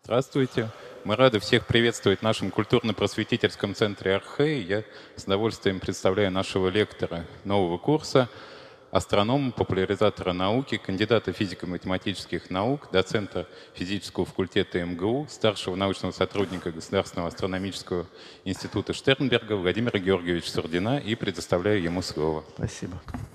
Здравствуйте. Мы рады всех приветствовать в нашем культурно-просветительском центре «Архей». Я с удовольствием представляю нашего лектора нового курса, астронома, популяризатора науки, кандидата физико-математических наук, доцента физического факультета МГУ, старшего научного сотрудника Государственного астрономического института Штернберга Владимира Георгиевича Сурдина, и предоставляю ему слово. Спасибо.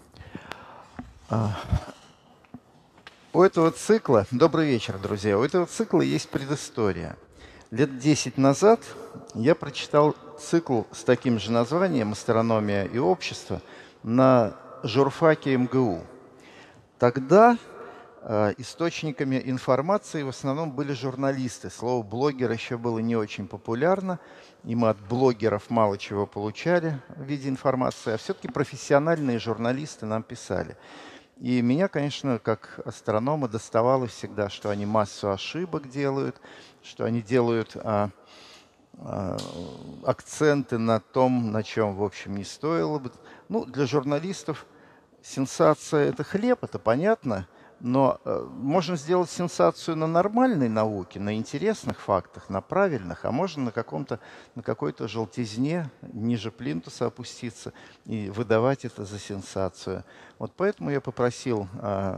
У этого цикла, добрый вечер, друзья, у этого цикла есть предыстория. Лет 10 назад я прочитал цикл с таким же названием «Астрономия и общество» на журфаке МГУ. Тогда источниками информации в основном были журналисты. Слово «блогер» еще было не очень популярно, и мы от блогеров мало чего получали в виде информации, а все-таки профессиональные журналисты нам писали. И меня, конечно, как астронома доставало всегда, что они массу ошибок делают, что они делают акценты на том, на чем, в общем, не стоило бы. Ну, для журналистов сенсация – это хлеб, это понятно, но можно сделать сенсацию на нормальной науке, на интересных фактах, на правильных, а можно на какой-то желтизне ниже плинтуса опуститься и выдавать это за сенсацию. Вот поэтому я попросил,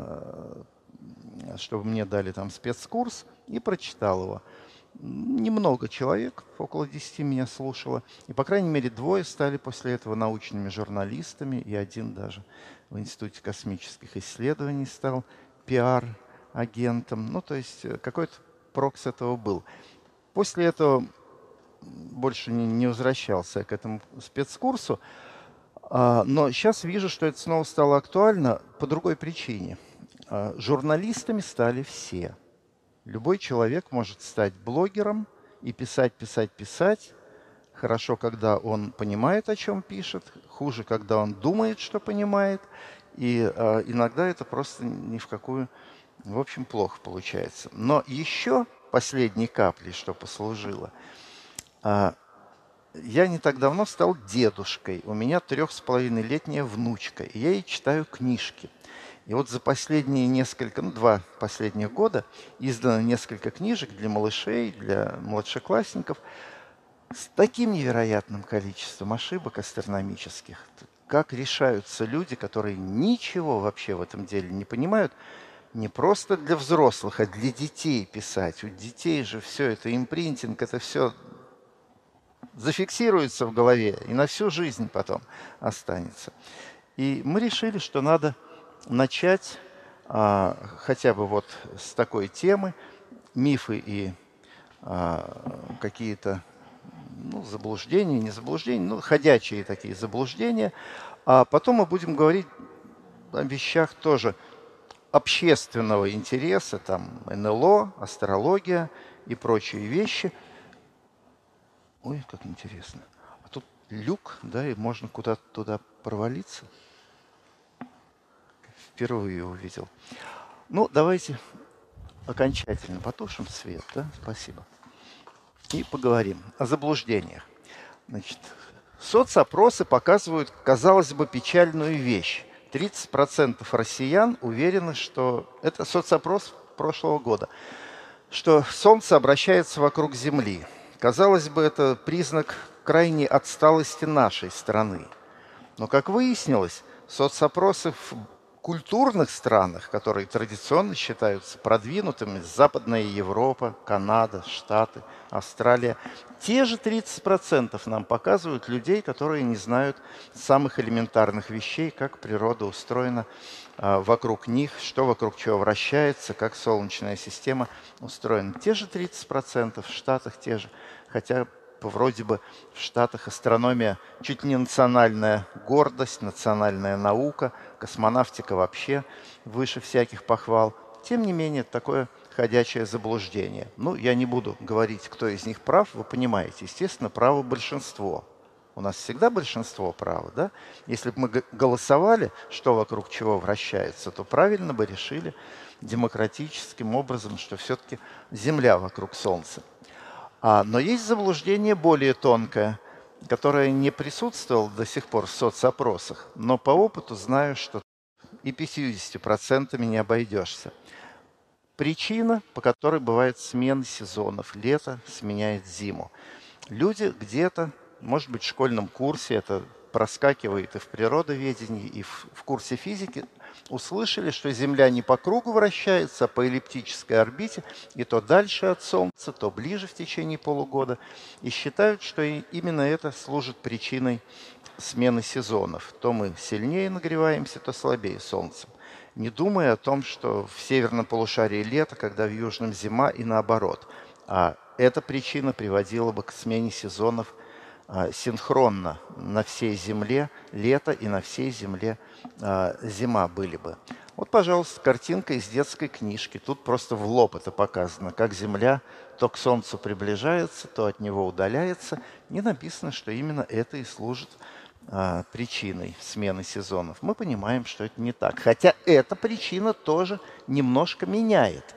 чтобы мне дали там спецкурс, и прочитал его. Немного человек, около 10 меня слушало. И, по крайней мере, 2 стали после этого научными журналистами, и 1 даже в Институте космических исследований стал пиар-агентом. Ну, то есть какой-то прок с этого был. После этого больше не возвращался к этому спецкурсу. Но сейчас вижу, что это снова стало актуально по другой причине. Журналистами стали все. Любой человек может стать блогером и писать, писать, писать. Хорошо, когда он понимает, о чем пишет. Хуже, когда он думает, что понимает. И иногда это просто ни в какую, в общем, плохо получается. Но еще последней каплей, что послужило, я не так давно стал дедушкой. У меня 3,5-летняя внучка, и я ей читаю книжки. И вот за последние 2 последних года издано несколько книжек для малышей, для младшеклассников с таким невероятным количеством ошибок астрономических. Как решаются люди, которые ничего вообще в этом деле не понимают, не просто для взрослых, а для детей писать. У детей же все это импринтинг, это все зафиксируется в голове и на всю жизнь потом останется. И мы решили, что надо начать хотя бы вот с такой темы, мифы и какие-то заблуждения, не заблуждения, ходячие такие заблуждения. А потом мы будем говорить о вещах тоже общественного интереса, там НЛО, астрология и прочие вещи. Ой, как интересно. А тут люк, да, и можно куда-то туда провалиться. Впервые увидел. Ну, давайте окончательно потушим свет, да? Спасибо. И поговорим о заблуждениях. Значит, соцопросы показывают, казалось бы, печальную вещь. 30% россиян уверены, что это соцопрос прошлого года, что Солнце обращается вокруг Земли. Казалось бы, это признак крайней отсталости нашей страны. Но, как выяснилось, соцопросы в культурных странах, которые традиционно считаются продвинутыми, Западная Европа, Канада, Штаты, Австралия, те же 30% нам показывают людей, которые не знают самых элементарных вещей, как природа устроена вокруг них, что вокруг чего вращается, как Солнечная система устроена. Те же 30%, в Штатах те же, хотя вроде бы в Штатах астрономия чуть ли не национальная гордость, национальная наука, космонавтика вообще выше всяких похвал. Тем не менее, такое ходячее заблуждение. Ну, я не буду говорить, кто из них прав, вы понимаете. Естественно, право большинство. У нас всегда большинство права, да? Если бы мы голосовали, что вокруг чего вращается, то правильно бы решили демократическим образом, что все-таки Земля вокруг Солнца. Но есть заблуждение более тонкое, которое не присутствовало до сих пор в соцопросах, но по опыту знаю, что и 50% не обойдешься. причина, по которой бывает смена сезонов. Лето сменяет зиму. Люди где-то, может быть, в школьном курсе, это проскакивает и в природоведении, и в курсе физики, услышали, что Земля не по кругу вращается, а по эллиптической орбите, и то дальше от Солнца, то ближе в течение полугода, и считают, что именно это служит причиной смены сезонов. То мы сильнее нагреваемся, то слабее Солнцем, не думая о том, что в северном полушарии лето, когда в южном зима, и наоборот. А эта причина приводила бы к смене сезонов синхронно на всей Земле лето и на всей Земле зима были бы. Вот, пожалуйста, картинка из детской книжки. Тут просто в лоб это показано, как Земля то к Солнцу приближается, то от него удаляется. Не написано, что именно это и служит причиной смены сезонов. Мы понимаем, что это не так. Хотя эта причина тоже немножко меняет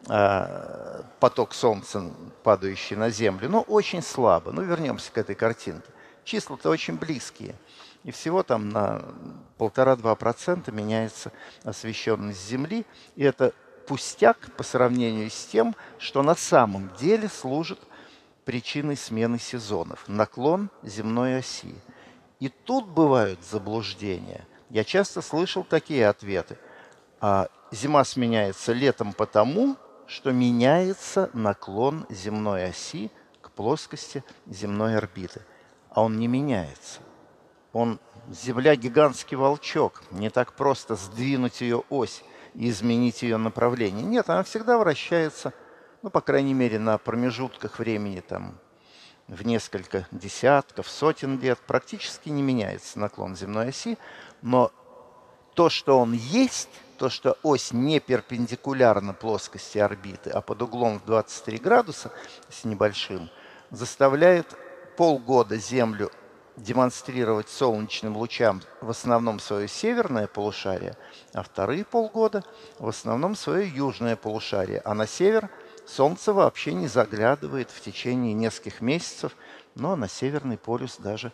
поток Солнца, падающий на Землю, но очень слабо. Ну, вернемся к этой картинке. Числа-то очень близкие. И всего там на 1,5–2% меняется освещенность Земли. И это пустяк по сравнению с тем, что на самом деле служит причиной смены сезонов. Наклон земной оси. И тут бывают заблуждения. Я часто слышал такие ответы. Зима сменяется летом потому, что меняется наклон земной оси к плоскости земной орбиты. А он не меняется. Земля гигантский волчок. Не так просто сдвинуть ее ось и изменить ее направление. Нет, она всегда вращается, ну, по крайней мере, на промежутках времени там, в несколько десятков, сотен лет. Практически не меняется наклон земной оси. Но то, что он есть, то, что ось не перпендикулярна плоскости орбиты, а под углом в 23 градуса с небольшим, заставляет полгода Землю демонстрировать солнечным лучам в основном свое северное полушарие, а вторые полгода в основном свое южное полушарие. А на север Солнце вообще не заглядывает в течение нескольких месяцев, но на Северный полюс даже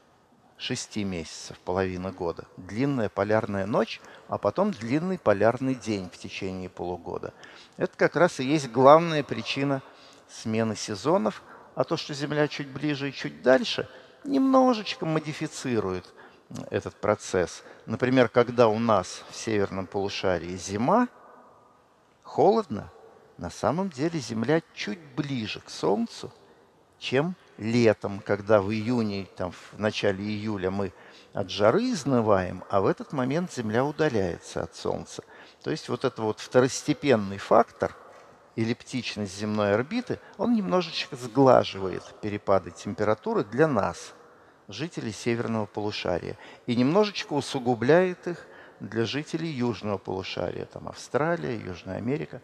6 месяцев, половина года. Длинная полярная ночь, а потом длинный полярный день в течение полугода. Это как раз и есть главная причина смены сезонов, а то, что Земля чуть ближе и чуть дальше, немножечко модифицирует этот процесс. Например, когда у нас в северном полушарии зима, холодно, на самом деле Земля чуть ближе к Солнцу, чем летом, когда в июне, там, в начале июля мы от жары изнываем, а в этот момент Земля удаляется от Солнца. То есть вот этот вот второстепенный фактор, эллиптичность земной орбиты, он немножечко сглаживает перепады температуры для нас, жителей северного полушария, и немножечко усугубляет их для жителей южного полушария, там Австралия, Южная Америка.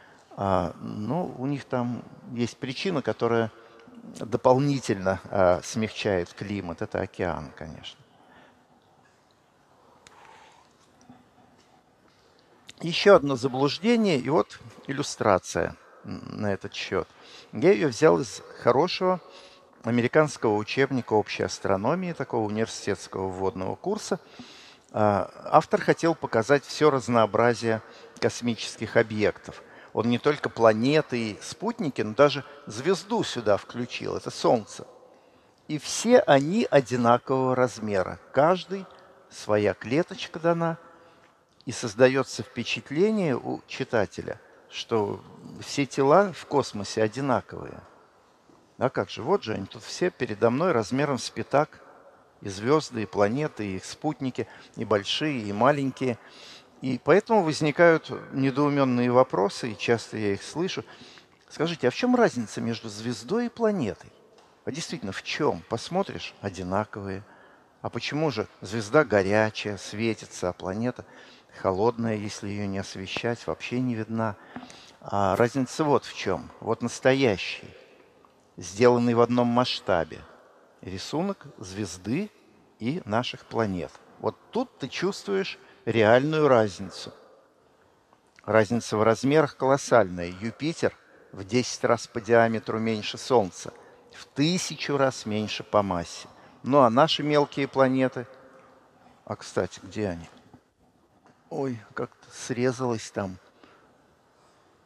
Но у них там есть причина, которая дополнительно смягчает климат. Это океан, конечно. Еще одно заблуждение, и вот иллюстрация на этот счет. Я ее взял из хорошего американского учебника общей астрономии, такого университетского вводного курса. Автор хотел показать все разнообразие космических объектов. Он не только планеты и спутники, но даже звезду сюда включил. Это Солнце. И все они одинакового размера. Каждый своя клеточка дана. И создается впечатление у читателя, что все тела в космосе одинаковые. А как же? Вот же они тут все передо мной размером с пятак. И звезды, и планеты, и их спутники, и большие, и маленькие. И поэтому возникают недоуменные вопросы, и часто я их слышу. Скажите, а в чем разница между звездой и планетой? А действительно, в чем? Посмотришь, одинаковые. А почему же звезда горячая, светится, а планета холодная, если ее не освещать, вообще не видна? А разница вот в чем. Вот настоящий, сделанный в одном масштабе рисунок звезды и наших планет. Вот тут ты чувствуешь реальную разницу. Разница в размерах колоссальная. Юпитер в 10 раз по диаметру меньше Солнца, в 1000 раз меньше по массе. Ну а наши мелкие планеты... А, кстати, где они? Ой, как-то срезалось там.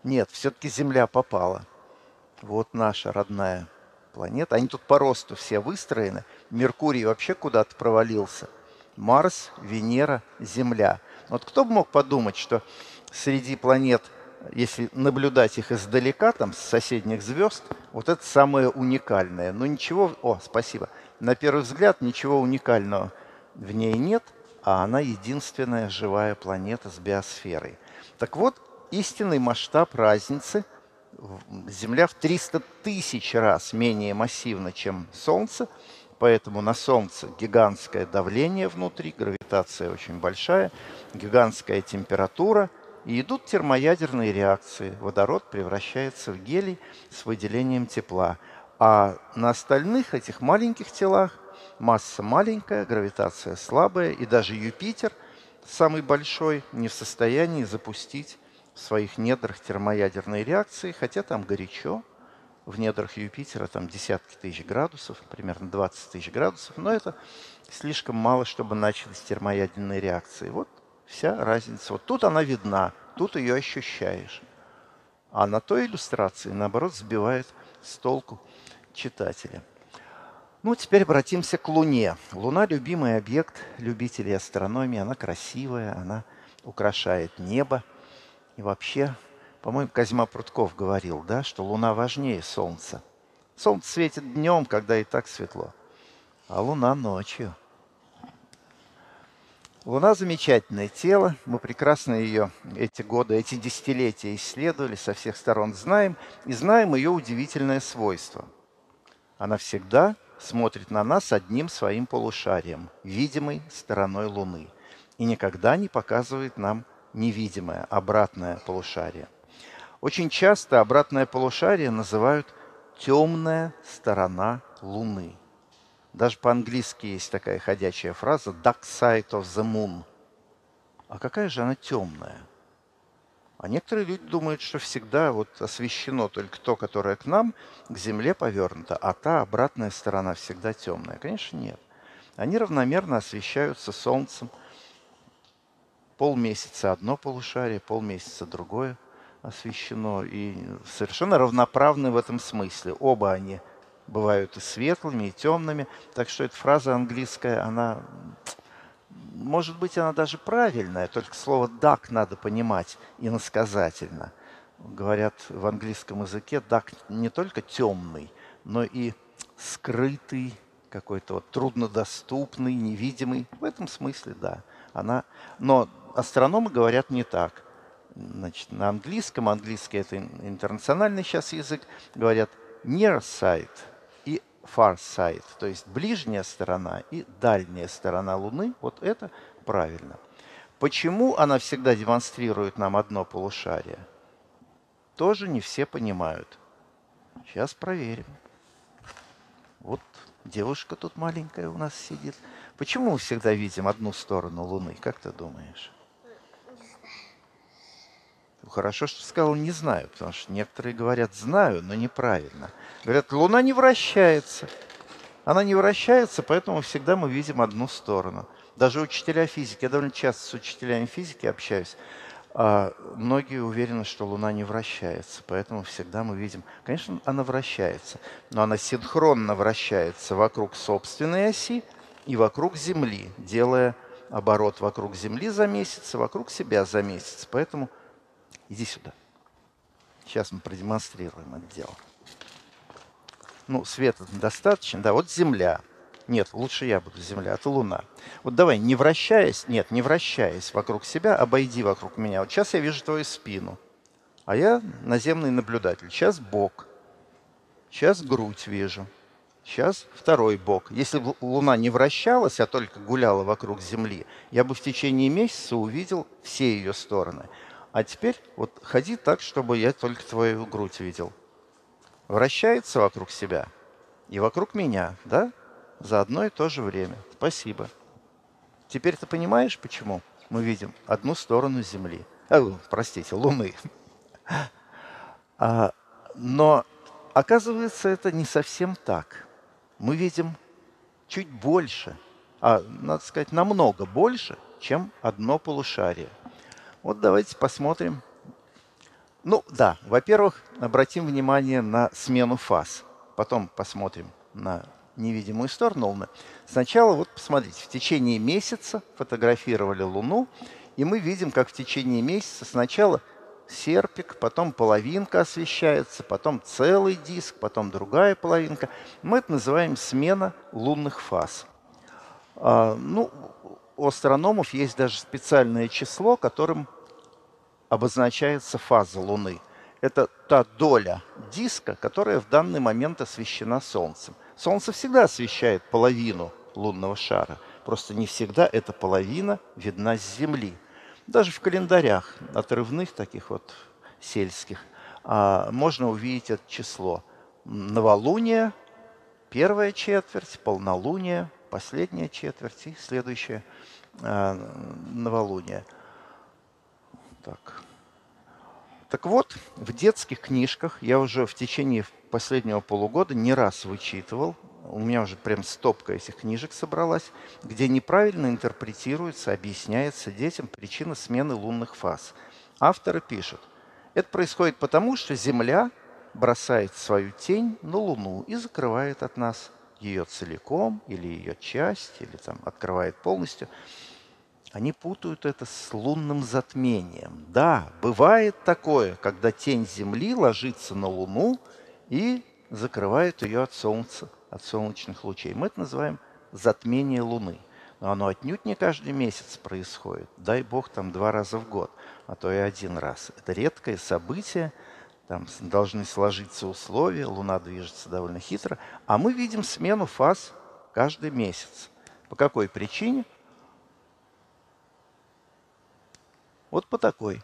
Нет, все-таки Земля попала. Вот наша родная планета. Они тут по росту все выстроены. Меркурий вообще куда-то провалился. Марс, Венера, Земля. Вот кто бы мог подумать, что среди планет, если наблюдать их издалека, там, с соседних звезд, вот это самое уникальное. Но ничего... О, спасибо. На первый взгляд ничего уникального в ней нет, а она единственная живая планета с биосферой. Так вот, истинный масштаб разницы – Земля в 300 тысяч раз менее массивна, чем Солнце, поэтому на Солнце гигантское давление внутри, гравитация очень большая, гигантская температура, и идут термоядерные реакции. Водород превращается в гелий с выделением тепла. А на остальных этих маленьких телах масса маленькая, гравитация слабая, и даже Юпитер, самый большой, не в состоянии запустить в своих недрах термоядерные реакции, хотя там горячо. В недрах Юпитера там десятки тысяч градусов, примерно 20 тысяч градусов, но это слишком мало, чтобы начались термоядерные реакции. Вот вся разница. Вот тут она видна, тут ее ощущаешь. А на той иллюстрации, наоборот, сбивает с толку читателя. Ну, теперь обратимся к Луне. Луна – любимый объект любителей астрономии. Она красивая, она украшает небо. И вообще, по-моему, Козьма Прутков говорил, да, что Луна важнее Солнца. Солнце светит днем, когда и так светло, а Луна ночью. Луна – замечательное тело. Мы прекрасно ее эти годы, эти десятилетия исследовали, со всех сторон знаем. И знаем ее удивительное свойство. Она всегда смотрит на нас одним своим полушарием, видимой стороной Луны. И никогда не показывает нам невидимое, обратное полушарие. Очень часто обратное полушарие называют темная сторона Луны. Даже по-английски есть такая ходячая фраза «dark side of the moon». А какая же она темная? А некоторые люди думают, что всегда вот освещено только то, которое к нам, к Земле повернуто, а та обратная сторона всегда темная. Конечно, нет. Они равномерно освещаются Солнцем. Полмесяца одно полушарие, полмесяца другое освещено. И совершенно равноправны в этом смысле. Оба они бывают и светлыми, и темными. Так что эта фраза английская, она, может быть, она даже правильная, только слово «dark» надо понимать иносказательно. Говорят в английском языке «dark» не только темный, но и скрытый, какой-то вот труднодоступный, невидимый. В этом смысле, да. Но астрономы говорят не так. Значит, на английском, английский это интернациональный сейчас язык, говорят near side и far side, то есть ближняя сторона и дальняя сторона Луны. Вот это правильно. Почему она всегда демонстрирует нам одно полушарие? Тоже не все понимают. Сейчас проверим. Вот девушка тут маленькая у нас сидит. Почему мы всегда видим одну сторону Луны? Как ты думаешь? Хорошо, что сказал «не знаю», потому что некоторые говорят «знаю», но неправильно. Говорят, Луна не вращается. Она не вращается, поэтому всегда мы видим одну сторону. Даже учителя физики, я довольно часто с учителями физики общаюсь, многие уверены, что Луна не вращается, поэтому всегда мы видим... Конечно, она вращается, но она синхронно вращается вокруг собственной оси и вокруг Земли, делая оборот вокруг Земли за месяц и вокруг себя за месяц. Поэтому иди сюда. Сейчас мы продемонстрируем это дело. Ну, света достаточно. Да, вот Земля. Нет, лучше я буду Земля, а ты Луна. Вот давай, не вращаясь, нет, не вращаясь вокруг себя, обойди вокруг меня. Вот сейчас я вижу твою спину, а я наземный наблюдатель. Сейчас бок, сейчас грудь вижу, сейчас второй бок. Если бы Луна не вращалась, а только гуляла вокруг Земли, я бы в течение месяца увидел все ее стороны. А теперь вот ходи так, чтобы я только твою грудь видел. Вращается вокруг себя и вокруг меня, да? За одно и то же время. Спасибо. Теперь ты понимаешь, почему мы видим одну сторону Земли? Простите, Луны. Но оказывается, это не совсем так. Мы видим чуть больше, надо сказать, намного больше, чем одно полушарие. Вот давайте посмотрим Ну да, во-первых, обратим внимание на смену фаз. Потом посмотрим на невидимую сторону Луны. Сначала вот посмотрите, в течение месяца фотографировали Луну, и мы видим, как в течение месяца сначала серпик, потом половинка освещается, потом целый диск, потом другая половинка. Мы это называем смена лунных фаз. Ну, у астрономов есть даже специальное число, которым обозначается фаза Луны. Это та доля диска, которая в данный момент освещена Солнцем. Солнце всегда освещает половину лунного шара, просто не всегда эта половина видна с Земли. Даже в календарях отрывных, таких вот сельских, можно увидеть это число. Новолуние, первая четверть, полнолуние, последняя четверть и следующее новолуние. Так вот, в детских книжках я уже в течение последнего полугода не раз вычитывал, у меня уже прям стопка этих книжек собралась, где неправильно интерпретируется, объясняется детям причина смены лунных фаз. Авторы пишут, это происходит потому, что Земля бросает свою тень на Луну и закрывает от нас ее целиком или ее часть, или там открывает полностью. Они путают это с лунным затмением. Да, бывает такое, когда тень Земли ложится на Луну и закрывает ее от Солнца, от солнечных лучей. Мы это называем затмение Луны. Но оно отнюдь не каждый месяц происходит. Дай бог, там 2 раза в год, а то и 1 раз. Это редкое событие, там должны сложиться условия, Луна движется довольно хитро, а мы видим смену фаз каждый месяц. По какой причине? Вот по такой.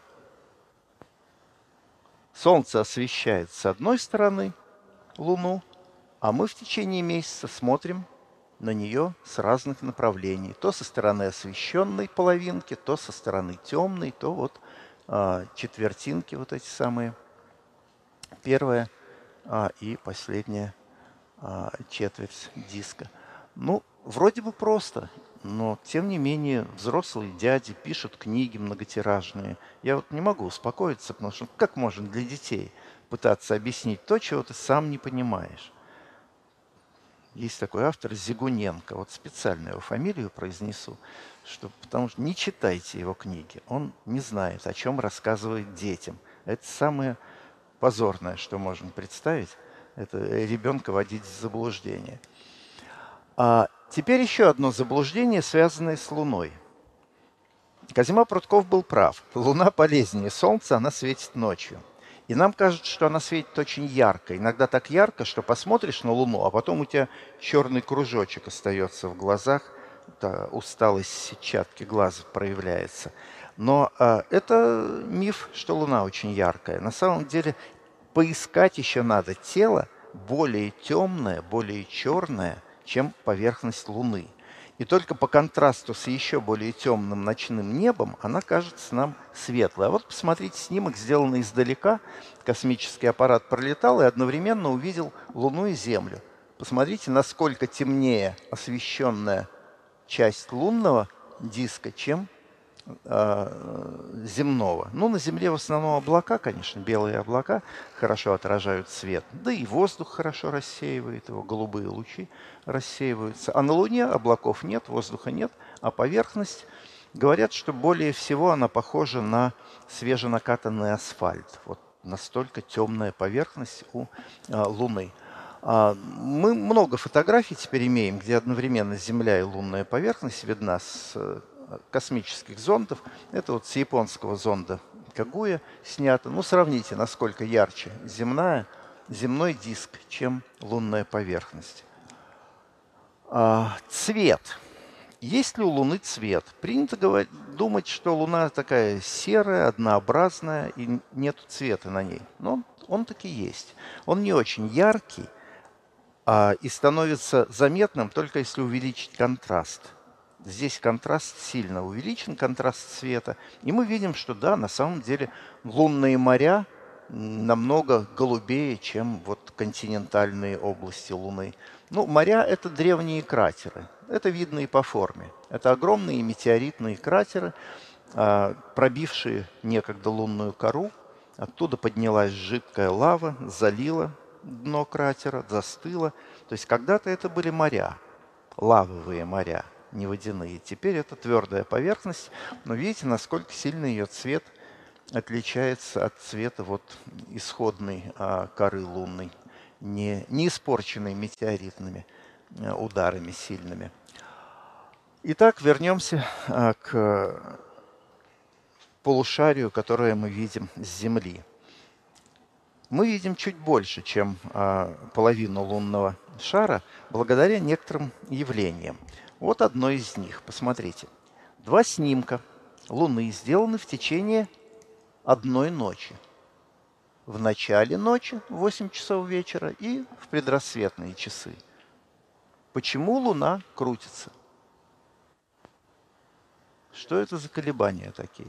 Солнце освещает с одной стороны Луну, а мы в течение месяца смотрим на нее с разных направлений. То со стороны освещенной половинки, то со стороны темной, то вот четвертинки вот эти самые. Первая и последняя четверть диска. Ну, вроде бы просто, но тем не менее взрослые дяди пишут книги многотиражные. Я вот не могу успокоиться, потому что как можно для детей пытаться объяснить то, чего ты сам не понимаешь? Есть такой автор Зигуненко, вот специально его фамилию произнесу, потому что не читайте его книги. Он не знает, о чем рассказывает детям. Это самое позорное, что можно представить. Это ребенка вводить в заблуждение. Теперь еще одно заблуждение, связанное с Луной. Козьма Прутков был прав. Луна полезнее Солнца, она светит ночью. И нам кажется, что она светит очень ярко. Иногда так ярко, что посмотришь на Луну, а потом у тебя черный кружочек остается в глазах, усталость сетчатки глаза проявляется. Но это миф, что Луна очень яркая. На самом деле поискать еще надо тело более темное, более черное, чем поверхность Луны. И только по контрасту с еще более темным ночным небом она кажется нам светлой. А вот посмотрите, снимок, сделанный издалека. Космический аппарат пролетал и одновременно увидел Луну и Землю. Посмотрите, насколько темнее освещенная часть лунного диска, чем земного. Ну, на Земле в основном облака, конечно, белые облака хорошо отражают свет. Да и воздух хорошо рассеивает его, голубые лучи рассеиваются. А на Луне облаков нет, воздуха нет, а поверхность, говорят, что более всего она похожа на свеженакатанный асфальт. Вот настолько темная поверхность у Луны. Мы много фотографий теперь имеем, где одновременно Земля и лунная поверхность видна с космических зондов. Это вот с японского зонда Кагуя снято. Ну, сравните, насколько ярче земной диск, чем лунная поверхность. Цвет. Есть ли у Луны цвет? Принято думать, что Луна такая серая, однообразная, и нет цвета на ней. Но он таки есть. Он не очень яркий и становится заметным только если увеличить контраст. Здесь контраст сильно увеличен, контраст цвета. И мы видим, что да, на самом деле лунные моря намного голубее, чем вот континентальные области Луны. Ну, моря – это древние кратеры. Это видно и по форме. Это огромные метеоритные кратеры, пробившие некогда лунную кору, Оттуда поднялась жидкая лава, залила дно кратера, застыла. То есть когда-то это были моря, лавовые моря, не водяные. Теперь это твердая поверхность, но видите, насколько сильно ее цвет отличается от цвета вот исходной коры лунной, не испорченной метеоритными ударами сильными. Итак, вернемся к полушарию, которое мы видим с Земли. Мы видим чуть больше, чем половину лунного шара, благодаря некоторым явлениям. Вот одно из них. Посмотрите. 2 снимка Луны сделаны в течение одной ночи. В начале ночи, в 8 часов вечера, и в предрассветные часы. Почему Луна крутится? Что это за колебания такие?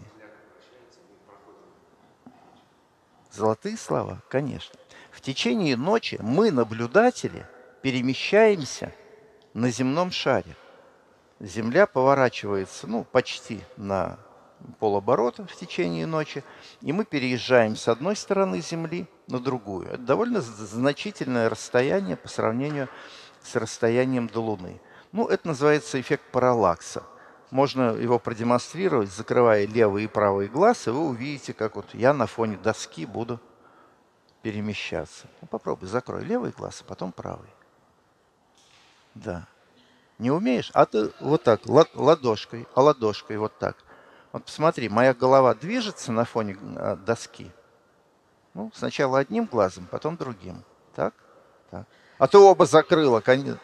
Золотые слова, конечно. В течение ночи мы, наблюдатели, перемещаемся на земном шаре. Земля поворачивается, почти на полоборота в течение ночи, и мы переезжаем с одной стороны Земли на другую. Это довольно значительное расстояние по сравнению с расстоянием до Луны. Это называется эффект параллакса. Можно его продемонстрировать, закрывая левый и правый глаз, и вы увидите, как вот я на фоне доски буду перемещаться. Попробуй, закрой левый глаз, а потом правый. Да. Не умеешь? А ты вот так, ладошкой, ладошкой вот так. Вот посмотри, моя голова движется на фоне доски. Сначала одним глазом, потом другим. Так? Так. А ты оба закрыла, конечно.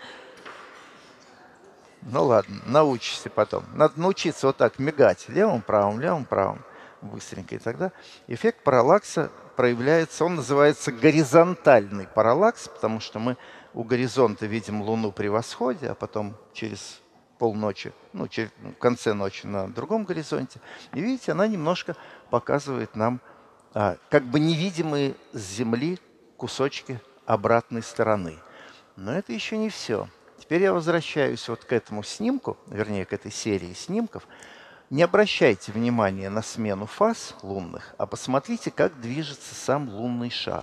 Ладно, научишься потом. Надо научиться вот так мигать левым, правым, быстренько. И тогда эффект параллакса проявляется, он называется горизонтальный параллакс, потому что мы у горизонта видим Луну при восходе, а потом через полночи, в конце ночи на другом горизонте. И видите, она немножко показывает нам как бы невидимые с Земли кусочки обратной стороны. Но это еще не все. Теперь я возвращаюсь вот к этому снимку, вернее, к этой серии снимков. Не обращайте внимания на смену фаз лунных, а посмотрите, как движется сам лунный шар.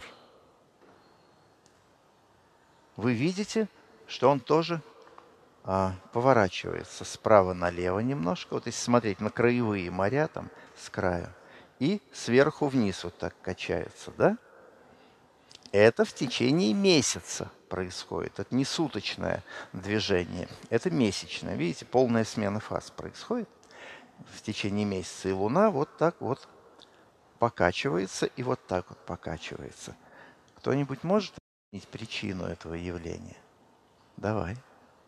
Вы видите, что он тоже поворачивается справа налево немножко. Вот если смотреть на краевые моря там с краю, и сверху вниз вот так качается, да? Это в течение месяца происходит. Это не суточное движение, это месячное. Видите, полная смена фаз происходит в течение месяца. И Луна вот так вот покачивается и вот так вот покачивается. Кто-нибудь может объяснить причину этого явления? Давай.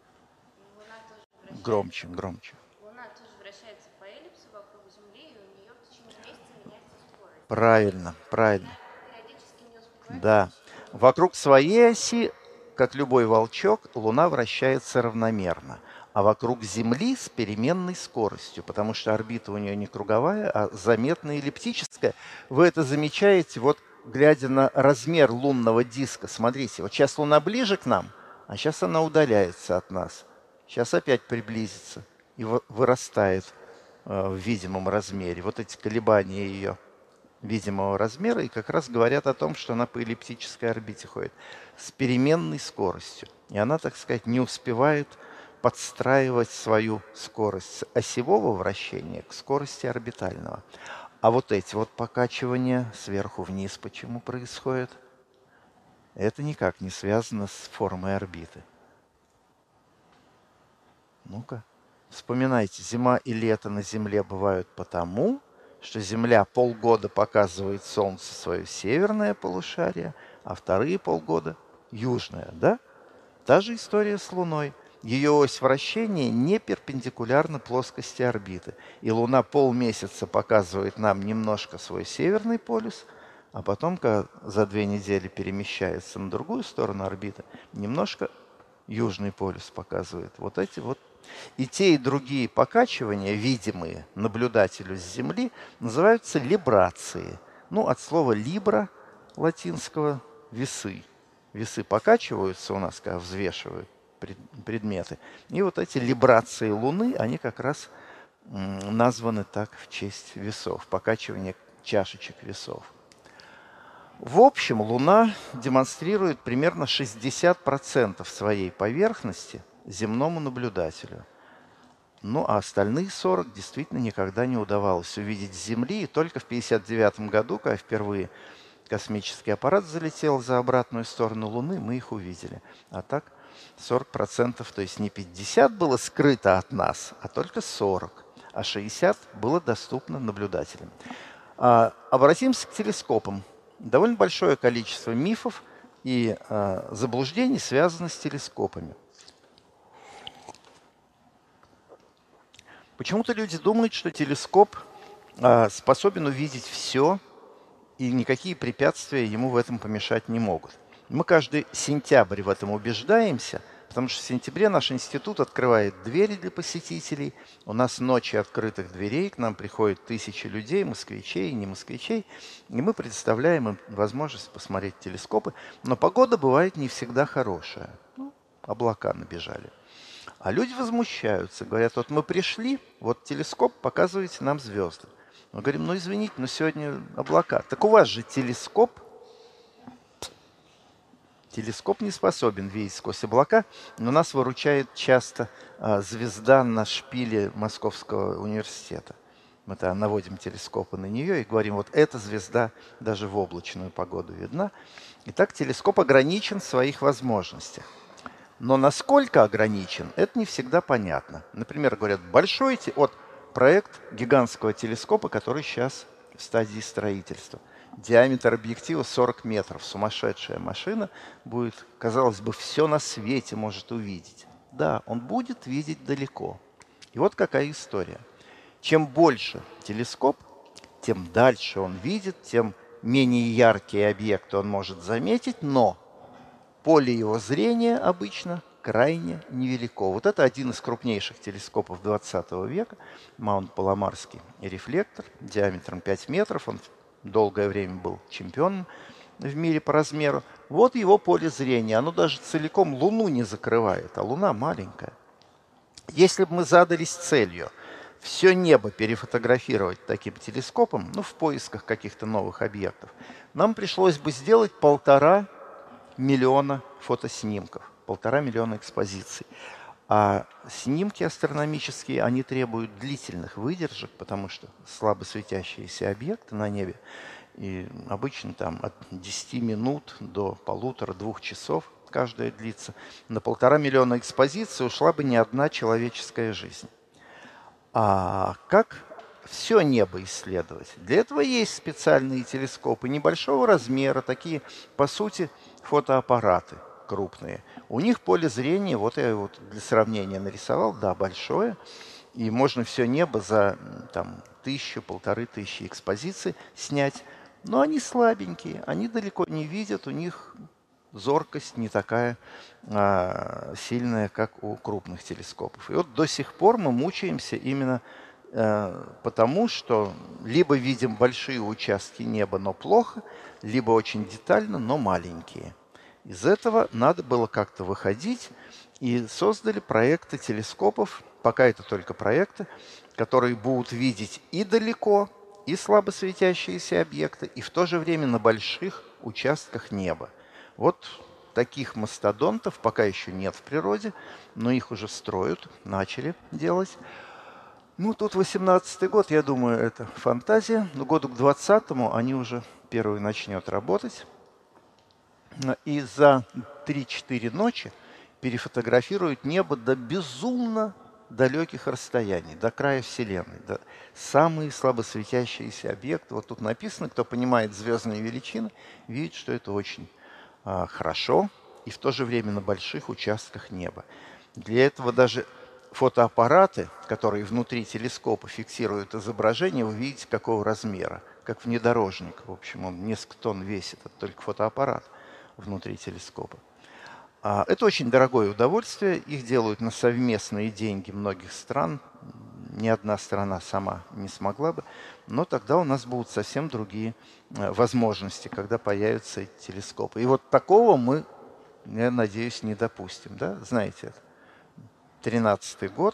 Громче. Луна тоже вращается по эллипсу вокруг Земли, и у нее в течение месяца меняется скорость. Правильно. Периодически не успевает. Да. Вокруг своей оси, как любой волчок, Луна вращается равномерно, а вокруг Земли с переменной скоростью, потому что орбита у нее не круговая, а заметно эллиптическая. Вы это замечаете, вот глядя на размер лунного диска. Смотрите, вот сейчас Луна ближе к нам, а сейчас она удаляется от нас. Сейчас опять приблизится и вырастает в видимом размере. Вот эти колебания ее видимого размера и как раз говорят о том, что она по эллиптической орбите ходит с переменной скоростью. И она, так сказать, не успевает подстраивать свою скорость с осевого вращения к скорости орбитального. А вот эти вот покачивания сверху вниз почему происходят? Это никак не связано с формой орбиты. Ну-ка, вспоминайте, зима и лето на Земле бывают потому, что Земля полгода показывает Солнцу свое северное полушарие, а вторые полгода южное, да? Та же история с Луной. Ее ось вращения не перпендикулярна плоскости орбиты. И Луна полмесяца показывает нам немножко свой северный полюс, а потом, когда за 2 недели перемещается на другую сторону орбиты, немножко южный полюс показывает. Вот эти вот. И те, и другие покачивания, видимые наблюдателю с Земли, называются либрации. От слова «либра» латинского «весы». Весы покачиваются у нас, когда взвешивают предметы. И вот эти либрации Луны, они как раз названы так в честь весов, покачивание чашечек весов. В общем, Луна демонстрирует примерно 60% своей поверхности земному наблюдателю. Ну, а остальные 40 действительно никогда не удавалось увидеть с Земли. И только в 1959 году, когда впервые космический аппарат залетел за обратную сторону Луны, мы их увидели. А так 40%, то есть не 50 было скрыто от нас, а только 40. А 60 было доступно наблюдателям. Обратимся к телескопам. Довольно большое количество мифов и заблуждений связано с телескопами. Почему-то люди думают, что телескоп способен увидеть все, и никакие препятствия ему в этом помешать не могут. Мы каждый сентябрь в этом убеждаемся, потому что в сентябре наш институт открывает двери для посетителей. У нас ночи открытых дверей, к нам приходят тысячи людей, москвичей и не москвичей, и мы предоставляем им возможность посмотреть телескопы. Но погода бывает не всегда хорошая. Ну, облака набежали. А люди возмущаются, говорят, вот мы пришли, вот телескоп, показываете нам звезды. Мы говорим, ну извините, но сегодня облака. Так у вас же телескоп. Телескоп не способен видеть сквозь облака, но нас выручает часто звезда на шпиле Московского университета. Мы тогда наводим телескопы на нее и говорим, вот эта звезда даже в облачную погоду видна. Итак, телескоп ограничен в своих возможностях. Но насколько ограничен, это не всегда понятно. Например, говорят, проект гигантского телескопа, который сейчас в стадии строительства. Диаметр объектива 40 метров. Сумасшедшая машина будет, казалось бы, все на свете может увидеть. Да, он будет видеть далеко. И вот какая история. Чем больше телескоп, тем дальше он видит, тем менее яркие объекты он может заметить, но поле его зрения обычно крайне невелико. Вот это один из крупнейших телескопов 20 века, Маунт-Паломарский рефлектор, диаметром 5 метров. Он долгое время был чемпионом в мире по размеру. Вот его поле зрения. Оно даже целиком Луну не закрывает, а Луна маленькая. Если бы мы задались целью все небо перефотографировать таким телескопом, ну, в поисках каких-то новых объектов, нам пришлось бы сделать 1,5 миллиона фотоснимков, 1,5 миллиона экспозиций. А снимки астрономические, они требуют длительных выдержек, потому что слабо светящиеся объекты на небе, и обычно там от 10 минут до 1,5-2 часов каждая длится. На 1,5 миллиона экспозиций ушла бы не одна человеческая жизнь. А как все небо исследовать? Для этого есть специальные телескопы небольшого размера, такие, по сути, фотоаппараты крупные. У них поле зрения, вот я вот для сравнения нарисовал, да, большое, и можно все небо за там 1000-1500 экспозиций снять, но они слабенькие, они далеко не видят, у них зоркость не такая сильная, как у крупных телескопов. И вот до сих пор мы мучаемся именно потому, что либо видим большие участки неба, но плохо, либо очень детально, но маленькие. Из этого надо было как-то выходить, и создали проекты телескопов, пока это только проекты, которые будут видеть и далеко, и слабо светящиеся объекты, и в то же время на больших участках неба. Вот таких мастодонтов пока еще нет в природе, но их уже строят, начали делать. Ну, тут 18-й год, я думаю, это фантазия. Но году к 20-му они уже первый начнет работать. И за 3-4 ночи перефотографируют небо до безумно далеких расстояний, до края Вселенной, до самые слабо светящиеся объекты. Вот тут написано, кто понимает звездные величины, видит, что это очень хорошо и в то же время на больших участках неба. Для этого даже фотоаппараты, которые внутри телескопа фиксируют изображение, вы видите, какого размера, как внедорожник. В общем, он несколько тонн весит, это только фотоаппарат внутри телескопа. Это очень дорогое удовольствие. Их делают на совместные деньги многих стран. Ни одна страна сама не смогла бы. Но тогда у нас будут совсем другие возможности, когда появятся эти телескопы. И вот такого мы, я надеюсь, не допустим. Да? Знаете это. 13-й год,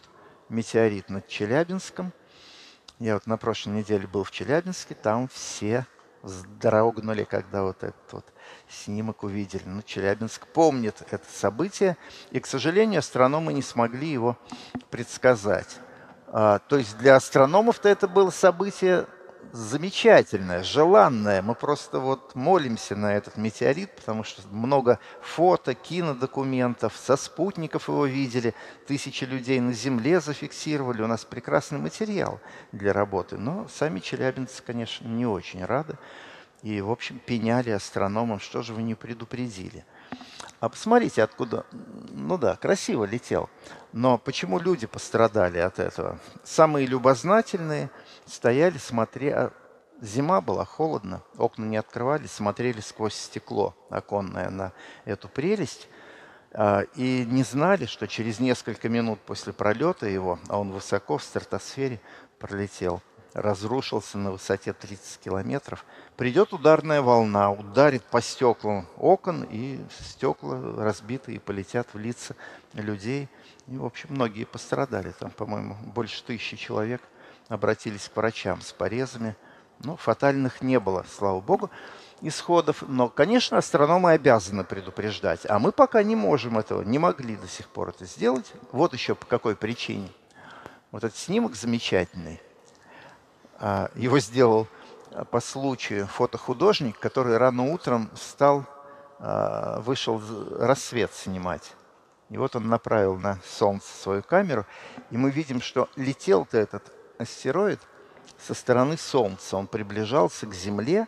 метеорит над Челябинском. Я вот на прошлой неделе был в Челябинске, там все вздрогнули, когда вот этот вот снимок увидели. Ну, Челябинск помнит это событие, и, к сожалению, астрономы не смогли его предсказать. То есть для астрономов-то это было событие замечательное, желанное. Мы просто вот молимся на этот метеорит, потому что много фото, кинодокументов, со спутников его видели, тысячи людей на Земле зафиксировали. У нас прекрасный материал для работы. Но сами челябинцы, конечно, не очень рады. И, в общем, пеняли астрономам, что же вы не предупредили. А посмотрите, откуда... Ну да, красиво летел. Но почему люди пострадали от этого? Самые любознательные стояли, смотря... Зима была, холодно, окна не открывались, смотрели сквозь стекло оконное на эту прелесть. И не знали, что через несколько минут после пролета его, а он высоко в стратосфере пролетел, разрушился на высоте 30 километров, придет ударная волна, ударит по стеклам окон, и стекла разбитые полетят в лица людей. И, в общем, многие пострадали. Там, по-моему, больше 1000 человек обратились к врачам с порезами. Но фатальных не было, слава богу, исходов. Но, конечно, астрономы обязаны предупреждать. А мы пока не можем этого, не могли до сих пор это сделать. Вот еще по какой причине. Вот этот снимок замечательный. Его сделал по случаю фотохудожник, который рано утром встал, вышел рассвет снимать. И вот он направил на Солнце свою камеру, и мы видим, что летел-то этот астероид со стороны Солнца. Он приближался к Земле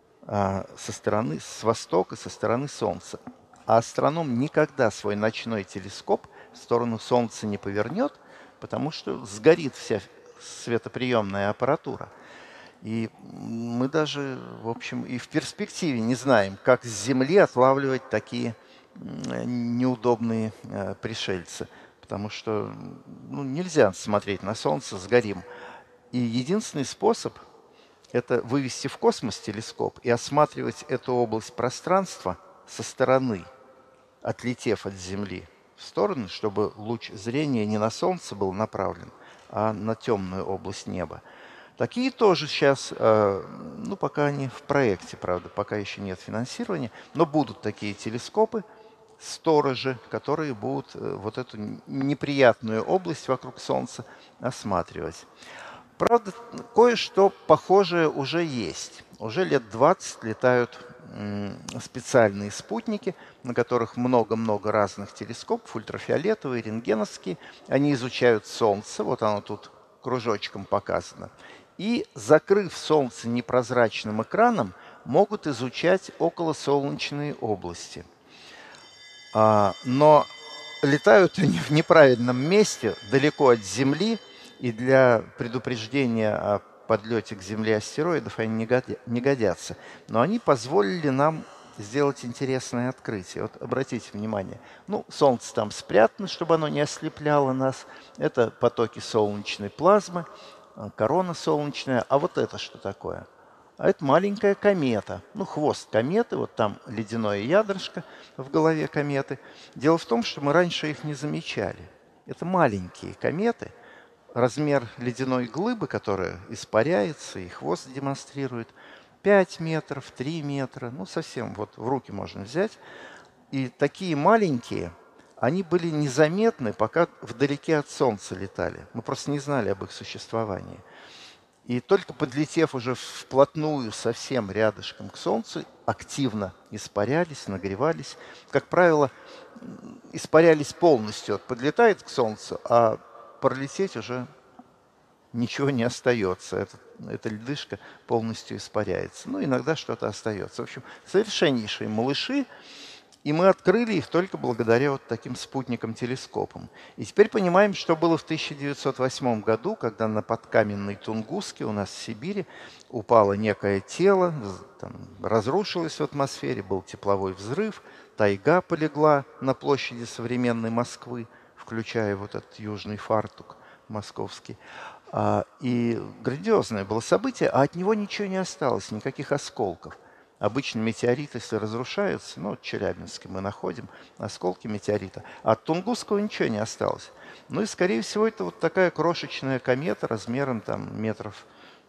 с востока, со стороны Солнца. А астроном никогда свой ночной телескоп в сторону Солнца не повернет, потому что сгорит вся светоприемная аппаратура. И мы даже, в общем, и в перспективе не знаем, как с Земли отлавливать такие неудобные пришельцы. Потому что нельзя смотреть на Солнце, сгорим. И единственный способ – это вывести в космос телескоп и осматривать эту область пространства со стороны, отлетев от Земли в сторону, чтобы луч зрения не на Солнце был направлен, а на темную область неба. Такие тоже сейчас, пока они в проекте, правда, пока еще нет финансирования, но будут такие телескопы, сторожи, которые будут вот эту неприятную область вокруг Солнца осматривать. Правда, кое-что похожее уже есть. Уже лет 20 летают специальные спутники, на которых много-много разных телескопов, ультрафиолетовые, рентгеновские. Они изучают Солнце, вот оно тут кружочком показано. И, закрыв Солнце непрозрачным экраном, могут изучать околосолнечные области. Но летают они в неправильном месте, далеко от Земли, и для предупреждения о подлете к Земле астероидов они не годятся. Но они позволили нам сделать интересное открытие. Вот обратите внимание. Солнце там спрятано, чтобы оно не ослепляло нас. Это потоки солнечной плазмы, корона солнечная. А вот это что такое? А это маленькая комета. Хвост кометы, вот там ледяное ядрышко в голове кометы. Дело в том, что мы раньше их не замечали. Это маленькие кометы, размер ледяной глыбы, которая испаряется, и хвост демонстрирует, 5 метров, 3 метра, совсем вот в руки можно взять. И такие маленькие, они были незаметны, пока вдалеке от Солнца летали. Мы просто не знали об их существовании. И только подлетев уже вплотную, совсем рядышком к Солнцу, активно испарялись, нагревались. Как правило, испарялись полностью. Подлетает к Солнцу, а пролететь уже ничего не остается. Эта льдышка полностью испаряется. Иногда что-то остается. В общем, совершеннейшие малыши. И мы открыли их только благодаря вот таким спутникам-телескопам. И теперь понимаем, что было в 1908 году, когда на подкаменной Тунгуске у нас в Сибири упало некое тело, разрушилось в атмосфере, был тепловой взрыв, тайга полегла на площади современной Москвы, включая вот этот южный фартук московский. И грандиозное было событие, а от него ничего не осталось, никаких осколков. Обычно метеориты, если разрушаются, в Челябинске мы находим осколки метеорита, а от Тунгусского ничего не осталось. И, скорее всего, это вот такая крошечная комета размером метров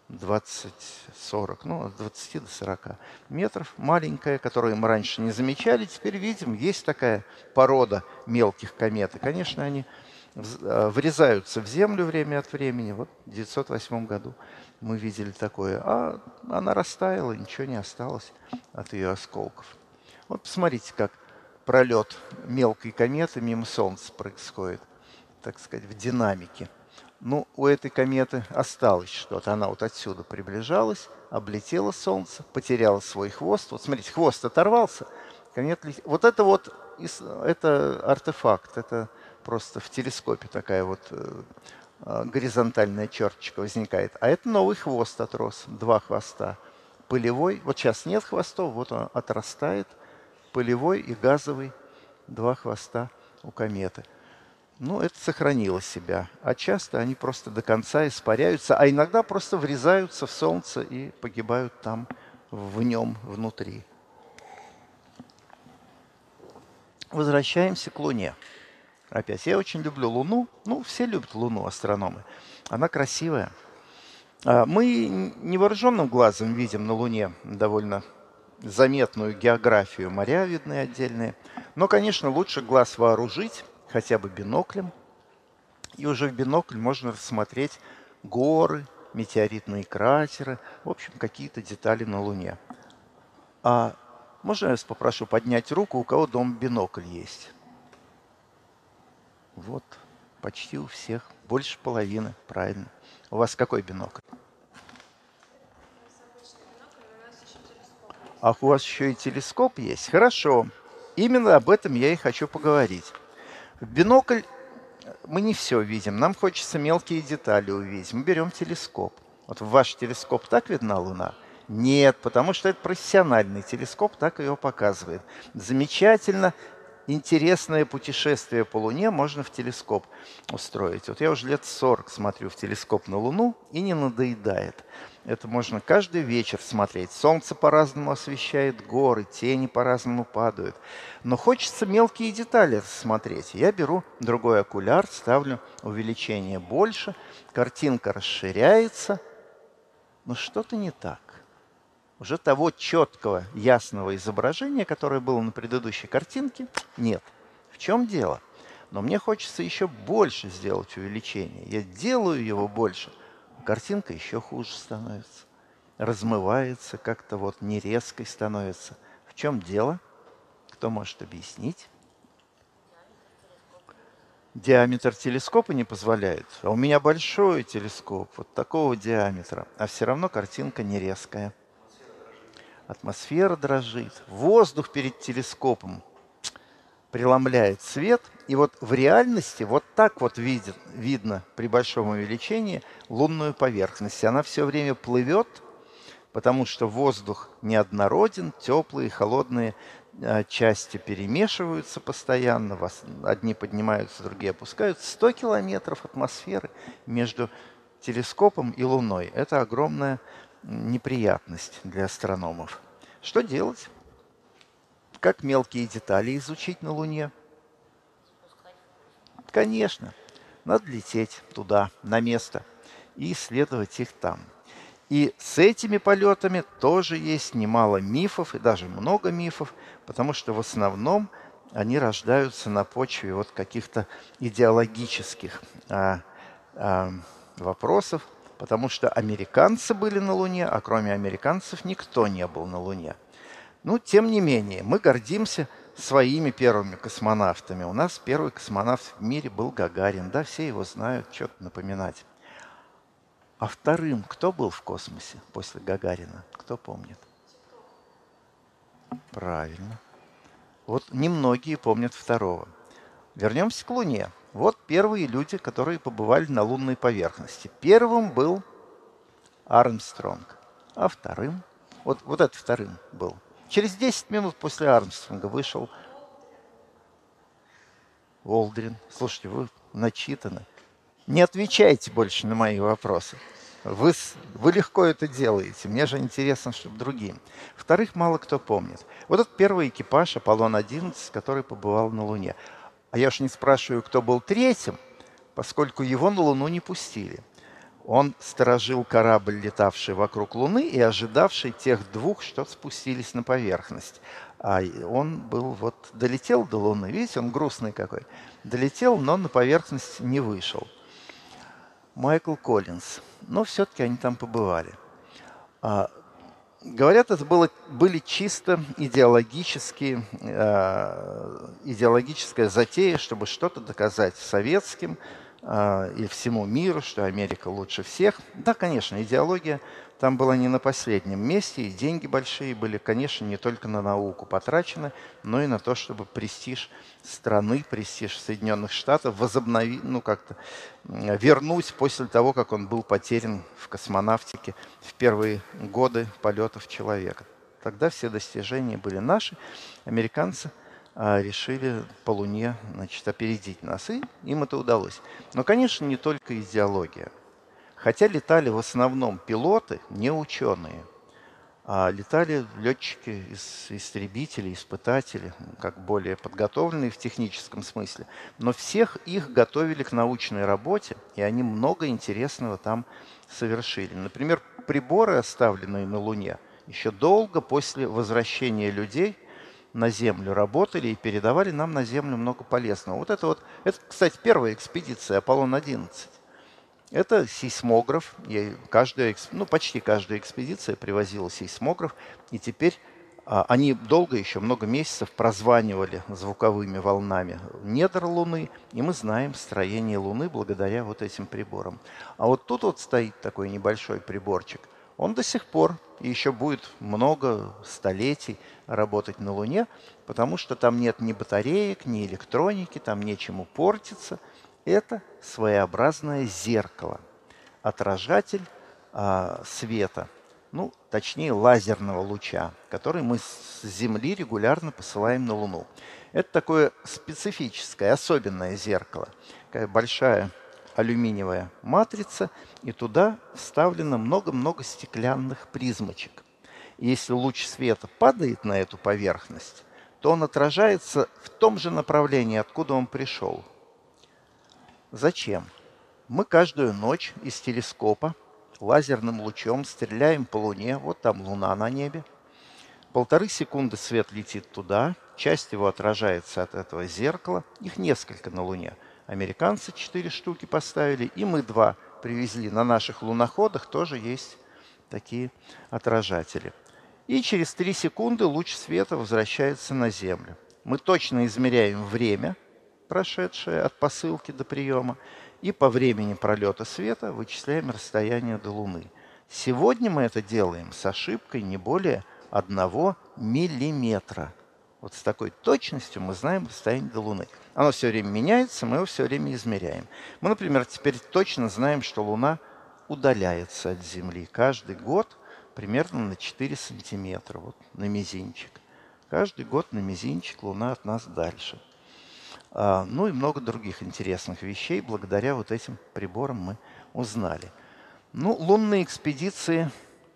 20-40, ну, от 20 до 40 метров. Маленькая, которую мы раньше не замечали, теперь видим, есть такая порода мелких комет. И, конечно, они врезаются в Землю время от времени. Вот в 1908 году мы видели такое. А она растаяла, ничего не осталось от ее осколков. Вот посмотрите, как пролет мелкой кометы мимо Солнца происходит, так сказать, в динамике. Ну, у этой кометы осталось что-то. Она вот отсюда приближалась, облетела Солнце, потеряла свой хвост. Вот смотрите, хвост оторвался. Вот это вот это артефакт. Это просто в телескопе такая вот горизонтальная черточка возникает. А это новый хвост отрос, 2 хвоста. Пылевой, вот сейчас нет хвостов, вот он отрастает. Пылевой и газовый, 2 хвоста у кометы. Ну, это сохранило себя. А часто они просто до конца испаряются, а иногда просто врезаются в Солнце и погибают там, в нем, внутри. Возвращаемся к Луне. Опять, я очень люблю Луну. Ну, все любят Луну, астрономы. Она красивая. Мы невооруженным глазом видим на Луне довольно заметную географию, моря видны отдельные. Но, конечно, лучше глаз вооружить хотя бы биноклем. И уже в бинокль можно рассмотреть горы, метеоритные кратеры, в общем, какие-то детали на Луне. А можно я вас попрошу поднять руку, у кого дома бинокль есть? Вот, почти у всех. Больше половины, правильно. У вас какой бинокль? Ах, у вас еще и телескоп есть? Хорошо. Именно об этом я и хочу поговорить. В бинокль мы не все видим. Нам хочется мелкие детали увидеть. Мы берем телескоп. Вот в ваш телескоп так видна Луна? Нет, потому что это профессиональный телескоп, так ее показывает. Замечательно. Интересное путешествие по Луне можно в телескоп устроить. Вот я уже лет 40 смотрю в телескоп на Луну и не надоедает. Это можно каждый вечер смотреть. Солнце по-разному освещает горы, тени по-разному падают. Но хочется мелкие детали смотреть. Я беру другой окуляр, ставлю увеличение больше, картинка расширяется, но что-то не так. Уже того четкого, ясного изображения, которое было на предыдущей картинке, нет. В чем дело? Но мне хочется еще больше сделать увеличение. Я делаю его больше, а картинка еще хуже становится. Размывается, как-то вот не резкой становится. В чем дело? Кто может объяснить? Диаметр телескопа не позволяет. А у меня большой телескоп, вот такого диаметра, а все равно картинка не резкая. Атмосфера дрожит, воздух перед телескопом преломляет свет. И вот в реальности вот так вот видно при большом увеличении лунную поверхность. Она все время плывет, потому что воздух неоднороден, теплые и холодные части перемешиваются постоянно. Одни поднимаются, другие опускаются. 100 километров атмосферы между телескопом и Луной. Это огромная неприятность для астрономов. Что делать? Как мелкие детали изучить на Луне? Конечно, надо лететь туда, на место, и исследовать их там. И с этими полетами тоже есть немало мифов, и даже много мифов, потому что в основном они рождаются на почве вот каких-то идеологических вопросов, потому что американцы были на Луне, а кроме американцев никто не был на Луне. Ну, тем не менее, мы гордимся своими первыми космонавтами. У нас первый космонавт в мире был Гагарин, да, все его знают, что-то напоминать. А вторым кто был в космосе после Гагарина? Кто помнит? Правильно. Вот немногие помнят второго. Вернемся к Луне. Вот первые люди, которые побывали на лунной поверхности. Первым был Армстронг, а вторым, вот это вторым был. Через 10 минут после Армстронга вышел Олдрин. Слушайте, вы начитаны. Не отвечайте больше на мои вопросы. Вы легко это делаете. Мне же интересно, чтобы другим. Вторых мало кто помнит. Вот это первый экипаж Аполлон-11, который побывал на Луне. А я уж не спрашиваю, кто был третьим, поскольку его на Луну не пустили. Он сторожил корабль, летавший вокруг Луны и ожидавший тех двух, что спустились на поверхность. А он был вот долетел до Луны, видите, он грустный какой. Долетел, но на поверхность не вышел. Майкл Коллинз. Но все-таки они там побывали. Говорят, это были чисто идеологическая затея, чтобы что-то доказать советским и всему миру, что Америка лучше всех. Да, конечно, идеология там была не на последнем месте, и деньги большие были, конечно, не только на науку потрачены, но и на то, чтобы престиж страны, престиж Соединенных Штатов возобновить, как-то вернуть после того, как он был потерян в космонавтике в первые годы полетов человека. Тогда все достижения были наши. Американцы решили по Луне, опередить нас, и им это удалось. Но, конечно, не только идеология. Хотя летали в основном пилоты, не ученые, а летали летчики, истребители, испытатели, как более подготовленные в техническом смысле. Но всех их готовили к научной работе, и они много интересного там совершили. Например, приборы, оставленные на Луне, еще долго после возвращения людей на Землю работали и передавали нам на Землю много полезного. Это, кстати, первая экспедиция Аполлон-11. Это сейсмограф. Почти каждая экспедиция привозила сейсмограф. И теперь они долго, еще много месяцев, прозванивали звуковыми волнами недр Луны. И мы знаем строение Луны благодаря вот этим приборам. А вот тут вот стоит такой небольшой приборчик. Он до сих пор и еще будет много столетий работать на Луне, потому что там нет ни батареек, ни электроники, там нечему портиться. Это своеобразное зеркало, отражатель света, точнее лазерного луча, который мы с Земли регулярно посылаем на Луну. Это такое специфическое, особенное зеркало, такая большая алюминиевая матрица, и туда вставлено много-много стеклянных призмочек. И если луч света падает на эту поверхность, то он отражается в том же направлении, откуда он пришел. Зачем? Мы каждую ночь из телескопа лазерным лучом стреляем по Луне, вот там Луна на небе. 1,5 секунды свет летит туда, часть его отражается от этого зеркала. Их несколько на Луне. Американцы 4 штуки поставили, и мы 2 привезли. На наших луноходах тоже есть такие отражатели. И через 3 секунды луч света возвращается на Землю. Мы точно измеряем время, прошедшее от посылки до приема, и по времени пролета света вычисляем расстояние до Луны. Сегодня мы это делаем с ошибкой не более 1 миллиметра. Вот с такой точностью мы знаем расстояние до Луны. Оно все время меняется, мы его все время измеряем. Мы, например, теперь точно знаем, что Луна удаляется от Земли каждый год примерно на 4 сантиметра, вот на мизинчик. Каждый год на мизинчик Луна от нас дальше. И много других интересных вещей благодаря вот этим приборам мы узнали. Лунные экспедиции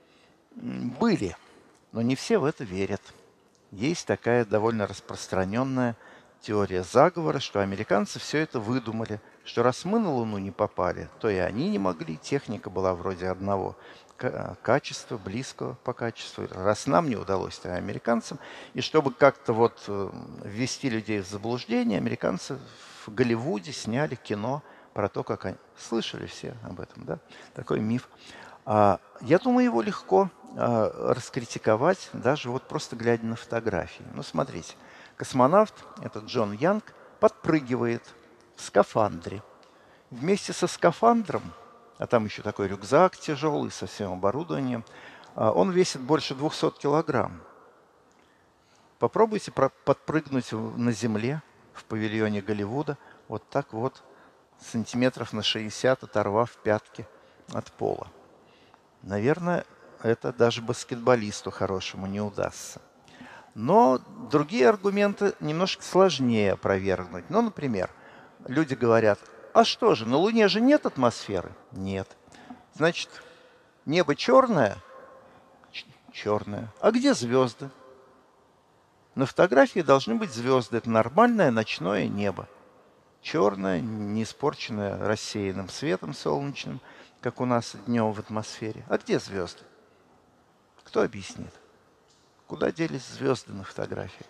были, но не все в это верят. Есть такая довольно распространенная теория заговора, что американцы все это выдумали, что раз мы на Луну не попали, то и они не могли. Техника была вроде одного качества, близкого по качеству. Раз нам не удалось, то и американцам. И чтобы как-то ввести людей в заблуждение, американцы в Голливуде сняли кино про то, как они... Слышали все об этом, да? Такой миф. Я думаю, его легко раскритиковать, даже просто глядя на фотографии. Смотрите, космонавт, этот Джон Янг, подпрыгивает в скафандре. Вместе со скафандром, а там еще такой рюкзак тяжелый со всем оборудованием, он весит больше 200 килограмм. Попробуйте подпрыгнуть на Земле в павильоне Голливуда вот так сантиметров на 60, оторвав пятки от пола. Наверное, это даже баскетболисту хорошему не удастся. Но другие аргументы немножко сложнее опровергнуть. Например, люди говорят: а что же, на Луне же нет атмосферы? Нет. Значит, небо черное? Черное. А где звезды? На фотографии должны быть звезды. Это нормальное ночное небо. Черное, не испорченное рассеянным светом солнечным. как у нас днем в атмосфере. А где звезды? Кто объяснит? Куда делись звезды на фотографии?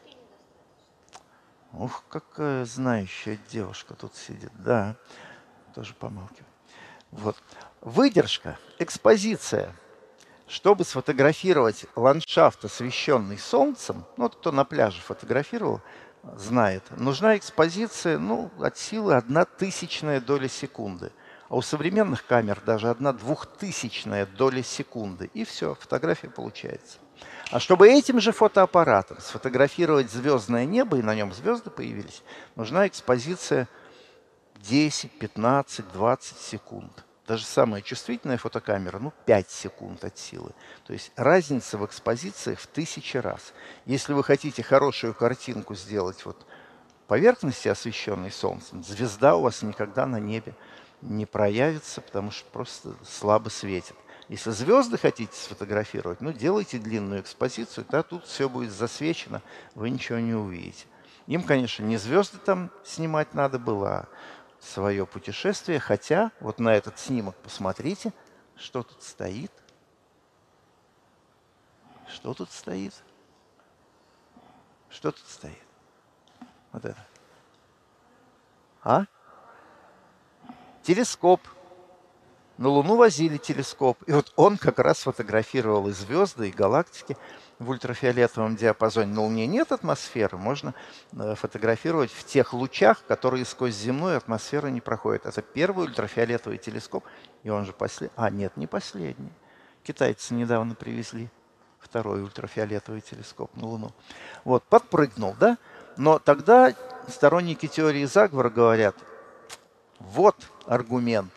Ух, какая знающая девушка тут сидит. Да, тоже помалкивай. Вот. Выдержка, экспозиция. Чтобы сфотографировать ландшафт, освещенный солнцем, ну, вот кто на пляже фотографировал, знает, нужна экспозиция, ну, от силы 1/1000 доля секунды. А у современных камер даже 1/2000 доля секунды. И все, фотография получается. А чтобы этим же фотоаппаратом сфотографировать звездное небо, и на нем звезды появились, нужна экспозиция 10, 15, 20 секунд. Даже самая чувствительная фотокамера, ну, 5 секунд от силы. То есть разница в экспозициях в 1000 раз. Если вы хотите хорошую картинку сделать вот поверхности, освещенной солнцем, звезда у вас никогда на небе не проявится, потому что просто слабо светит. Если звезды хотите сфотографировать, ну, делайте длинную экспозицию, да, тут все будет засвечено, вы ничего не увидите. Им, конечно, не звезды там снимать надо было, а свое путешествие, хотя вот на этот снимок посмотрите, что тут стоит. Что тут стоит? Что тут стоит? Вот это. А? Телескоп. На Луну возили телескоп. И вот он как раз фотографировал и звезды, и галактики в ультрафиолетовом диапазоне. На Луне нет атмосферы, можно фотографировать в тех лучах, которые сквозь земную атмосферу не проходят. Это первый ультрафиолетовый телескоп, и он же последний. А, нет, не последний. Китайцы недавно привезли второй ультрафиолетовый телескоп на Луну. Вот, подпрыгнул, да? Но тогда сторонники теории заговора говорят, вот аргумент.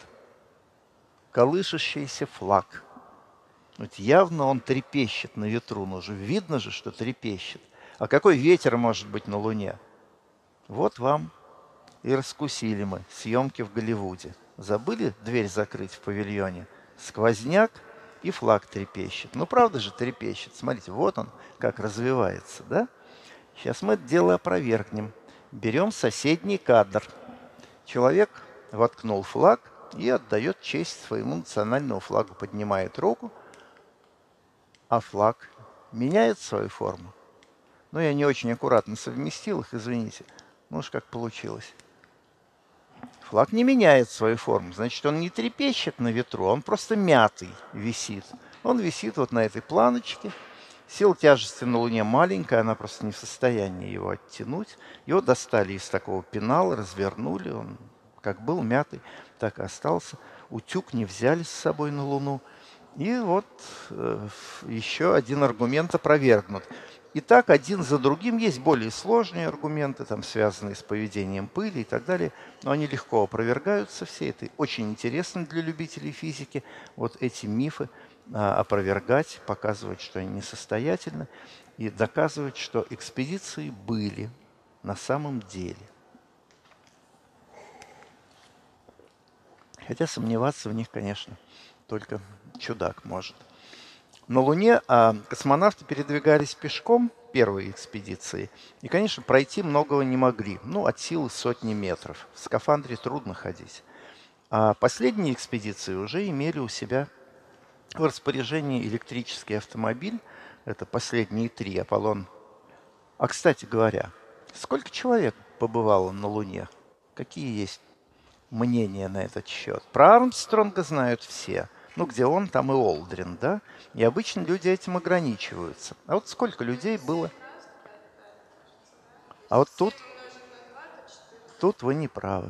Колышащийся флаг. Вот явно он трепещет на ветру, но же видно же, что трепещет. А какой ветер может быть на Луне? Вот вам и раскусили мы съемки в Голливуде. Забыли дверь закрыть в павильоне? Сквозняк и флаг трепещет. Ну, правда же трепещет. Смотрите, вот он как развивается, да? Сейчас мы это дело опровергнем. Берем соседний кадр. Человек воткнул флаг и отдает честь своему национальному флагу, поднимает руку, а флаг меняет свою форму. Ну, я не очень аккуратно совместил их, извините. Ну уж как получилось. Флаг не меняет свою форму, значит, он не трепещет на ветру, он просто мятый висит. Он висит вот на этой планочке. Сила тяжести на Луне маленькая, она просто не в состоянии его оттянуть. Его достали из такого пенала, развернули, он как был мятый, так и остался. Утюг не взяли с собой на Луну. И вот еще один аргумент опровергнут. И так один за другим есть более сложные аргументы, там, связанные с поведением пыли и так далее. Но они легко опровергаются все. Это очень интересно для любителей физики. Вот эти мифы опровергать, показывать, что они несостоятельны. И доказывать, что экспедиции были на самом деле. Хотя сомневаться в них, конечно, только чудак может. На Луне космонавты передвигались пешком первой экспедиции. И, конечно, пройти многого не могли. Ну, от силы сотни метров. В скафандре трудно ходить. А последние экспедиции уже имели у себя в распоряжении электрический автомобиль. Это последние 3, Аполлон. А, кстати говоря, сколько человек побывало на Луне? Какие есть мнения на этот счет? Про Армстронга знают все. Ну, где он, там и Олдрин, да? И обычно люди этим ограничиваются. А вот сколько людей было? А вот тут вы не правы.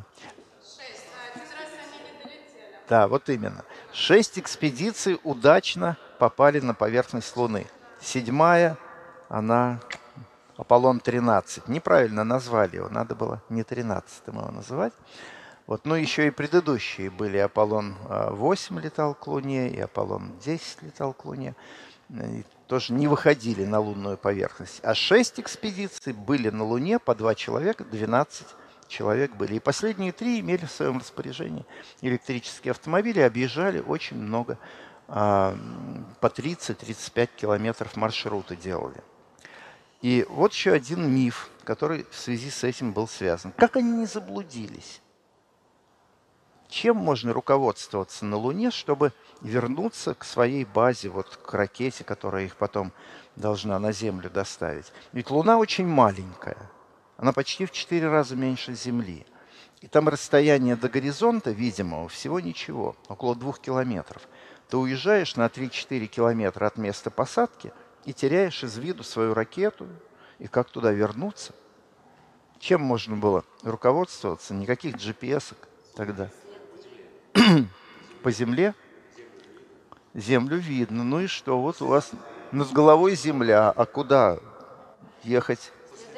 Да, вот именно. 6 экспедиций удачно попали на поверхность Луны. 7-я, она Аполлон-13. Неправильно назвали его, надо было не 13-м его называть. Вот, ну, еще и предыдущие были. Аполлон-8 летал к Луне, и Аполлон-10 летал к Луне. И тоже не выходили на лунную поверхность. А 6 экспедиций были на Луне, по 2 человека, 12 человек были. И последние 3 имели в своем распоряжении электрические автомобили, объезжали очень много, по 30-35 километров маршрута делали. И вот еще один миф, который в связи с этим был связан. Как они не заблудились? Чем можно руководствоваться на Луне, чтобы вернуться к своей базе, вот к ракете, которая их потом должна на Землю доставить? Ведь Луна очень маленькая. Она почти в 4 раза меньше Земли. И там расстояние до горизонта видимого всего ничего, около 2 километров. Ты уезжаешь на 3-4 километра от места посадки и теряешь из виду свою ракету. И как туда вернуться? Чем можно было руководствоваться? Никаких GPS-ок тогда. По земле? Землю видно. Ну и что? Вот у вас над головой земля. А куда ехать?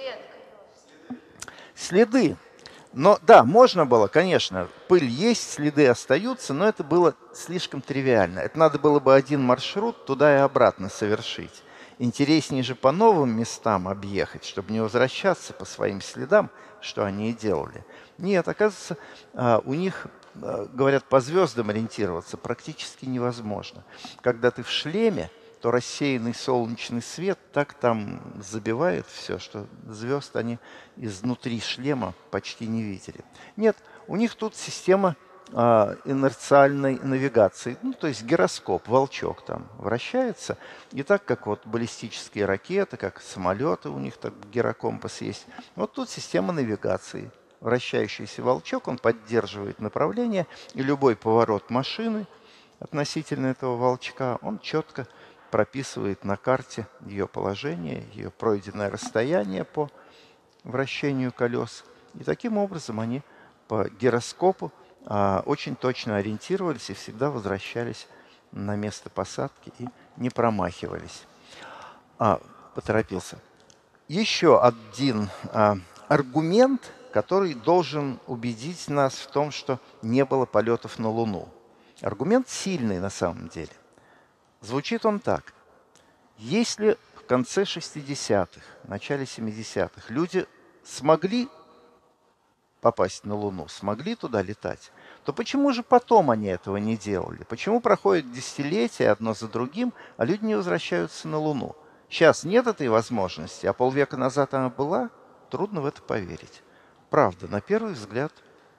Следы. Но да, можно было, конечно. Пыль есть, следы остаются, но это было слишком тривиально. Это надо было бы один маршрут туда и обратно совершить. Интереснее же по новым местам объехать, чтобы не возвращаться по своим следам, что они и делали. Нет, оказывается, у них, говорят, по звездам ориентироваться практически невозможно. Когда ты в шлеме, то рассеянный солнечный свет так там забивает все, что звезд они изнутри шлема почти не видели. Нет, у них тут система инерциальной навигации, ну, то есть гироскоп, волчок там вращается. И так как вот баллистические ракеты, как самолеты, у них так гирокомпас есть. Вот тут система навигации. Вращающийся волчок, он поддерживает направление, и любой поворот машины относительно этого волчка, он четко прописывает на карте ее положение, ее пройденное расстояние по вращению колес. И таким образом они по гироскопу очень точно ориентировались и всегда возвращались на место посадки и не промахивались. Поторопился. Еще один аргумент, который должен убедить нас в том, что не было полетов на Луну. Аргумент сильный на самом деле. Звучит он так. Если в конце 60-х, начале 70-х люди смогли попасть на Луну, смогли туда летать, то почему же потом они этого не делали? Почему проходят десятилетия одно за другим, а люди не возвращаются на Луну? Сейчас нет этой возможности, а полвека назад она была, трудно в это поверить. Правда, на первый взгляд,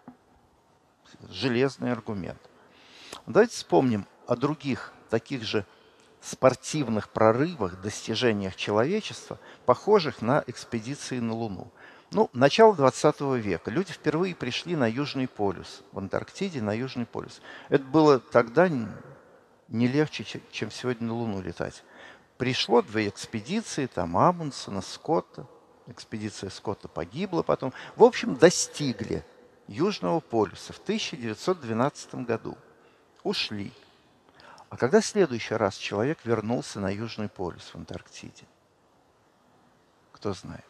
железный аргумент. Давайте вспомним о других таких же спортивных прорывах, достижениях человечества, похожих на экспедиции на Луну. Ну, начало 20 века. Люди впервые пришли на Южный полюс, в Антарктиде на Южный полюс. Это было тогда не легче, чем сегодня на Луну летать. Пришло 2 экспедиции, там Амундсена, Скотта. Экспедиция Скотта погибла потом. В общем, достигли Южного полюса в 1912 году. Ушли. А когда в следующий раз человек вернулся на Южный полюс в Антарктиде? Кто знает?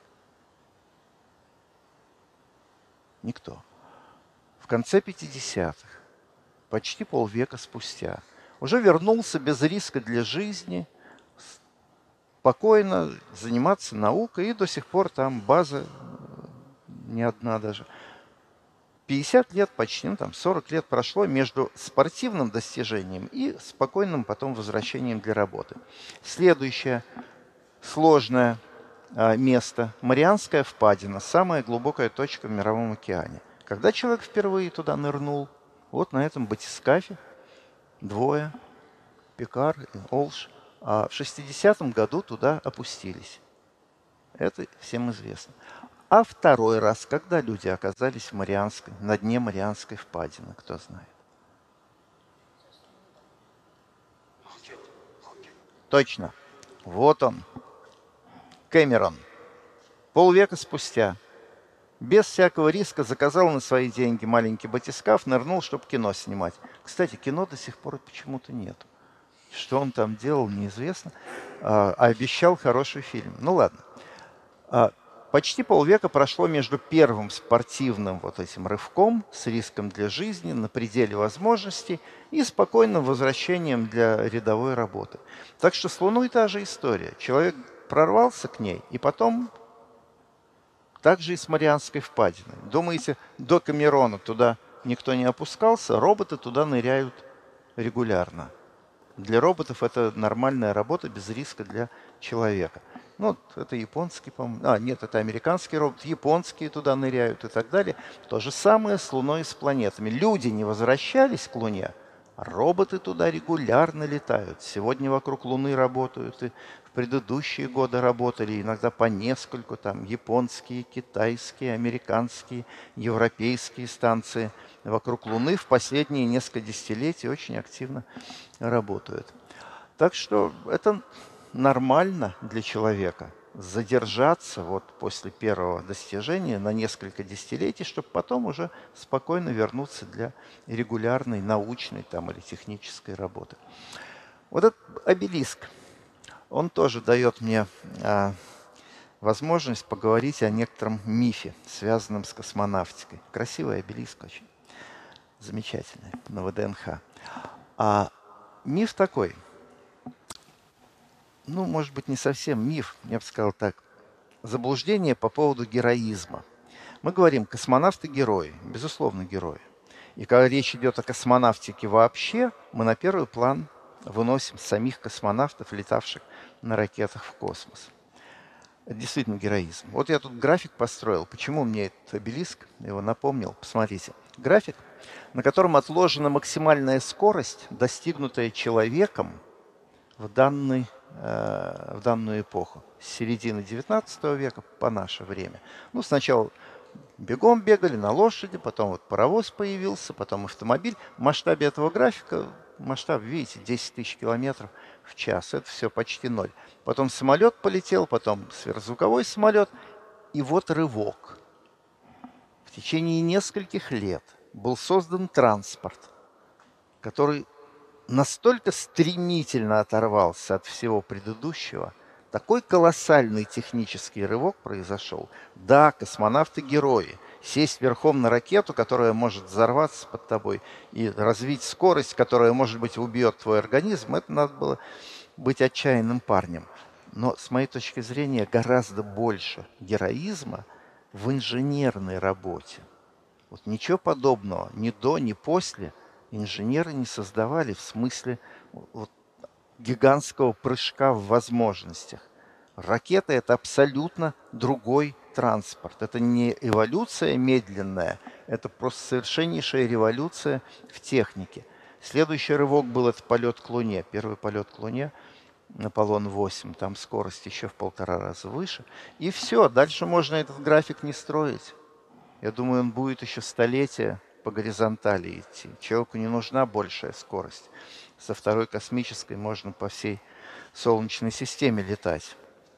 Никто. В конце 50-х, почти полвека спустя, уже вернулся без риска для жизни, спокойно заниматься наукой, и до сих пор там база не одна даже. 50 лет почти, ну, там 40 лет прошло между спортивным достижением и спокойным потом возвращением для работы. Следующее сложное место – Марианская впадина, самая глубокая точка в Мировом океане. Когда человек впервые туда нырнул, вот на этом батискафе двое, Пикар и Олш, в 60-м году туда опустились. Это всем известно. А второй раз, когда люди оказались в Марианской, на дне Марианской впадины, кто знает? Точно. Вот он. Кэмерон. Полвека спустя. Без всякого риска заказал на свои деньги маленький батискаф, нырнул, чтобы кино снимать. Кстати, кино до сих пор почему-то нет. Что он там делал, неизвестно. А обещал хороший фильм. Ну ладно. Почти полвека прошло между первым спортивным вот этим рывком с риском для жизни на пределе возможностей и спокойным возвращением для рядовой работы. Так что с Луной та же история. Человек прорвался к ней, и потом так же и с Марианской впадиной. Думаете, до Камерона туда никто не опускался? Роботы туда ныряют регулярно. Для роботов это нормальная работа без риска для человека. Ну, это японский, по-моему. А, нет, это американский робот. Японские туда ныряют и так далее. То же самое с Луной и с планетами. Люди не возвращались к Луне, а роботы туда регулярно летают. Сегодня вокруг Луны работают, и в предыдущие годы работали, иногда по нескольку, там, японские, китайские, американские, европейские станции вокруг Луны в последние несколько десятилетий очень активно работают. Так что это нормально для человека задержаться вот после первого достижения на несколько десятилетий, чтобы потом уже спокойно вернуться для регулярной научной там, или технической работы. Вот этот обелиск, он тоже дает мне возможность поговорить о некотором мифе, связанном с космонавтикой. Красивый обелиск очень, замечательный, на ВДНХ. А миф такой – ну, может быть, не совсем миф, я бы сказал так, заблуждение по поводу героизма. Мы говорим, космонавты герои, безусловно, герои. И когда речь идет о космонавтике вообще, мы на первый план выносим самих космонавтов, летавших на ракетах в космос. Это действительно героизм. Вот я тут график построил. Почему мне этот обелиск его напомнил? Посмотрите. График, на котором отложена максимальная скорость, достигнутая человеком в данную эпоху, с середины 19 века по наше время. Ну, сначала бегом бегали на лошади, потом вот паровоз появился, потом автомобиль. В масштабе этого графика, масштаб, видите, 10 тысяч километров в час. Это все почти ноль. Потом самолет полетел, потом сверхзвуковой самолет. И вот рывок. В течение нескольких лет был создан транспорт, который настолько стремительно оторвался от всего предыдущего, такой колоссальный технический рывок произошел. Да, космонавты герои. Сесть верхом на ракету, которая может взорваться под тобой, и развить скорость, которая, может быть, убьет твой организм, это надо было быть отчаянным парнем. Но, с моей точки зрения, гораздо больше героизма в инженерной работе. Вот ничего подобного ни до, ни после инженеры не создавали в смысле вот гигантского прыжка в возможностях. Ракета – это абсолютно другой транспорт. Это не эволюция медленная, это просто совершеннейшая революция в технике. Следующий рывок был это полет к Луне. Первый полет к Луне – Аполлон-8, там скорость еще в 1,5 раза выше. И все, дальше можно этот график не строить. Я думаю, он будет еще столетия по горизонтали идти. Человеку не нужна большая скорость. Со второй космической можно по всей Солнечной системе летать.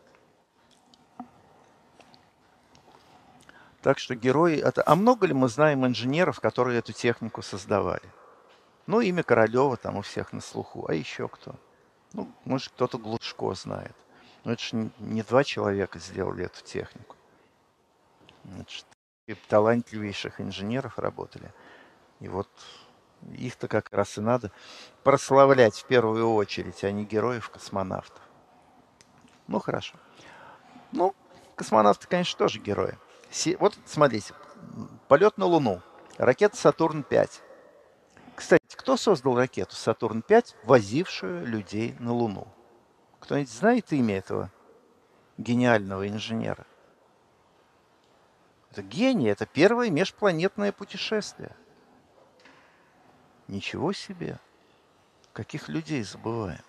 Так что герои это... А много ли мы знаем инженеров, которые эту технику создавали? Ну, имя Королева там у всех на слуху. А еще кто? Ну, может, кто-то Глушко знает. Но это же не 2 человека сделали эту технику. Значит, талантливейших инженеров работали. И вот их-то как раз и надо прославлять в первую очередь, а не героев-космонавтов. Ну, хорошо. Ну, космонавты, конечно, тоже герои. Вот, смотрите, полет на Луну. Ракета «Сатурн-5». Кстати, кто создал ракету «Сатурн-5», возившую людей на Луну? Кто-нибудь знает имя этого гениального инженера? Это гений, это первое межпланетное путешествие. Ничего себе! Каких людей забываем?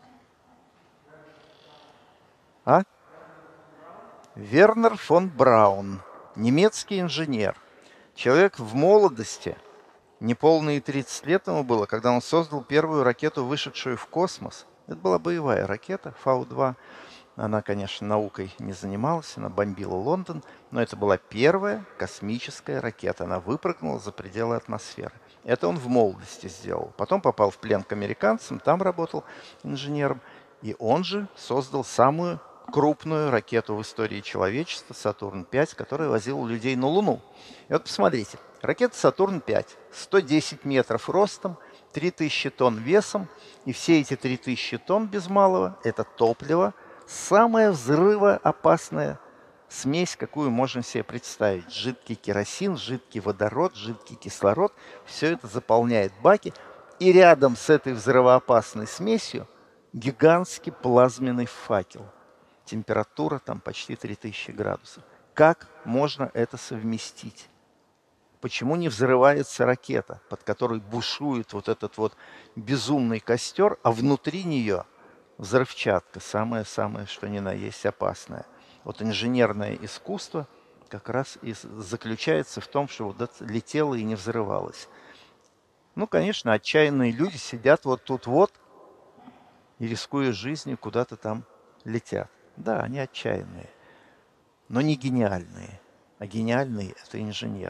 А? Вернер фон Браун, немецкий инженер. Человек в молодости, неполные 30 лет ему было, когда он создал первую ракету, вышедшую в космос. Это была боевая ракета Фау-2. Она, конечно, наукой не занималась, она бомбила Лондон, но это была первая космическая ракета. Она выпрыгнула за пределы атмосферы. Это он в молодости сделал. Потом попал в плен к американцам, там работал инженером. И он же создал самую крупную ракету в истории человечества, Сатурн-5, которая возила людей на Луну. И вот посмотрите, ракета Сатурн-5, 110 метров ростом, 3000 тонн весом, и все эти 3000 тонн без малого – это топливо, самая взрывоопасная смесь, какую можно себе представить. Жидкий керосин, жидкий водород, жидкий кислород. Все это заполняет баки. И рядом с этой взрывоопасной смесью гигантский плазменный факел. температура там почти 3000 градусов. Как можно это совместить? Почему не взрывается ракета, под которой бушует вот этот вот безумный костер, а внутри нее взрывчатка, самое-самое, что ни на есть опасное? Вот инженерное искусство как раз и заключается в том, что вот это летело и не взрывалось. Ну, конечно, отчаянные люди сидят вот тут вот и, рискуя жизнью, куда-то там летят. Да, они отчаянные, но не гениальные. А гениальные – это инженеры.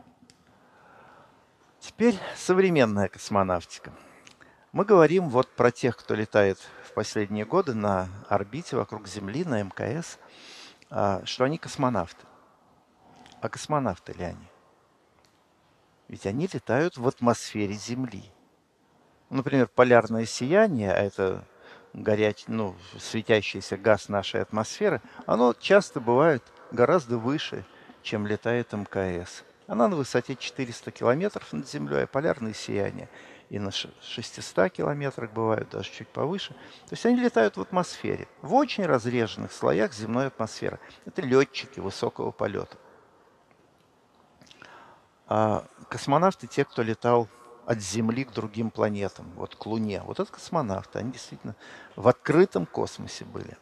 Теперь современная космонавтика. Мы говорим вот про тех, кто летает в последние годы на орбите вокруг Земли, на МКС, что они космонавты. А космонавты ли они? Ведь они летают в атмосфере Земли. Например, полярное сияние, а это светящийся газ нашей атмосферы, оно часто бывает гораздо выше, чем летает МКС. Она на высоте 400 километров над Землей, а полярное сияние и на 600 километрах бывают, даже чуть повыше. То есть они летают в атмосфере, в очень разреженных слоях земной атмосферы. Это летчики высокого полета. А космонавты, те, кто летал от Земли к другим планетам, вот к Луне, вот это космонавты, они действительно в открытом космосе были.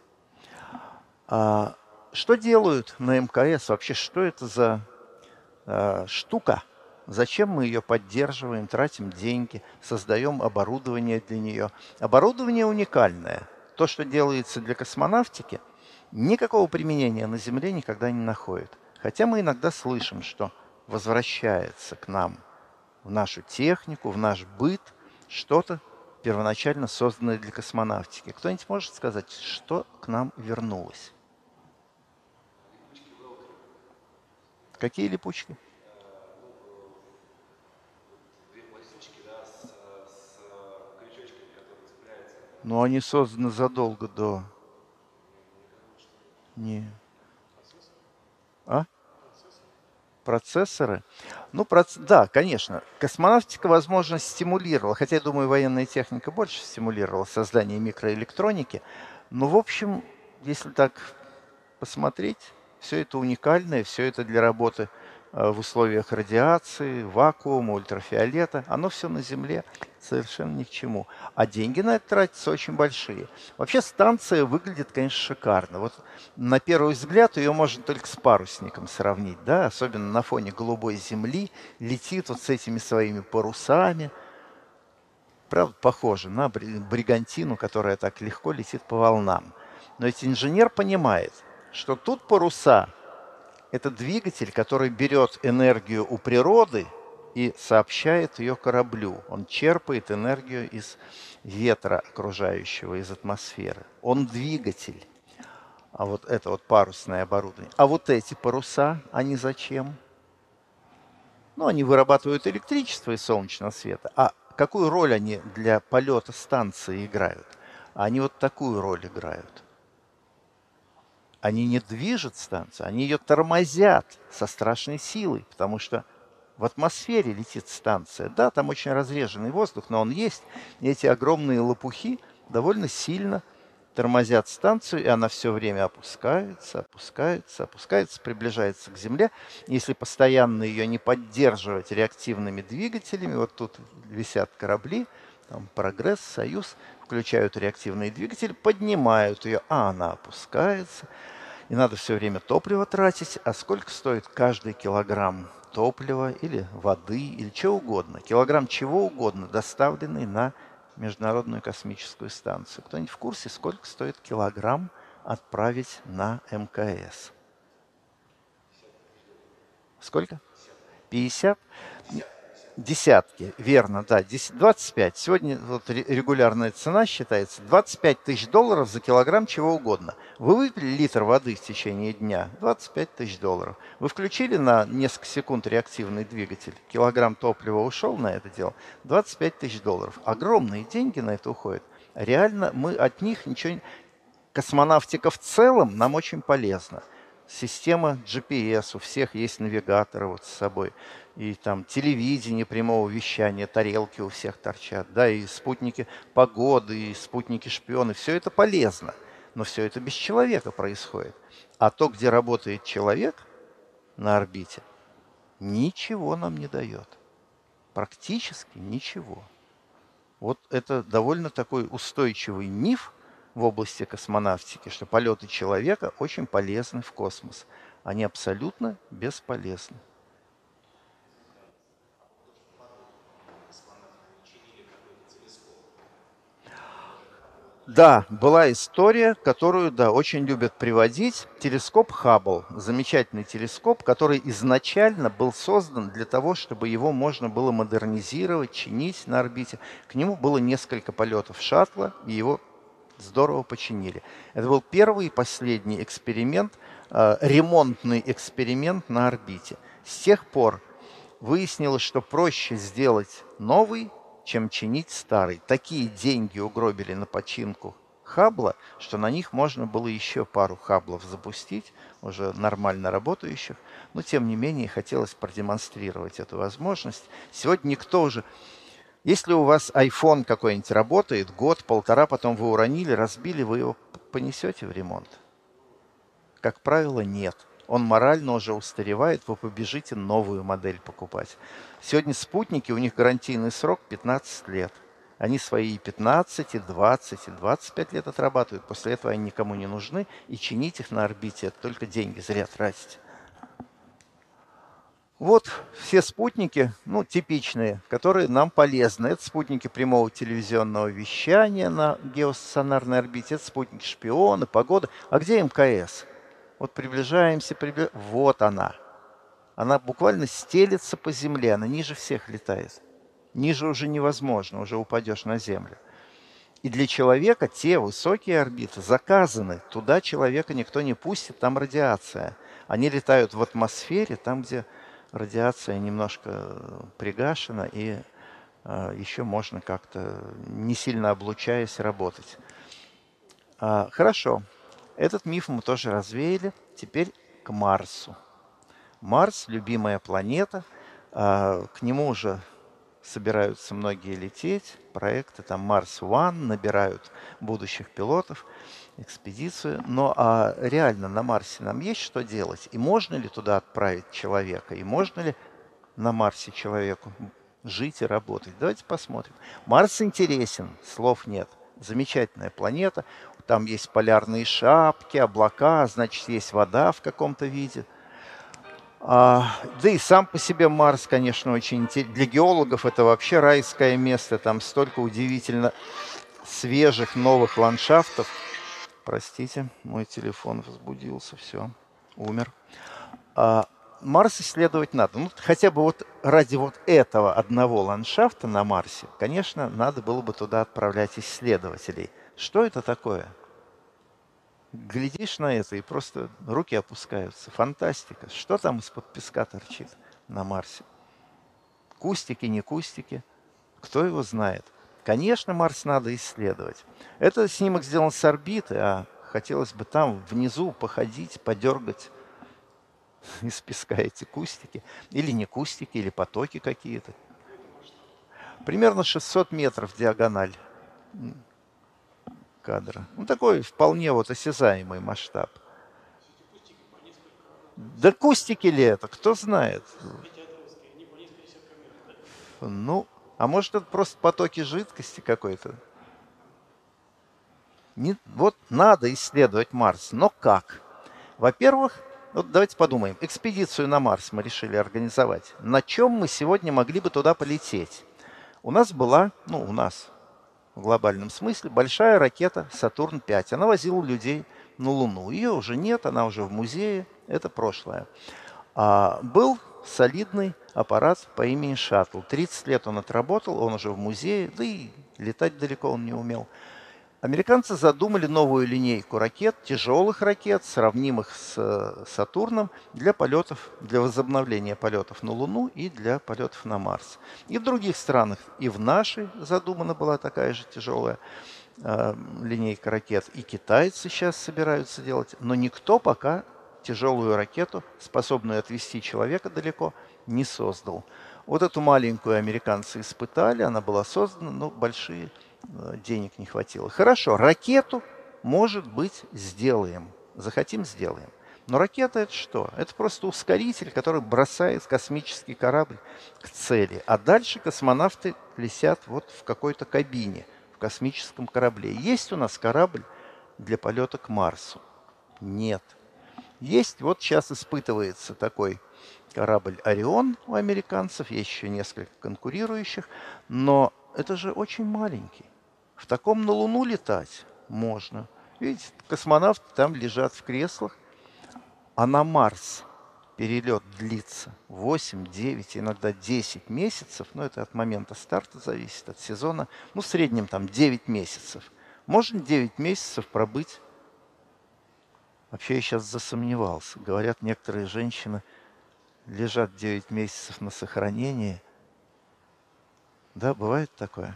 Что делают на МКС? Вообще, что это за штука? Зачем мы ее поддерживаем, тратим деньги, создаем оборудование для нее? Оборудование уникальное. То, что делается для космонавтики, никакого применения на Земле никогда не находит. Хотя мы иногда слышим, что возвращается к нам в нашу технику, в наш быт что-то первоначально созданное для космонавтики. Кто-нибудь может сказать, что к нам вернулось? Какие липучки? Но они созданы задолго до... Не. Процессоры? Да, конечно. Космонавтика, возможно, стимулировала, хотя, я думаю, военная техника больше стимулировала создание микроэлектроники. Но, в общем, если так посмотреть, все это уникальное, все это для работы в условиях радиации, вакуума, ультрафиолета. Оно все на Земле совершенно ни к чему. А деньги на это тратятся очень большие. Вообще станция выглядит, конечно, шикарно. Вот на первый взгляд ее можно только с парусником сравнить, да, особенно на фоне голубой Земли, летит вот с этими своими парусами. Правда, похоже на бригантину, которая так легко летит по волнам. Но ведь инженер понимает, что тут паруса – это двигатель, который берет энергию у природы и сообщает ее кораблю. Он черпает энергию из ветра окружающего, из атмосферы. Он двигатель. А вот это вот парусное оборудование. А вот эти паруса, они зачем? Они вырабатывают электричество из солнечного света. А какую роль они для полета станции играют? Они вот такую роль играют. Они не движут станцию, они ее тормозят со страшной силой, потому что в атмосфере летит станция. Да, там очень разреженный воздух, но он есть. И эти огромные лопухи довольно сильно тормозят станцию, и она все время опускается, приближается к Земле. Если постоянно ее не поддерживать реактивными двигателями, вот тут висят корабли, там «Прогресс», «Союз», включают реактивные двигатели, поднимают ее, а она опускается. И надо все время топливо тратить. А сколько стоит каждый килограмм топлива или воды, или чего угодно? Килограмм чего угодно, доставленный на Международную космическую станцию. Кто-нибудь в курсе, сколько стоит килограмм отправить на МКС? Сколько? 50? Десятки, верно, да, 25. Сегодня вот регулярная цена считается 25 тысяч долларов за килограмм чего угодно. Вы выпили литр воды в течение дня, 25 тысяч долларов. Вы включили на несколько секунд реактивный двигатель, килограмм топлива ушел на это дело, 25 тысяч долларов. Огромные деньги на это уходят. Реально мы от них ничего не... Космонавтика в целом нам очень полезна. Система GPS, у всех есть навигаторы вот с собой. И там телевидение прямого вещания, тарелки у всех торчат, да, и спутники погоды, и спутники шпионы. Все это полезно. Но все это без человека происходит. А то, где работает человек на орбите, ничего нам не дает. Практически ничего. Вот это довольно такой устойчивый миф в области космонавтики, что полеты человека очень полезны в космос. Они абсолютно бесполезны. Да, была история, которую, да, очень любят приводить. Телескоп Хаббл, замечательный телескоп, который изначально был создан для того, чтобы его можно было модернизировать, чинить на орбите. К нему было несколько полетов шаттла, и его здорово починили. Это был первый и последний эксперимент, ремонтный эксперимент на орбите. С тех пор выяснилось, что проще сделать новый, чем чинить старый. Такие деньги угробили на починку Хаббла, что на них можно было еще пару Хабблов запустить, уже нормально работающих. Но, тем не менее, хотелось продемонстрировать эту возможность. Сегодня никто уже... Если у вас iPhone какой-нибудь работает, год-полтора, потом вы уронили, разбили, вы его понесете в ремонт? Как правило, нет. Он морально уже устаревает, вы побежите новую модель покупать. Сегодня спутники, у них гарантийный срок 15 лет. Они свои 15, и 20, и 25 лет отрабатывают. После этого они никому не нужны, и чинить их на орбите – это только деньги зря тратить. Вот все спутники, ну, типичные, которые нам полезны. Это спутники прямого телевизионного вещания на геостационарной орбите, это спутники шпионы, погода. А где МКС? Вот приближаемся, вот она. Она буквально стелется по земле, она ниже всех летает. Ниже уже невозможно, уже упадешь на землю. И для человека те высокие орбиты заказаны. Туда человека никто не пустит, там радиация. Они летают в атмосфере, там, где радиация немножко пригашена, и еще можно как-то, не сильно облучаясь, работать. Хорошо. Этот миф мы тоже развеяли. Теперь к Марсу. Марс – любимая планета. К нему уже собираются многие лететь. Проекты там Марс One набирают будущих пилотов, экспедицию. Но реально на Марсе нам есть что делать? И можно ли туда отправить человека? И можно ли на Марсе человеку жить и работать? Давайте посмотрим. Марс интересен, слов нет. Замечательная планета. Там есть полярные шапки, облака, значит, есть вода в каком-то виде. Да и сам по себе Марс, конечно, очень интересен. Для геологов это вообще райское место. Там столько удивительно свежих новых ландшафтов. Простите, мой телефон возбудился, все, умер. Марс исследовать надо. Ну, хотя бы вот ради вот этого одного ландшафта на Марсе, конечно, надо было бы туда отправлять исследователей. Что это такое? Глядишь на это, и просто руки опускаются. Фантастика. Что там из-под песка торчит на Марсе? Кустики, не кустики? Кто его знает? Конечно, Марс надо исследовать. Это снимок сделан с орбиты, а хотелось бы там внизу походить, подергать из песка эти кустики. Или не кустики, или потоки какие-то. Примерно 600 метров диагональ кадра. Ну, такой вполне вот осязаемый масштаб. Да кустики ли это? Кто знает? Ну, а может, это просто потоки жидкости какой-то? Вот надо исследовать Марс. Но как? Во-первых, вот давайте подумаем. Экспедицию на Марс мы решили организовать. На чем мы сегодня могли бы туда полететь? У нас была, в глобальном смысле, большая ракета «Сатурн-5». Она возила людей на Луну. Ее уже нет, она уже в музее. Это прошлое. Был солидный аппарат по имени «Шаттл». 30 лет он отработал, он уже в музее, да и летать далеко он не умел. Американцы задумали новую линейку ракет, тяжелых ракет, сравнимых с «Сатурном», для полетов, для возобновления полетов на Луну и для полетов на Марс. И в других странах, и в нашей задумана была такая же тяжелая линейка ракет. И китайцы сейчас собираются делать, но никто пока тяжелую ракету, способную отвезти человека далеко, не создал. Вот эту маленькую американцы испытали, она была создана, но большие денег не хватило. Хорошо, ракету Может быть, сделаем. Захотим — сделаем. Но ракета — это что? Это просто ускоритель, который бросает космический корабль к цели. А дальше космонавты летят вот в какой-то кабине, в космическом корабле. Есть у нас корабль для полета к Марсу? Нет. Есть, вот сейчас испытывается такой корабль «Орион» у американцев, есть еще несколько конкурирующих, но это же очень маленький. В таком на Луну летать можно. Видите, космонавты там лежат в креслах, а на Марс перелет длится 8, 9, иногда 10 месяцев, но это от момента старта зависит, от сезона, ну, в среднем там 9 месяцев. Можно 9 месяцев пробыть. Вообще я сейчас засомневался. Говорят, некоторые женщины лежат 9 месяцев на сохранении. Да, бывает такое?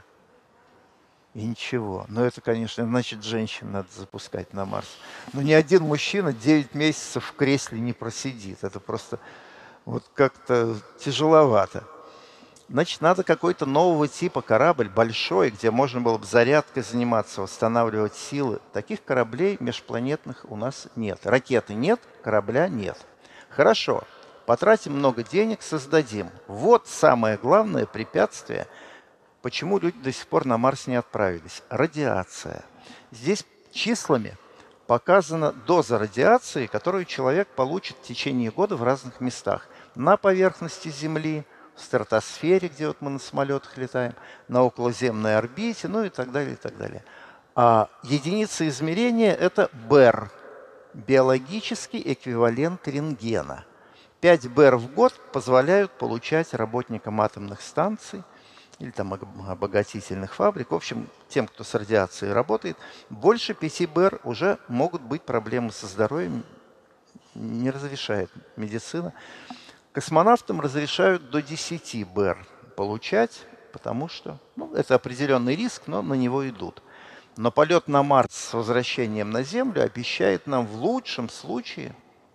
И ничего. Но это, конечно, значит, женщин надо запускать на Марс. Но ни один мужчина 9 месяцев в кресле не просидит. Это просто вот как-то тяжеловато. Значит, надо какой-то нового типа корабль, большой, где можно было бы зарядкой заниматься, восстанавливать силы. Таких кораблей межпланетных у нас нет. Ракеты нет, корабля нет. Хорошо, потратим много денег, создадим. Вот самое главное препятствие, почему люди до сих пор на Марс не отправились. Радиация. Здесь числами показана доза радиации, которую человек получит в течение года в разных местах. На поверхности Земли, в стратосфере, где вот мы на самолетах летаем, на околоземной орбите, ну и так далее, и так далее. А единица измерения – это БЭР, биологический эквивалент рентгена. 5 БЭР в год позволяют получать работникам атомных станций или там обогатительных фабрик, в общем, тем, кто с радиацией работает, больше 5 БЭР уже могут быть проблемы со здоровьем, не разрешает медицина. Космонавтам разрешают до 10 БЭР получать, потому что это определенный риск, но на него идут. Но полет на Марс с возвращением на Землю обещает нам в лучшем случае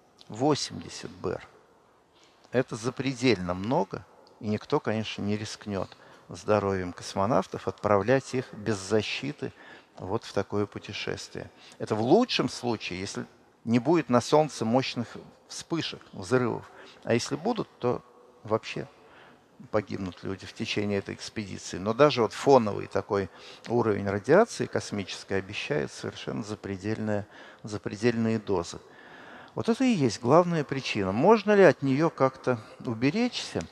80 БЭР. Это запредельно много, и никто, конечно, не рискнет здоровьем космонавтов отправлять их без защиты вот в такое путешествие. Это в лучшем случае, если не будет на Солнце мощных вспышек, взрывов. А если будут, то вообще погибнут люди в течение этой экспедиции. Но даже вот фоновый такой уровень радиации космической обещает совершенно запредельные дозы. Вот это и есть главная причина. Можно ли от нее как-то уберечься?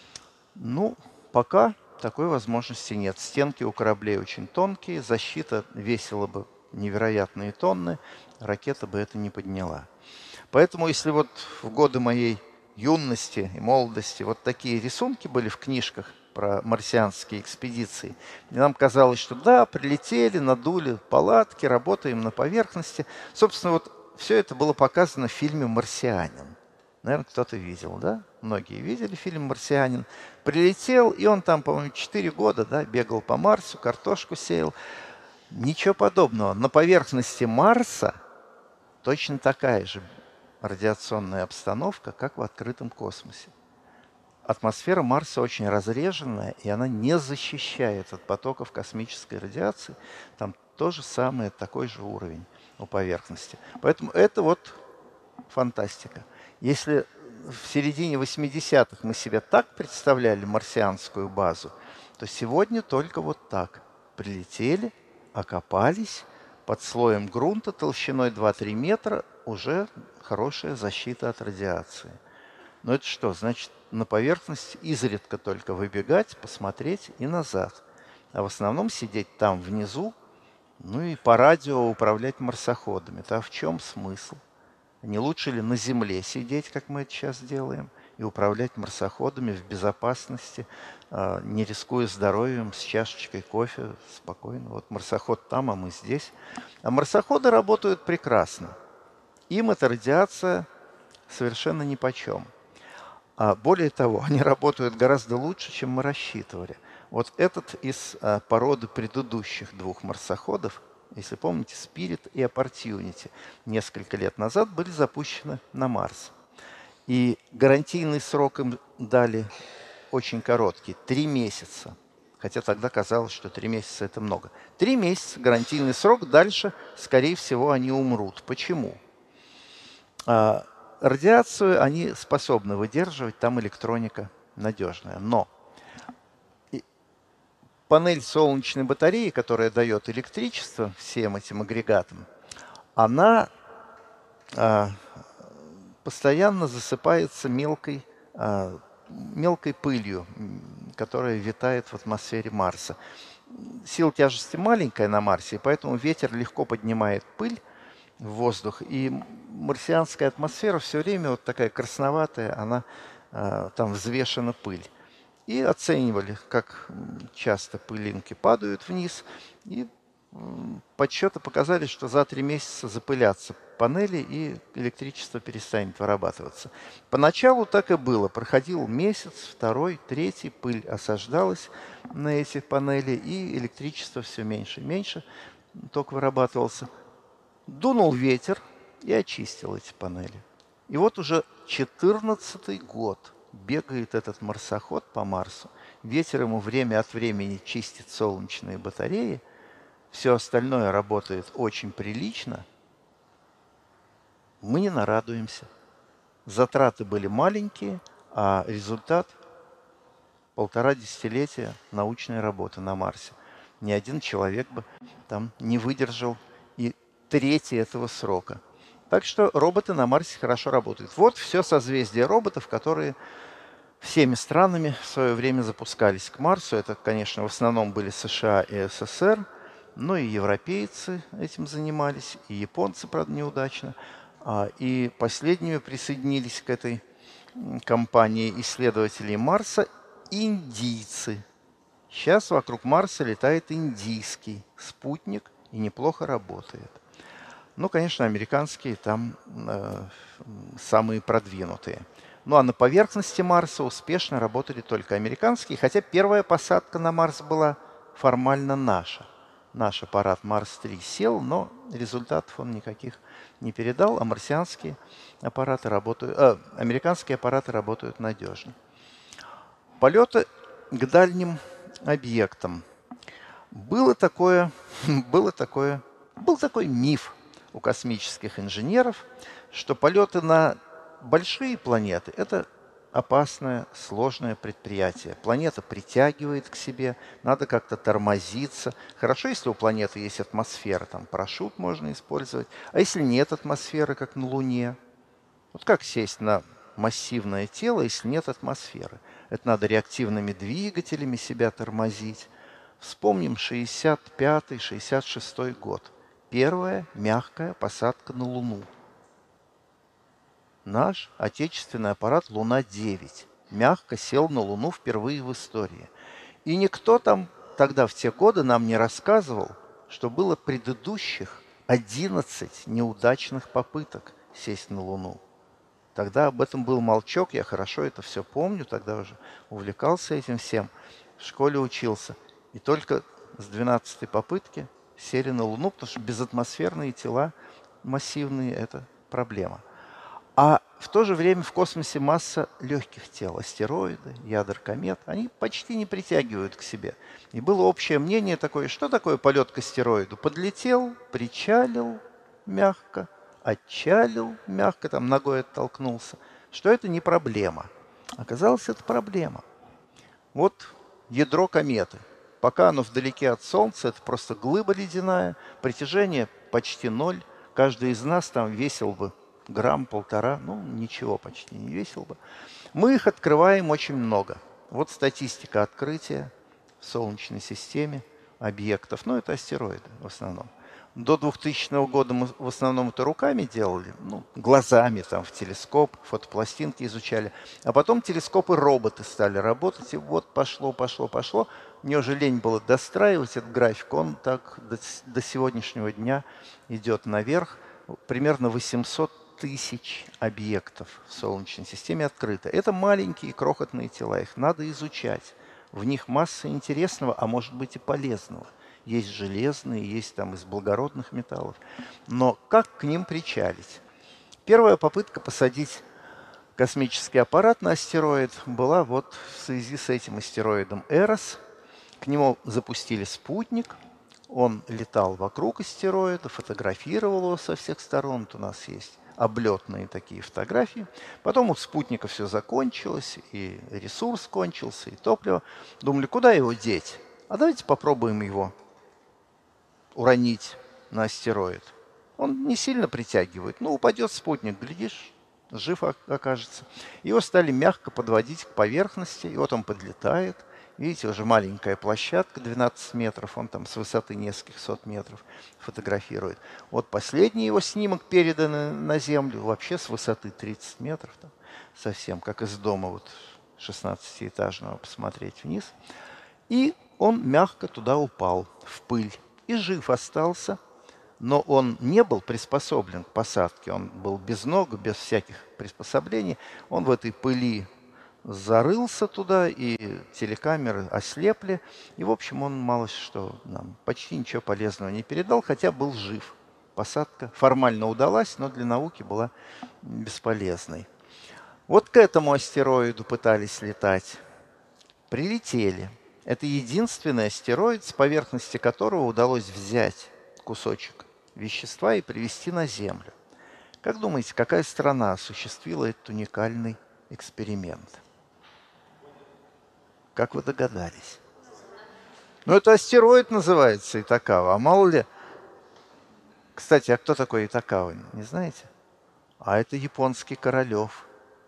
Ну, пока такой возможности нет. Стенки у кораблей очень тонкие, защита весила бы невероятные тонны, ракета бы это не подняла. Поэтому, если вот в годы моей юности и молодости вот такие рисунки были в книжках про марсианские экспедиции, и нам казалось, что да, прилетели, надули палатки, работаем на поверхности. Собственно, вот все это было показано в фильме «Марсианин». Наверное, кто-то видел, да? Многие видели фильм «Марсианин». Прилетел, и он там, по-моему, 4 года, да, бегал по Марсу, картошку сеял. Ничего подобного. На поверхности Марса точно такая же радиационная обстановка, как в открытом космосе. Атмосфера Марса очень разреженная, и она не защищает от потоков космической радиации. Там то же самое, такой же уровень у поверхности. Поэтому это вот фантастика. Если в середине 80-х мы себе так представляли марсианскую базу, то сегодня только вот так. Прилетели, окопались, под слоем грунта толщиной 2-3 метра уже хорошая защита от радиации. Но это что? Значит, на поверхность изредка только выбегать, посмотреть и назад. А в основном сидеть там внизу, ну и по радио управлять марсоходами. То в чем смысл? Не лучше ли на Земле сидеть, как мы это сейчас делаем, и управлять марсоходами в безопасности, не рискуя здоровьем, с чашечкой кофе, спокойно. Вот марсоход там, а мы здесь. А марсоходы работают прекрасно. Им эта радиация совершенно нипочем. А более того, они работают гораздо лучше, чем мы рассчитывали. Вот этот из породы предыдущих 2 марсоходов, если помните, Spirit и Opportunity, несколько лет назад были запущены на Марс. И гарантийный срок им дали очень короткий, 3 месяца. Хотя тогда казалось, что 3 месяца – это много. 3 месяца – гарантийный срок. Дальше, скорее всего, они умрут. Почему? Радиацию они способны выдерживать, там электроника надежная. Но панель солнечной батареи, которая дает электричество всем этим агрегатам, она постоянно засыпается мелкой пылью, которая витает в атмосфере Марса. Сила тяжести маленькая на Марсе, и поэтому ветер легко поднимает пыль в воздух, и марсианская атмосфера все время вот такая красноватая, она там взвешена пыль. И оценивали, как часто пылинки падают вниз, и подсчеты показали, что за 3 месяца запылятся панели, и электричество перестанет вырабатываться. Поначалу так и было. Проходил месяц, второй, третий, пыль осаждалась на эти панели, и электричество все меньше и меньше, ток вырабатывался. Дунул ветер и очистил эти панели. И вот уже 14-й год бегает этот марсоход по Марсу. Ветер ему время от времени чистит солнечные батареи. Все остальное работает очень прилично. Мы не нарадуемся. Затраты были маленькие, а результат – 1,5 десятилетия научной работы на Марсе. Ни один человек бы там не выдержал и трети этого срока. Так что роботы на Марсе хорошо работают. Вот все созвездие роботов, которые всеми странами в свое время запускались к Марсу. Это, конечно, в основном были США и СССР, но и европейцы этим занимались, и японцы, правда, неудачно. И последними присоединились к этой компании исследователей Марса индийцы. Сейчас вокруг Марса летает индийский спутник и неплохо работает. Ну, конечно, американские там самые продвинутые. Ну, а на поверхности Марса успешно работали только американские, хотя первая посадка на Марс была формально наша. Наш аппарат Марс-3 сел, но результатов он никаких не передал, а американские аппараты работают надежно. Полеты к дальним объектам. Был такой миф у космических инженеров, что полеты на большие планеты – это опасное, сложное предприятие. Планета притягивает к себе, надо как-то тормозиться. Хорошо, если у планеты есть атмосфера, там парашют можно использовать. А если нет атмосферы, как на Луне? Вот как сесть на массивное тело, если нет атмосферы? Это надо реактивными двигателями себя тормозить. Вспомним 65-66 год. Первая мягкая посадка на Луну. Наш отечественный аппарат «Луна-9» мягко сел на Луну впервые в истории. И никто там тогда в те годы нам не рассказывал, что было предыдущих 11 неудачных попыток сесть на Луну. Тогда об этом был молчок, я хорошо это все помню, тогда уже увлекался этим всем, в школе учился. И только с 12-й попытки сели на Луну, потому что безатмосферные тела массивные – это проблема. А в то же время в космосе масса легких тел, астероиды, ядер комет, они почти не притягивают к себе. И было общее мнение такое, что такое полет к астероиду? Подлетел, причалил мягко, отчалил мягко, там ногой оттолкнулся, что это не проблема. Оказалось, это проблема. Вот ядро кометы. Пока оно вдалеке от Солнца, это просто глыба ледяная, притяжение почти 0. Каждый из нас там весил бы грамм-полтора, ну ничего почти не весил бы. Мы их открываем очень много. Вот статистика открытия в Солнечной системе объектов. Ну, это астероиды в основном. До 2000 года мы в основном это руками делали, ну, глазами там в телескоп, фотопластинки изучали. А потом телескопы-роботы стали работать, и вот пошло. Мне уже лень было достраивать этот график, он так до сегодняшнего дня идет наверх. Примерно 800 тысяч объектов в Солнечной системе открыто. Это маленькие крохотные тела, их надо изучать. В них масса интересного, а может быть и полезного. Есть железные, есть там из благородных металлов. Но как к ним причалить? Первая попытка посадить космический аппарат на астероид была вот в связи с этим астероидом Эрос, К нему запустили спутник, он летал вокруг астероида, фотографировал его со всех сторон. Вот у нас есть облетные такие фотографии. Потом у спутника все закончилось, и ресурс кончился, и топливо. Думали, куда его деть? А давайте попробуем его уронить на астероид. Он не сильно притягивает. Ну, упадет спутник, глядишь, жив окажется. Его стали мягко подводить к поверхности, и вот он подлетает. Видите, уже маленькая площадка, 12 метров, он там с высоты нескольких сот метров фотографирует. Вот последний его снимок передан на Землю, вообще с высоты 30 метров, там, совсем как из дома вот 16-этажного посмотреть вниз. И он мягко туда упал, в пыль, и жив остался. Но он не был приспособлен к посадке, он был без ног, без всяких приспособлений. Он в этой пыли зарылся туда, и телекамеры ослепли. И, в общем, он мало что нам почти ничего полезного не передал, хотя был жив. Посадка формально удалась, но для науки была бесполезной. Вот к этому астероиду пытались летать. Прилетели. Это единственный астероид, с поверхности которого удалось взять кусочек вещества и привезти на Землю. Как думаете, какая страна осуществила этот уникальный эксперимент? Как вы догадались? Ну, это астероид называется Итакава. А мало ли... Кстати, а кто такой Итакава, не знаете? А это японский Королев.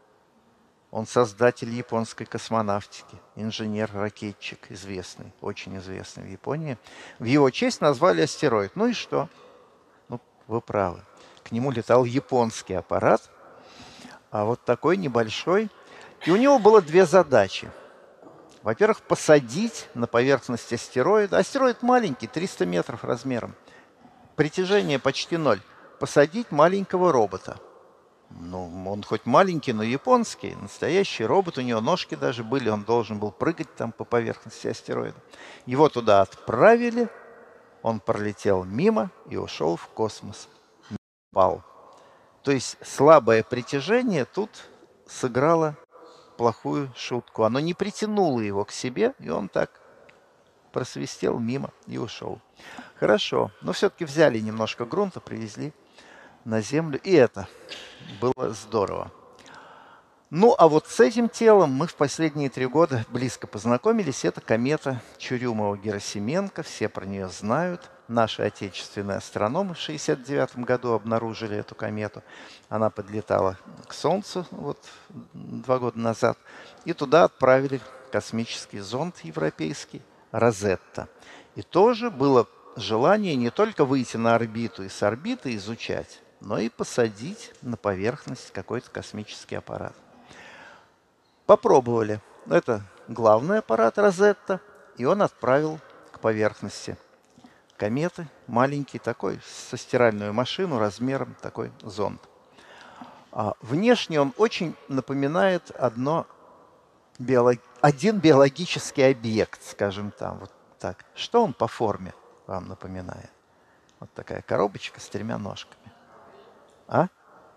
Он создатель японской космонавтики, инженер-ракетчик известный, очень известный в Японии. В его честь назвали астероид. Ну и что? Ну, вы правы. К нему летал японский аппарат, а вот такой небольшой. И у него было две задачи. Во-первых, посадить на поверхность астероида. Астероид маленький, 300 метров размером. Притяжение почти ноль. Посадить маленького робота. Ну, он хоть маленький, но японский. Настоящий робот. У него ножки даже были. Он должен был прыгать там по поверхности астероида. Его туда отправили. Он пролетел мимо и ушел в космос. Не упал. То есть слабое притяжение тут сыграло плохую шутку. Оно не притянуло его к себе, и он так просвистел мимо и ушел. Хорошо, но все-таки взяли немножко грунта, привезли на Землю, и это было здорово. Ну, а вот с этим телом мы в последние 3 года близко познакомились. Это комета Чурюмова-Герасименко, все про нее знают. Наши отечественные астрономы в 1969 году обнаружили эту комету. Она подлетала к Солнцу вот 2 года назад. И туда отправили космический зонд европейский «Розетта». И тоже было желание не только выйти на орбиту и с орбиты изучать, но и посадить на поверхность какой-то космический аппарат. Попробовали. Это главный аппарат «Розетта», и он отправил к поверхности кометы маленький такой, со стиральную машину размером такой зонд. Внешне он очень напоминает один биологический объект, скажем там, вот так. Что он по форме вам напоминает? Вот такая коробочка с 3 ножками. А?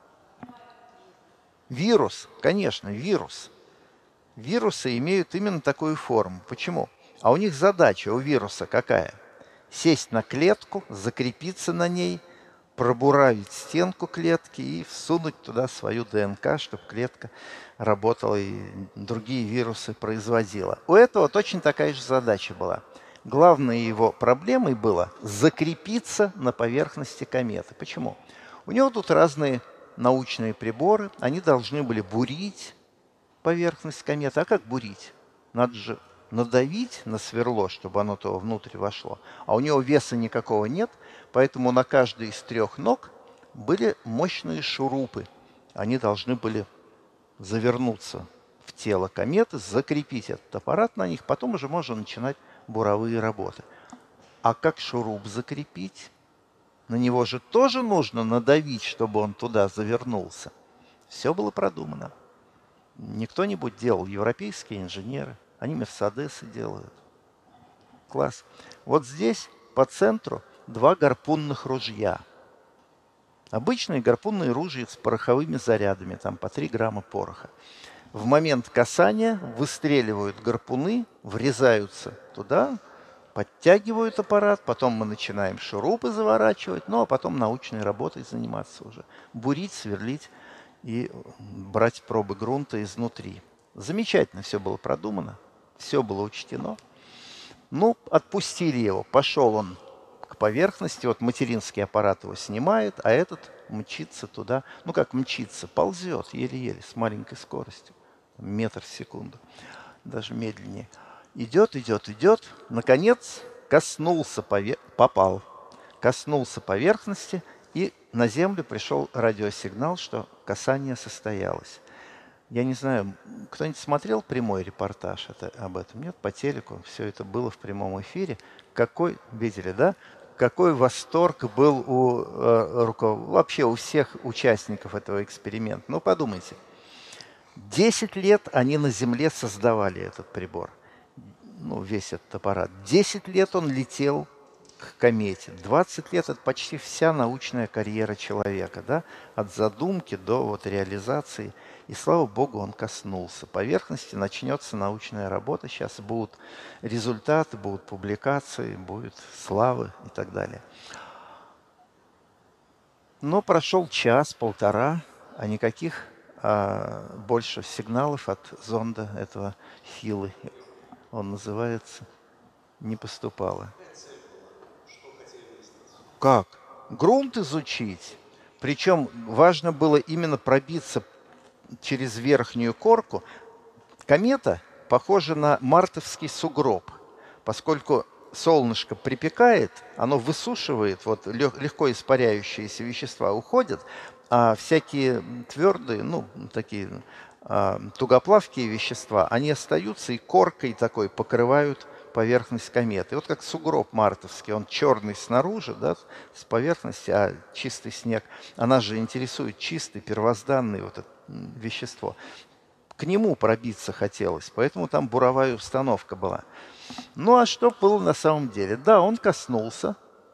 Вирус, конечно, вирус. Вирусы имеют именно такую форму. Почему? А у них задача, у вируса какая? Сесть на клетку, закрепиться на ней, пробуравить стенку клетки и всунуть туда свою ДНК, чтобы клетка работала и другие вирусы производила. У этого точно такая же задача была. Главной его проблемой было закрепиться на поверхности кометы. Почему? У него тут разные научные приборы, они должны были бурить поверхность кометы. А как бурить? Надо же надавить на сверло, чтобы оно то внутрь вошло. А у него веса никакого нет, поэтому на каждой из 3 ног были мощные шурупы. Они должны были завернуться в тело кометы, закрепить этот аппарат на них, потом уже можно начинать буровые работы. А как шуруп закрепить? На него же тоже нужно надавить, чтобы он туда завернулся. Все было продумано. Не кто-нибудь делал, европейские инженеры. Они мерседесы делают. Класс. Вот здесь по центру 2 гарпунных ружья. Обычные гарпунные ружья с пороховыми зарядами, там по 3 грамма пороха. В момент касания выстреливают гарпуны, врезаются туда, подтягивают аппарат, потом мы начинаем шурупы заворачивать, ну а потом научной работой заниматься уже. Бурить, сверлить и брать пробы грунта изнутри. Замечательно все было продумано, все было учтено. Ну, отпустили его, пошел он к поверхности, вот материнский аппарат его снимает, а этот мчится туда, ну как мчится, ползет еле-еле с маленькой скоростью, метр в секунду, даже медленнее. Идет, идет, идет, наконец коснулся поверхности, и на Землю пришел радиосигнал, что касание состоялось. Я не знаю, кто-нибудь смотрел прямой репортаж об этом? Нет, по телеку все это было в прямом эфире. Видели, да? Какой восторг был вообще у всех участников этого эксперимента. Ну, подумайте. 10 лет они на Земле создавали этот прибор. Ну, весь этот аппарат. 10 лет он летел к комете. 20 лет – это почти вся научная карьера человека, да? От задумки до вот реализации. И, слава богу, он коснулся поверхности, начнется научная работа. Сейчас будут результаты, будут публикации, будет слава и так далее. Но прошел час-полтора, а никаких больше сигналов от зонда этого Филы, он называется, не поступало. Как? Грунт изучить. Причем важно было именно пробиться через верхнюю корку. Комета похожа на мартовский сугроб, поскольку солнышко припекает, оно высушивает, вот легко испаряющиеся вещества уходят, а всякие твердые, ну, такие тугоплавкие вещества, они остаются и коркой такой покрывают поверхность кометы. И вот как сугроб мартовский, он черный снаружи, да, с поверхности, а чистый снег, она же интересует чистый, первозданный вот это вещество. К нему пробиться хотелось, поэтому там буровая установка была. Ну а что было на самом деле? Да, он коснулся,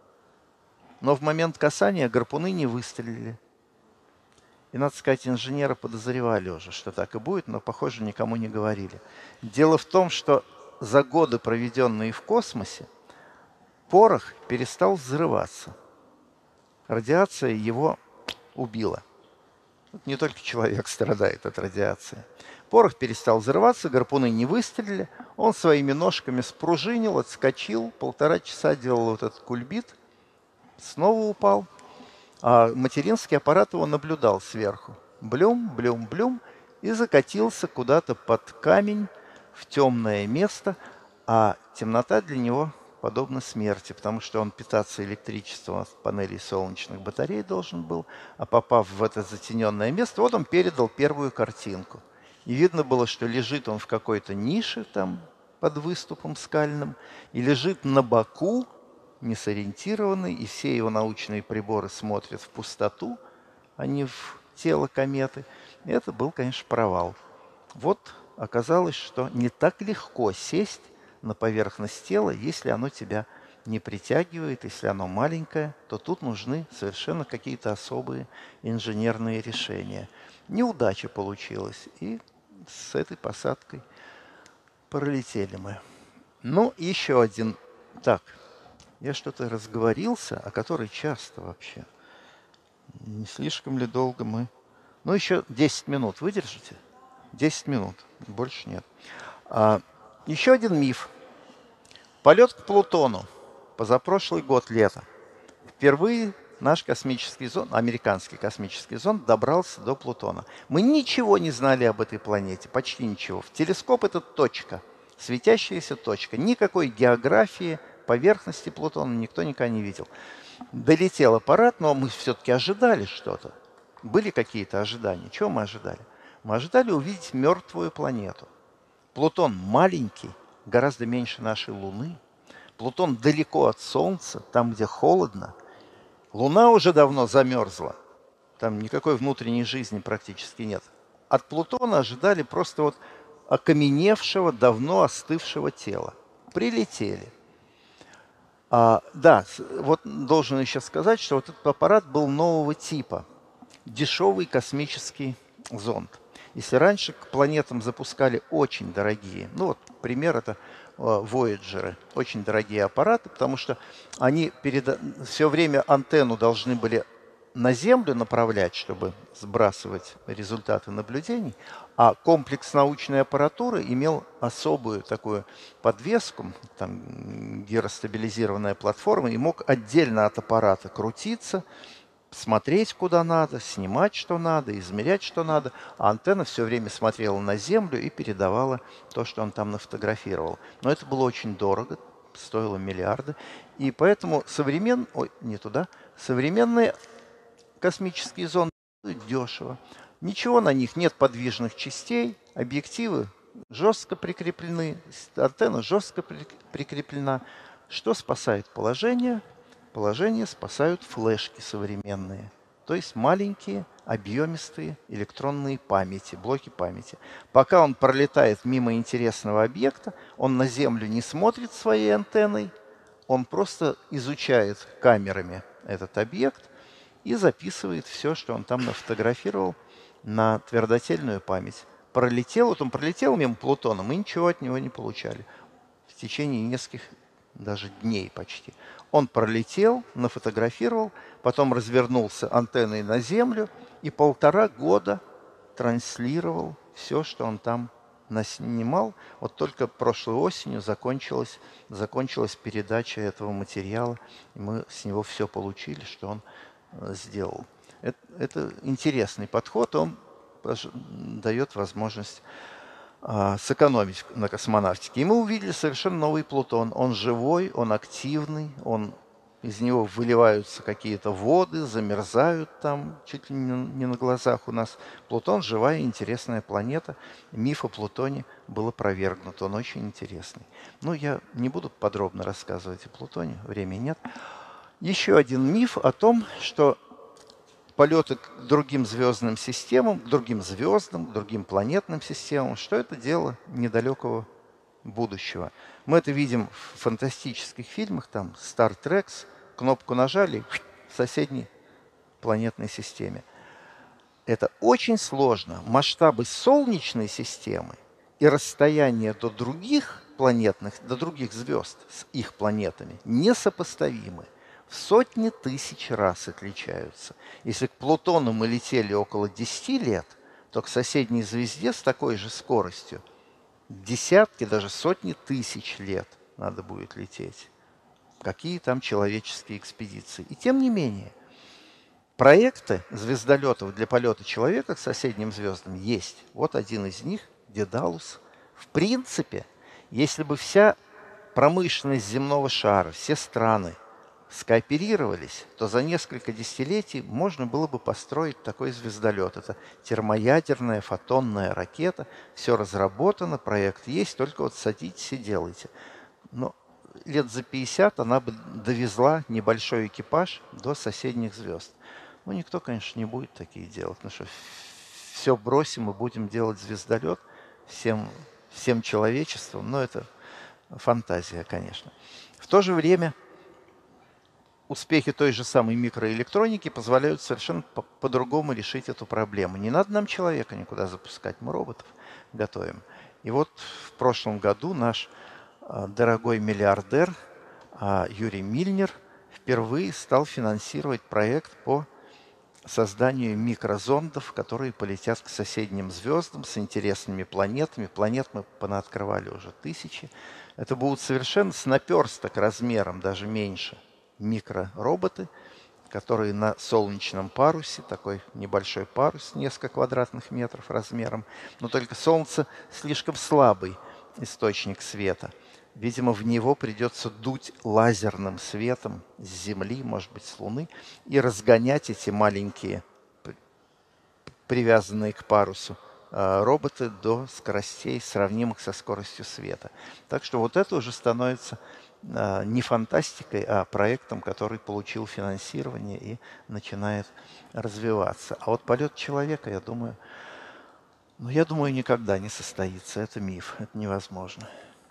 но в момент касания гарпуны не выстрелили. И, надо сказать, инженеры подозревали уже, что так и будет, но, похоже, никому не говорили. Дело в том, что за годы, проведенные в космосе, порох перестал взрываться. Радиация его убила. Не только человек страдает от радиации. Порох перестал взрываться, гарпуны не выстрелили. Он своими ножками спружинил, отскочил, 1,5 часа делал вот этот кульбит, снова упал. А материнский аппарат его наблюдал сверху. Блюм, блюм, блюм. И закатился куда-то под камень в темное место. А темнота для него подобна смерти, потому что он питаться электричеством от панелей солнечных батарей должен был. А попав в это затененное место, вот он передал первую картинку. И видно было, что лежит он в какой-то нише там под выступом скальным. И лежит на боку, не сориентированный, и все его научные приборы смотрят в пустоту, а не в тело кометы. И это был, конечно, провал. Вот оказалось, что не так легко сесть на поверхность тела, если оно тебя не притягивает, если оно маленькое, то тут нужны совершенно какие-то особые инженерные решения. Неудача получилась, и с этой посадкой пролетели мы. Ну, еще один. Так, я что-то разговорился, а который часто вообще. Не слишком ли долго мы... Ну, еще 10 минут выдержите? 10 минут, больше нет. Еще один миф. Полет к Плутону. Позапрошлый год, лето. Впервые наш космический зонд, американский космический зонд, добрался до Плутона. Мы ничего не знали об этой планете, почти ничего. В телескоп это точка, светящаяся точка. Никакой географии, поверхности Плутона никто никогда не видел. Долетел аппарат, но мы все-таки ожидали что-то. Были какие-то ожидания. Чего мы ожидали? Мы ожидали увидеть мертвую планету. Плутон маленький, гораздо меньше нашей Луны. Плутон далеко от Солнца, там, где холодно. Луна уже давно замерзла. Там никакой внутренней жизни практически нет. От Плутона ожидали просто вот окаменевшего, давно остывшего тела. Прилетели. Да, вот должен еще сказать, что вот этот аппарат был нового типа. Дешевый космический зонд. Если раньше к планетам запускали очень дорогие, ну вот пример это Voyager, очень дорогие аппараты, потому что они все время антенну должны были на Землю направлять, чтобы сбрасывать результаты наблюдений, а комплекс научной аппаратуры имел особую такую подвеску, там гиростабилизированная платформа, и мог отдельно от аппарата крутиться, смотреть куда надо, снимать что надо, измерять что надо, а антенна все время смотрела на Землю и передавала то, что он там нафотографировал. Но это было очень дорого, стоило миллиарды, и поэтому современные космические зонды дешево. Ничего на них нет подвижных частей, объективы жестко прикреплены, антенна жестко прикреплена. Что спасает положение? Положение спасают флешки современные, то есть маленькие объемистые электронные памяти, блоки памяти. Пока он пролетает мимо интересного объекта, он на Землю не смотрит своей антенной, он просто изучает камерами этот объект и записывает все, что он там нафотографировал, на твердотельную память. Он пролетел мимо Плутона, мы ничего от него не получали. В течение нескольких даже дней почти. Он пролетел, нафотографировал, потом развернулся антенной на Землю и 1,5 года транслировал все, что он там наснимал. Вот только прошлой осенью закончилась передача этого материала, и мы с него все получили, что он сделал. Это интересный подход, он дает возможность сэкономить на космонавтике. И мы увидели совершенно новый Плутон. Он живой, он активный, из него выливаются какие-то воды, замерзают там чуть ли не на глазах у нас. Плутон – живая, интересная планета. Миф о Плутоне был опровергнут, он очень интересный. Ну, я не буду подробно рассказывать о Плутоне, времени нет. Еще один миф о том, что полеты к другим звездным системам, к другим звездам, к другим планетным системам, что это дело недалекого будущего. Мы это видим в фантастических фильмах, там Star Trek, кнопку нажали в соседней планетной системе. Это очень сложно. Масштабы Солнечной системы и расстояние до других звезд с их планетами несопоставимы. В сотни тысяч раз отличаются. Если к Плутону мы летели около 10 лет, то к соседней звезде с такой же скоростью десятки, даже сотни тысяч лет надо будет лететь. Какие там человеческие экспедиции. И тем не менее, проекты звездолетов для полета человека к соседним звездам есть. Вот один из них, Дедалус. В принципе, если бы вся промышленность земного шара, все страны скооперировались, то за несколько десятилетий можно было бы построить такой звездолет. Это термоядерная фотонная ракета. Все разработано, проект есть, только вот садитесь и делайте. Но лет за 50 она бы довезла небольшой экипаж до соседних звезд. Ну, никто, конечно, не будет такие делать, потому что все бросим и будем делать звездолет всем человечеством. Но это фантазия, конечно. В то же время успехи той же самой микроэлектроники позволяют совершенно по-другому решить эту проблему. Не надо нам человека никуда запускать, мы роботов готовим. И вот в прошлом году наш дорогой миллиардер Юрий Мильнер впервые стал финансировать проект по созданию микрозондов, которые полетят к соседним звездам с интересными планетами. Планет мы понаоткрывали уже тысячи. Это будут совершенно с наперсток размером, даже меньше, микророботы, которые на солнечном парусе, такой небольшой парус, несколько квадратных метров размером, но только Солнце слишком слабый источник света. Видимо, в него придется дуть лазерным светом с Земли, может быть, с Луны, и разгонять эти маленькие, привязанные к парусу, роботы до скоростей, сравнимых со скоростью света. Так что вот это уже становится не фантастикой, а проектом, который получил финансирование и начинает развиваться. А вот полет человека, я думаю, никогда не состоится. Это миф, это невозможно.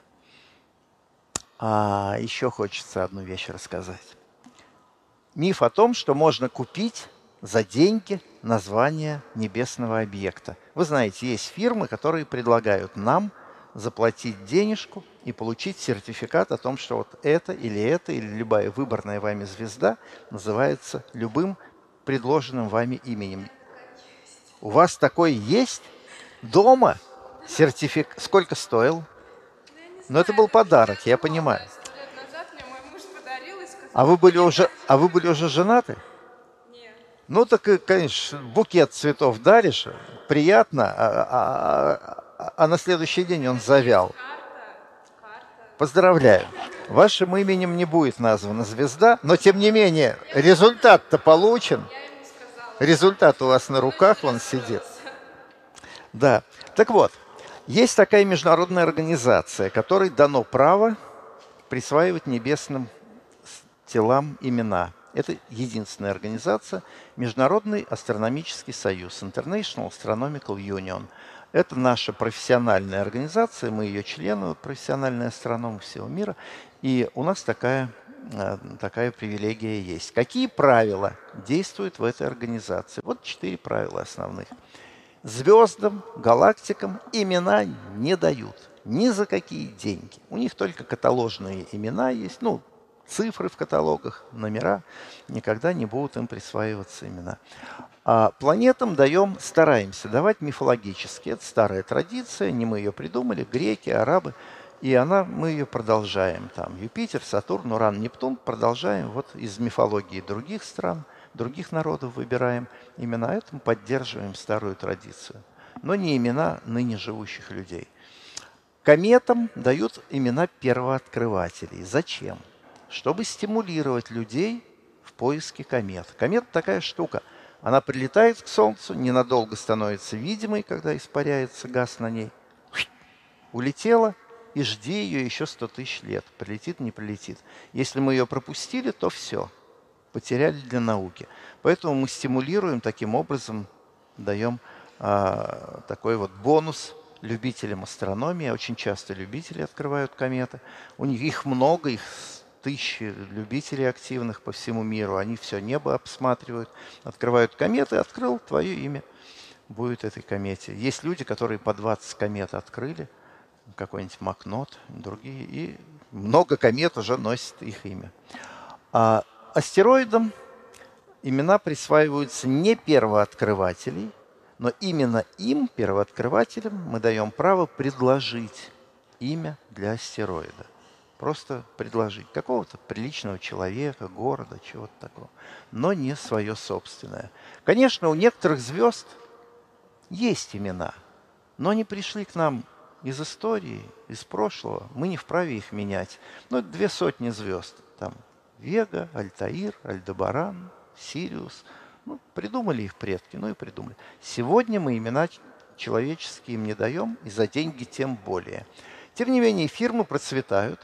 А еще хочется одну вещь рассказать. Миф о том, что можно купить за деньги название небесного объекта. Вы знаете, есть фирмы, которые предлагают нам заплатить денежку и получить сертификат о том, что вот это, или любая выбранная вами звезда называется любым предложенным вами именем. У вас такой есть? Дома? Сертификат. Сколько стоил? Ну, это был подарок, я понимаю. 100 лет назад мне мой муж подарил и сказал... А вы были уже женаты? Нет. Ну, так, конечно, букет цветов даришь, приятно, а на следующий день он завял. Карта. Поздравляю. Вашим именем не будет названа звезда, но, тем не менее, результат-то получен. Я ему сказала. Результат у вас на руках, он сидит. Да. Так вот, есть такая международная организация, которой дано право присваивать небесным телам имена. Это единственная организация, Международный астрономический союз, International Astronomical Union. Это наша профессиональная организация, мы ее члены, вот, профессиональные астрономы всего мира, и у нас такая привилегия есть. Какие правила действуют в этой организации? Вот 4 правила основных. Звездам, галактикам имена не дают ни за какие деньги. У них только каталожные имена есть, ну, цифры в каталогах, номера, никогда не будут им присваиваться имена. А планетам стараемся давать мифологически. Это старая традиция, не мы ее придумали, греки, арабы. И мы ее продолжаем. Там Юпитер, Сатурн, Уран, Нептун продолжаем вот из мифологии других стран, других народов выбираем имена. Этому поддерживаем старую традицию. Но не имена ныне живущих людей. Кометам дают имена первооткрывателей. Зачем? Чтобы стимулировать людей в поиске комет. Комета такая штука. Она прилетает к Солнцу, ненадолго становится видимой, когда испаряется газ на ней. Улетела, и жди ее еще 100 тысяч лет. Прилетит, не прилетит. Если мы ее пропустили, то все. Потеряли для науки. Поэтому мы стимулируем таким образом, даем такой вот бонус любителям астрономии. Очень часто любители открывают кометы. У них их много, их тысячи любителей активных по всему миру. Они все небо обсматривают, открывают кометы. Открыл, твое имя будет этой комете. Есть люди, которые по 20 комет открыли, какой-нибудь Макнот, другие, и много комет уже носит их имя. А астероидам имена присваиваются не первооткрывателей, но именно им, первооткрывателям, мы даем право предложить имя для астероида. Просто предложить какого-то приличного человека, города, чего-то такого, но не свое собственное. Конечно, у некоторых звезд есть имена, но они пришли к нам из истории, из прошлого. Мы не вправе их менять. Ну, это 200 звезд. Там Вега, Альтаир, Альдебаран, Сириус. Ну, придумали их предки, ну и придумали. Сегодня мы имена человеческие им не даем, и за деньги тем более. Тем не менее, фирмы процветают.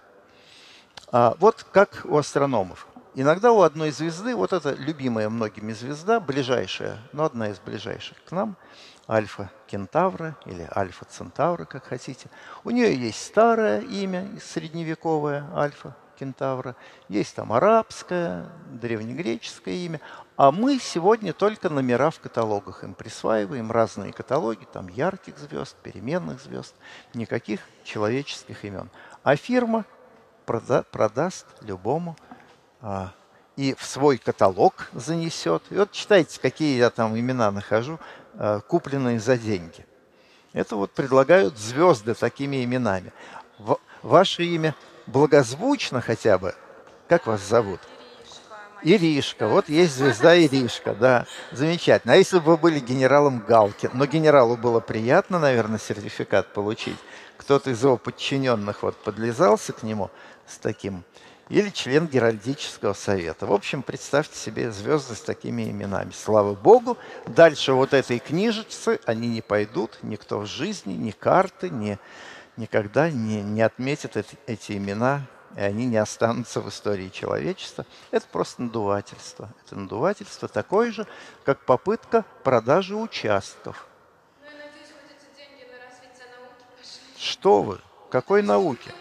Вот как у астрономов. Иногда у одной звезды, вот эта любимая многими звезда, ближайшая, но одна из ближайших к нам, Альфа Кентавра или Альфа Центавра, как хотите. У нее есть старое имя, средневековое Альфа Кентавра, есть там арабское, древнегреческое имя, а мы сегодня только номера в каталогах им присваиваем, разные каталоги, там ярких звезд, переменных звезд, никаких человеческих имен. А фирма продаст любому и в свой каталог занесет. И вот читайте, какие я там имена нахожу, купленные за деньги. Это вот предлагают звезды такими именами. Ваше имя благозвучно хотя бы. Как вас зовут? Иришка. Вот есть звезда Иришка, да. Замечательно. А если бы вы были генералом Галкин? Но генералу было приятно, наверное, сертификат получить. Кто-то из его подчиненных вот подлизался к нему с таким. Или член Геральдического совета. В общем, представьте себе звезды с такими именами. Слава Богу, дальше вот этой книжицы они не пойдут, никто в жизни, ни карты, никогда не отметит эти имена, и они не останутся в истории человечества. Это просто надувательство. Это надувательство такое же, как попытка продажи участков. Ну, я надеюсь, хоть эти деньги на развитие науки пошли. Что вы? Какой науки?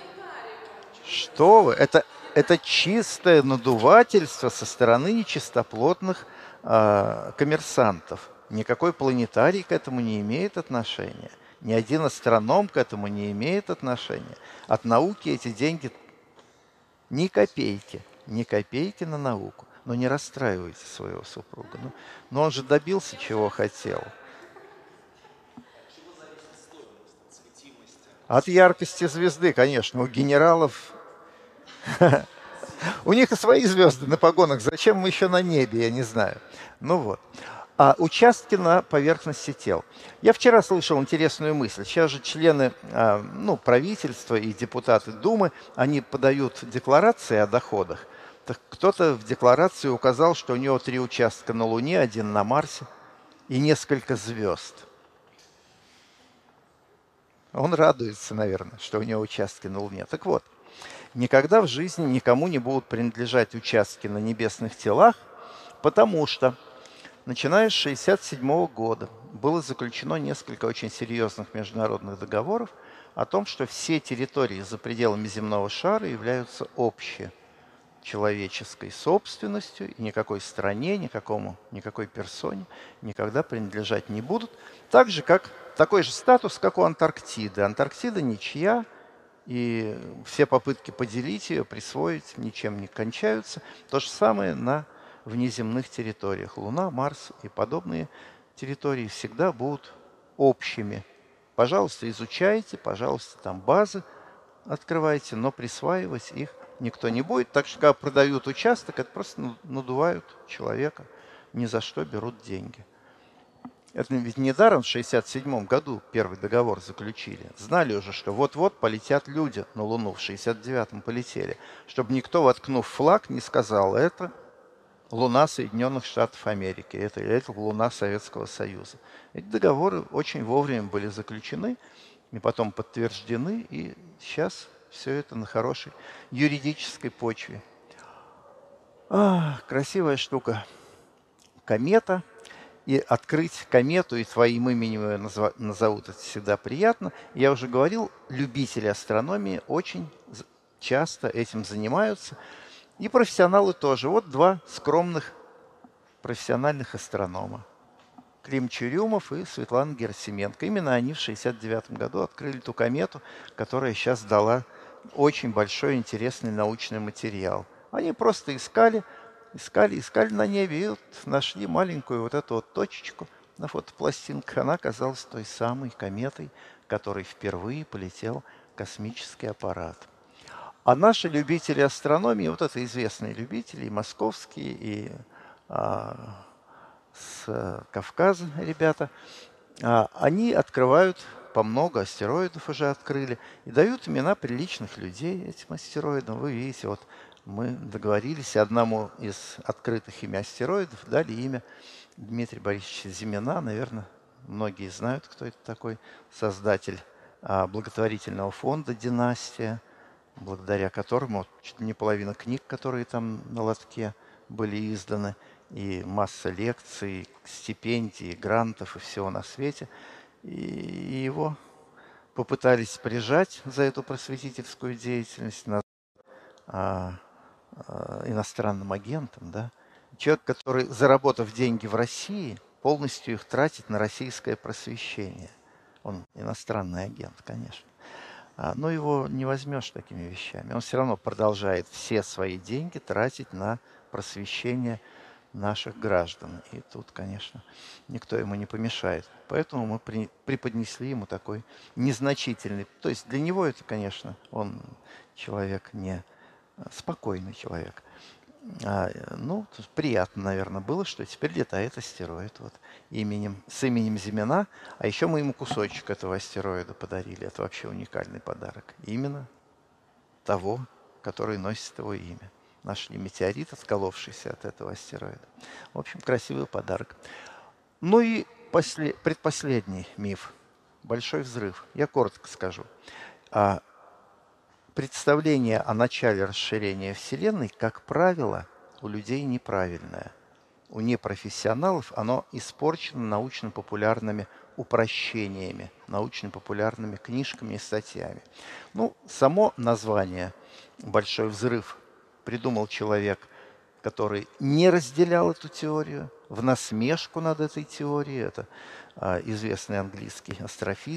Что вы? Это чистое надувательство со стороны нечистоплотных коммерсантов. Никакой планетарий к этому не имеет отношения. Ни один астроном к этому не имеет отношения. От науки эти деньги ни копейки, ни копейки на науку. Но не расстраивайте своего супруга. Но он же добился, чего хотел. От яркости звезды, конечно. У генералов... У них и свои звезды на погонах. Зачем мы еще на небе, я не знаю. Ну вот. А участки на поверхности тел. Я вчера слышал интересную мысль. Сейчас же члены правительства и депутаты Думы, они подают декларации о доходах. Так кто-то в декларации указал, что у него 3 участка на Луне, 1 на Марсе и несколько звезд. Он радуется, наверное, что у него участки на Луне. Так вот, никогда в жизни никому не будут принадлежать участки на небесных телах, потому что, начиная с 1967 года, было заключено несколько очень серьезных международных договоров о том, что все территории за пределами земного шара являются общечеловеческой собственностью, и никакой стране, никакой персоне никогда принадлежать не будут. Так же, как такой же статус, как у Антарктиды. Антарктида ничья, и все попытки поделить ее, присвоить ничем не кончаются. То же самое на внеземных территориях. Луна, Марс и подобные территории всегда будут общими. Пожалуйста, изучайте, пожалуйста, там базы открывайте, но присваивать их никто не будет. Так что, когда продают участок, это просто надувают человека, ни за что берут деньги. Это ведь недаром в 1967 году первый договор заключили. Знали уже, что вот-вот полетят люди на Луну, в 1969 полетели. Чтобы никто, воткнув флаг, не сказал, это Луна Соединенных Штатов Америки, это Луна Советского Союза. Эти договоры очень вовремя были заключены и потом подтверждены, и сейчас все это на хорошей юридической почве. Красивая штука. Комета. И открыть комету, и твоим именем ее назовут, это всегда приятно. Я уже говорил, любители астрономии очень часто этим занимаются. И профессионалы тоже. Вот 2 скромных профессиональных астронома. Клим Чурюмов и Светлана Герасименко. Именно они в 1969 году открыли ту комету, которая сейчас дала очень большой интересный научный материал. Они просто искали на небе и вот нашли маленькую вот эту вот точечку на фотопластинках. Она оказалась той самой кометой, которой впервые полетел космический аппарат. А наши любители астрономии, вот это известные любители, и московские, и с Кавказа ребята, они открывают, по много астероидов уже открыли, и дают имена приличных людей этим астероидам. Вы видите, вот мы договорились, одному из открытых ими астероидов дали имя Дмитрия Борисовича Зимина. Наверное, многие знают, кто это такой, создатель благотворительного фонда «Династия», благодаря которому чуть ли не половина книг, которые там на лотке были изданы, и масса лекций, стипендий, грантов и всего на свете. И его попытались прижать за эту просветительскую деятельность иностранным агентом, да? Человек, который, заработав деньги в России, полностью их тратит на российское просвещение. Он иностранный агент, конечно. Но его не возьмешь такими вещами. Он все равно продолжает все свои деньги тратить на просвещение наших граждан. И тут, конечно, никто ему не помешает. Поэтому мы преподнесли ему такой незначительный. То есть для него это, конечно, он человек не спокойный человек. Приятно, наверное, было, что теперь летает астероид с именем Зимина. А еще мы ему кусочек этого астероида подарили. Это вообще уникальный подарок. Именно того, который носит его имя. Нашли метеорит, отколовшийся от этого астероида. В общем, красивый подарок. Ну и предпоследний миф. Большой взрыв. Я коротко скажу. Представление о начале расширения Вселенной, как правило, у людей неправильное. У непрофессионалов оно испорчено научно-популярными упрощениями, научно-популярными книжками и статьями. Само название «Большой взрыв» придумал человек, который не разделял эту теорию, в насмешку над этой теорией. Это известный английский астрофизик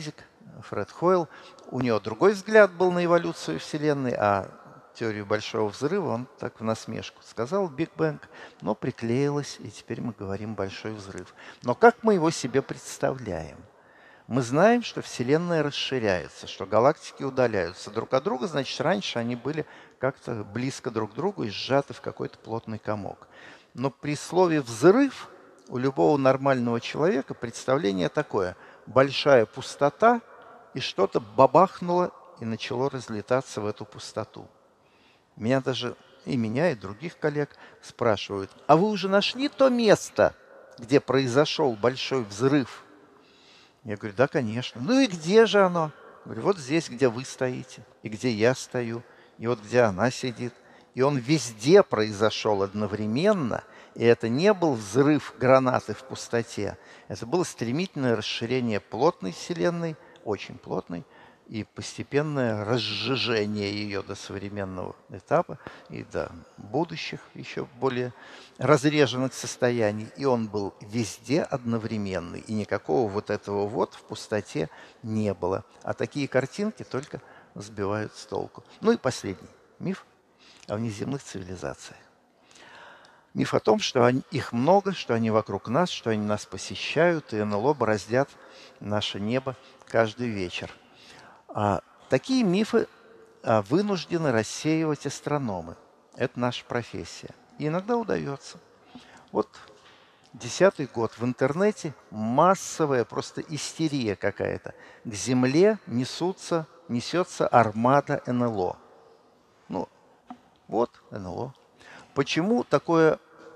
Фред Хойл. У него другой взгляд был на эволюцию Вселенной, а теорию Большого Взрыва он так в насмешку сказал, Биг Бэнг, но приклеилось, и теперь мы говорим Большой Взрыв. Но как мы его себе представляем? Мы знаем, что Вселенная расширяется, что галактики удаляются друг от друга, значит, раньше они были как-то близко друг к другу и сжаты в какой-то плотный комок. Но при слове «взрыв» у любого нормального человека представление такое. Большая пустота, и что-то бабахнуло и начало разлетаться в эту пустоту. Меня даже, и меня, и других коллег спрашивают, а вы уже нашли то место, где произошел большой взрыв? Я говорю, да, конечно. Ну и где же оно? Я говорю, вот здесь, где вы стоите, и где я стою, и вот где она сидит. И он везде произошел одновременно, и это не был взрыв гранаты в пустоте, это было стремительное расширение плотной Вселенной, очень плотной, и постепенное разжижение ее до современного этапа и до будущих еще более разреженных состояний. И он был везде одновременный, и никакого вот этого вот в пустоте не было. А такие картинки только сбивают с толку. Ну и последний миф о внеземных цивилизациях. Миф о том, что их много, что они вокруг нас, что они нас посещают, и НЛО бороздят наше небо каждый вечер. Такие мифы вынуждены рассеивать астрономы. Это наша профессия. И иногда удается. Вот 10-й год в интернете массовая просто истерия какая-то. К Земле несется армада НЛО. Ну, вот НЛО. Почему такой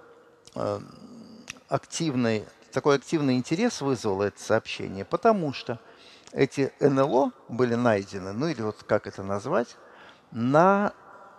активный интерес вызвало это сообщение? Потому что эти НЛО были найдены, ну или вот как это назвать, на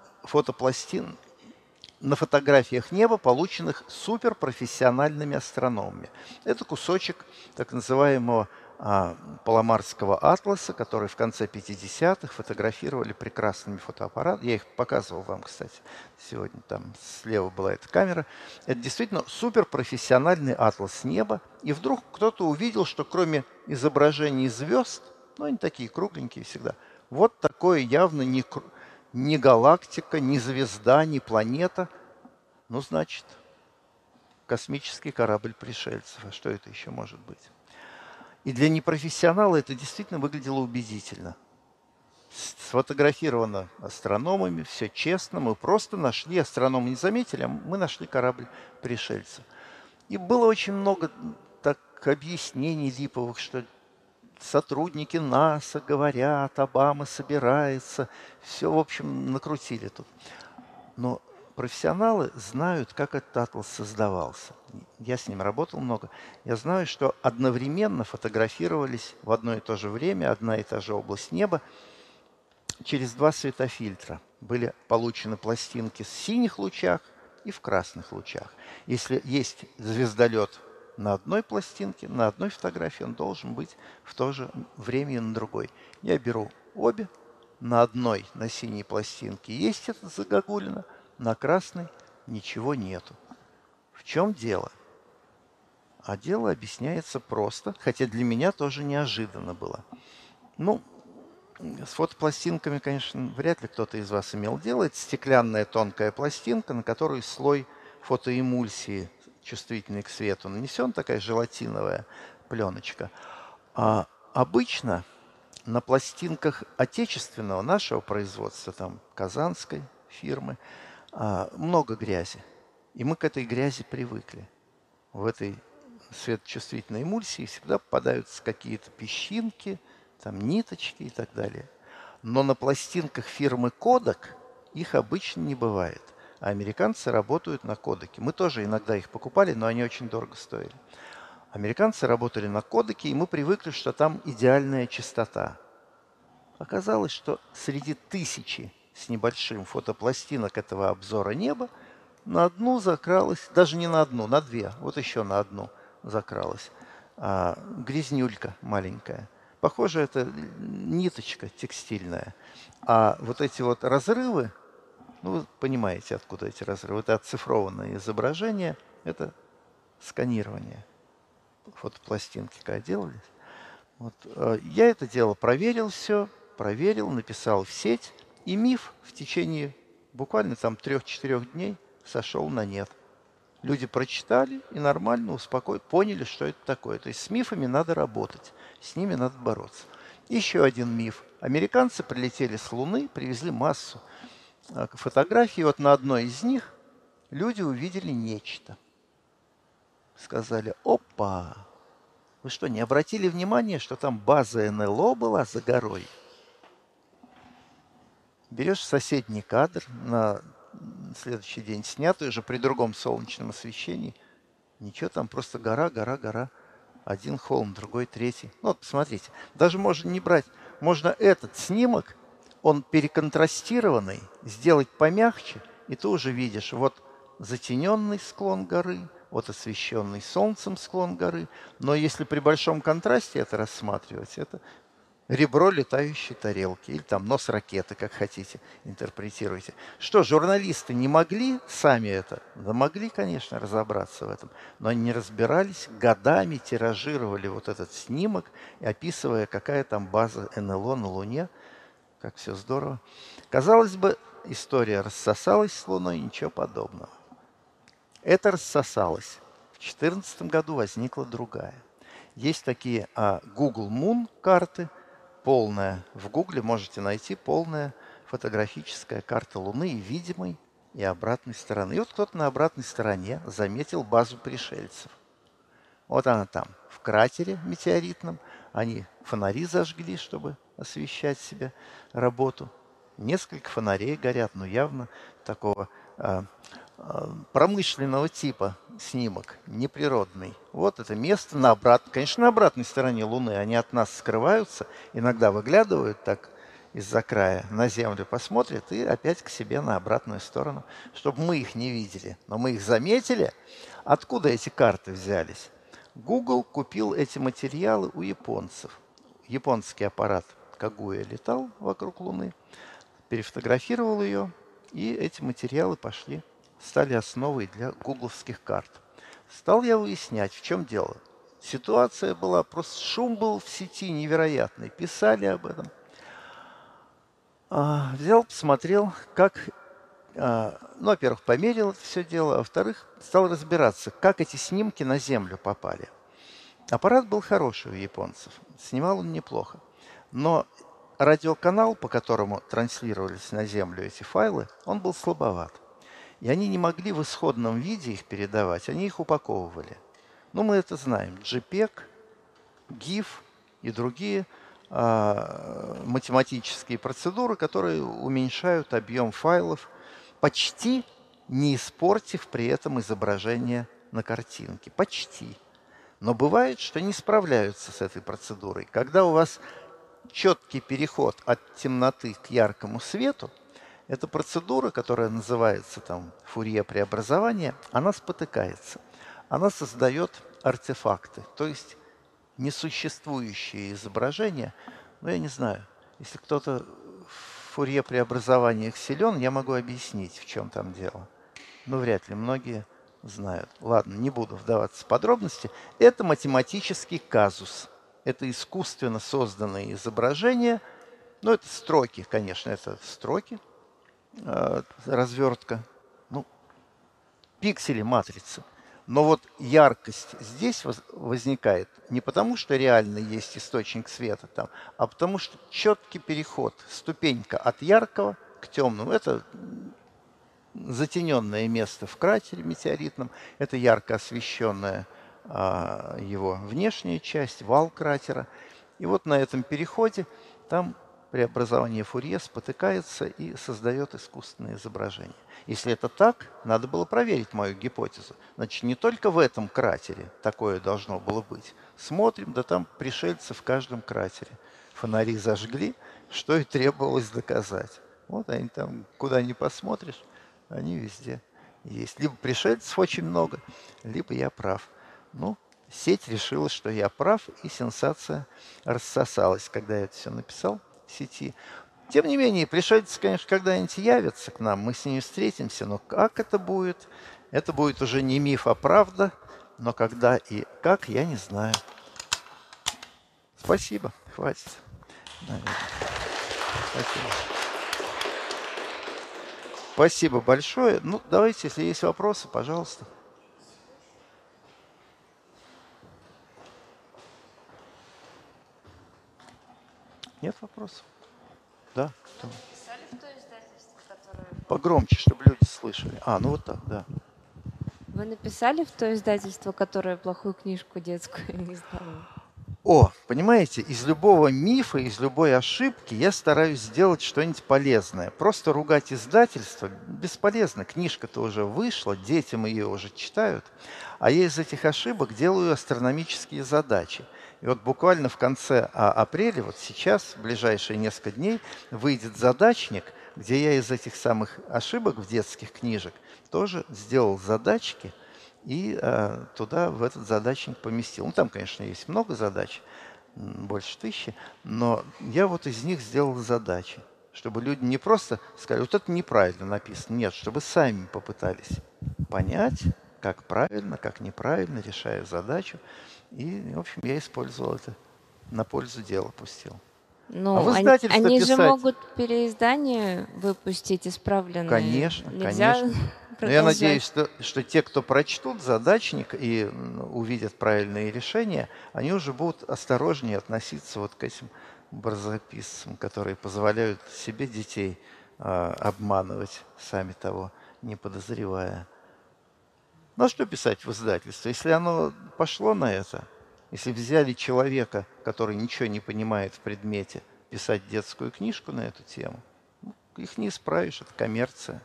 фотографиях неба, полученных суперпрофессиональными астрономами. Это кусочек так называемого Паломарского атласа, который в конце 50-х фотографировали прекрасными фотоаппаратами. Я их показывал вам, кстати, сегодня. Там слева была эта камера. Это действительно суперпрофессиональный атлас неба. И вдруг кто-то увидел, что кроме изображений звезд, ну, они такие кругленькие всегда, вот такое явно не галактика, не звезда, не планета. Ну, значит, космический корабль пришельцев. А что это еще может быть? И для непрофессионала это действительно выглядело убедительно. Сфотографировано астрономами, все честно. Мы просто нашли, астрономы не заметили, а мы нашли корабль пришельцев. И было очень много так объяснений липовых, что сотрудники НАСА говорят, Обама собирается. Все, в общем, накрутили тут. Но профессионалы знают, как этот атлас создавался. Я с ним работал много. Я знаю, что одновременно фотографировались в одно и то же время одна и та же область неба через 2 светофильтра. Были получены пластинки в синих лучах и в красных лучах. Если есть звездолет на одной пластинке, на одной фотографии, он должен быть в то же время и на другой. Я беру обе. На одной, на синей пластинке есть эта загогулина, на красной ничего нету. В чем дело? А дело объясняется просто, хотя для меня тоже неожиданно было. Ну, с фотопластинками, конечно, вряд ли кто-то из вас имел дело. Это стеклянная тонкая пластинка, на которой слой фотоэмульсии, чувствительный к свету, нанесен, такая желатиновая пленочка. А обычно на пластинках отечественного нашего производства, там, казанской фирмы, много грязи. И мы к этой грязи привыкли. В этой светочувствительной эмульсии всегда попадаются какие-то песчинки, там, ниточки и так далее. Но на пластинках фирмы Kodak их обычно не бывает. А американцы работают на Kodak. Мы тоже иногда их покупали, но они очень дорого стоили. Американцы работали на Kodak, и мы привыкли, что там идеальная чистота. Оказалось, что среди тысячи с небольшим фотопластинок этого обзора неба на одну закралась, даже не на одну, на 2, вот еще на одну закралась грязнюлька маленькая. Похоже, это ниточка текстильная. А вот эти вот разрывы, ну, вы понимаете, откуда эти разрывы. Это оцифрованное изображение, это сканирование фотопластинки, когда делались. Вот, я это дело проверил все, проверил, написал в сеть, и миф в течение буквально там 3-4 дней сошел на нет. Люди прочитали и нормально, успокоились, поняли, что это такое. То есть с мифами надо работать, с ними надо бороться. Еще один миф. Американцы прилетели с Луны, привезли массу фотографий. Вот на одной из них люди увидели нечто. Сказали: опа, вы что, не обратили внимания, что там база НЛО была за горой? Берешь соседний кадр, на следующий день снятый уже при другом солнечном освещении. Ничего, там просто гора, гора, гора. Один холм, другой, третий. Ну, вот посмотрите, даже можно не брать. Можно этот снимок, он переконтрастированный, сделать помягче, и ты уже видишь, вот затененный склон горы, вот освещенный солнцем склон горы. Но если при большом контрасте это рассматривать, это ребро летающей тарелки или там нос ракеты, как хотите, интерпретируйте. Что, журналисты не могли сами это? Да могли, конечно, разобраться в этом, но они не разбирались, годами тиражировали вот этот снимок, описывая, какая там база НЛО на Луне, как все здорово. Казалось бы, история рассосалась с Луной, ничего подобного. Это рассосалось. В 2014 году возникла другая. Есть такие Google Moon карты, полная, в Гугле можете найти полная фотографическая карта Луны и видимой, и обратной стороны. И вот кто-то на обратной стороне заметил базу пришельцев. Вот она там, в кратере метеоритном. Они фонари зажгли, чтобы освещать себе работу. Несколько фонарей горят, но явно такого промышленного типа снимок, неприродный. Вот это место на обратной, конечно, на обратной стороне Луны. Они от нас скрываются, иногда выглядывают так из-за края, на Землю посмотрят и опять к себе на обратную сторону, чтобы мы их не видели. Но мы их заметили. Откуда эти карты взялись? Google купил эти материалы у японцев. Японский аппарат Кагуя летал вокруг Луны, перефотографировал ее, и эти материалы пошли, стали основой для гугловских карт. Стал я выяснять, в чем дело. Ситуация была, просто шум был в сети невероятный, писали об этом. Взял, посмотрел, как, ну, во-первых, померил это все дело, а во-вторых, стал разбираться, как эти снимки на Землю попали. Аппарат был хороший у японцев, снимал он неплохо, но радиоканал, по которому транслировались на Землю эти файлы, он был слабоват. И они не могли в исходном виде их передавать, они их упаковывали. Ну, мы это знаем. JPEG, GIF и другие математические процедуры, которые уменьшают объем файлов, почти не испортив при этом изображение на картинке. Почти. Но бывает, что не справляются с этой процедурой. Когда у вас четкий переход от темноты к яркому свету, эта процедура, которая называется там Фурье преобразование, она спотыкается. Она создает артефакты, то есть несуществующие изображения. Ну, я не знаю, если кто-то в Фурье преобразованиях силен, я могу объяснить, в чем там дело. Но вряд ли многие знают. Ладно, не буду вдаваться в подробности. Это математический казус. Это искусственно созданные изображения. Ну, это строки, конечно, это строки, развертка, ну, пиксели матрицы. Но вот яркость здесь возникает не потому, что реально есть источник света там, а потому что четкий переход, ступенька от яркого к темному. Это затененное место в кратере метеоритном, это ярко освещенная его внешняя часть, вал кратера. И вот на этом переходе там преобразование Фурье спотыкается и создает искусственное изображение. Если это так, надо было проверить мою гипотезу. Значит, не только в этом кратере такое должно было быть. Смотрим, да там пришельцы в каждом кратере. Фонари зажгли, что и требовалось доказать. Вот они там, куда ни посмотришь, они везде есть. Либо пришельцев очень много, либо я прав. Ну, сеть решила, что я прав, и сенсация рассосалась, когда я это все написал в сети. Тем не менее, пришельцы, конечно, когда-нибудь явятся к нам, мы с ними встретимся, но как это будет уже не миф, а правда, но когда и как, я не знаю. Спасибо, хватит. Наверное. Спасибо. Спасибо большое. Ну, давайте, если есть вопросы, пожалуйста. Нет вопросов? Да. Кто? Писали в то издательство, которое... Погромче, чтобы люди слышали. Ну вот так, да. Вы написали в то издательство, которое плохую книжку детскую издало? Понимаете, из любого мифа, из любой ошибки я стараюсь сделать что-нибудь полезное. Просто ругать издательство бесполезно. Книжка-то уже вышла, детям ее уже читают. А я из этих ошибок делаю астрономические задачи. И вот буквально в конце апреля, вот сейчас, в ближайшие несколько дней, выйдет задачник, где я из этих самых ошибок в детских книжек тоже сделал задачки, и туда, в этот задачник поместил. Ну, там, конечно, есть много задач, больше 1000, но я вот из них сделал задачи, чтобы люди не просто сказали, вот это неправильно написано. Нет, чтобы сами попытались понять, как правильно, как неправильно, решая задачу. И, в общем, я использовал это, на пользу дела пустил. Ну, в издательство они же писать? могут переиздание выпустить исправленное. Конечно, Нельзя конечно. Но продолжать. я надеюсь, что те, кто прочтут задачник и увидят правильные решения, они уже будут осторожнее относиться вот к этим барзаписцам, которые позволяют себе детей обманывать, сами того не подозревая. Ну а что писать в издательство? Если оно пошло на это, если взяли человека, который ничего не понимает в предмете, писать детскую книжку на эту тему, их не исправишь, это коммерция.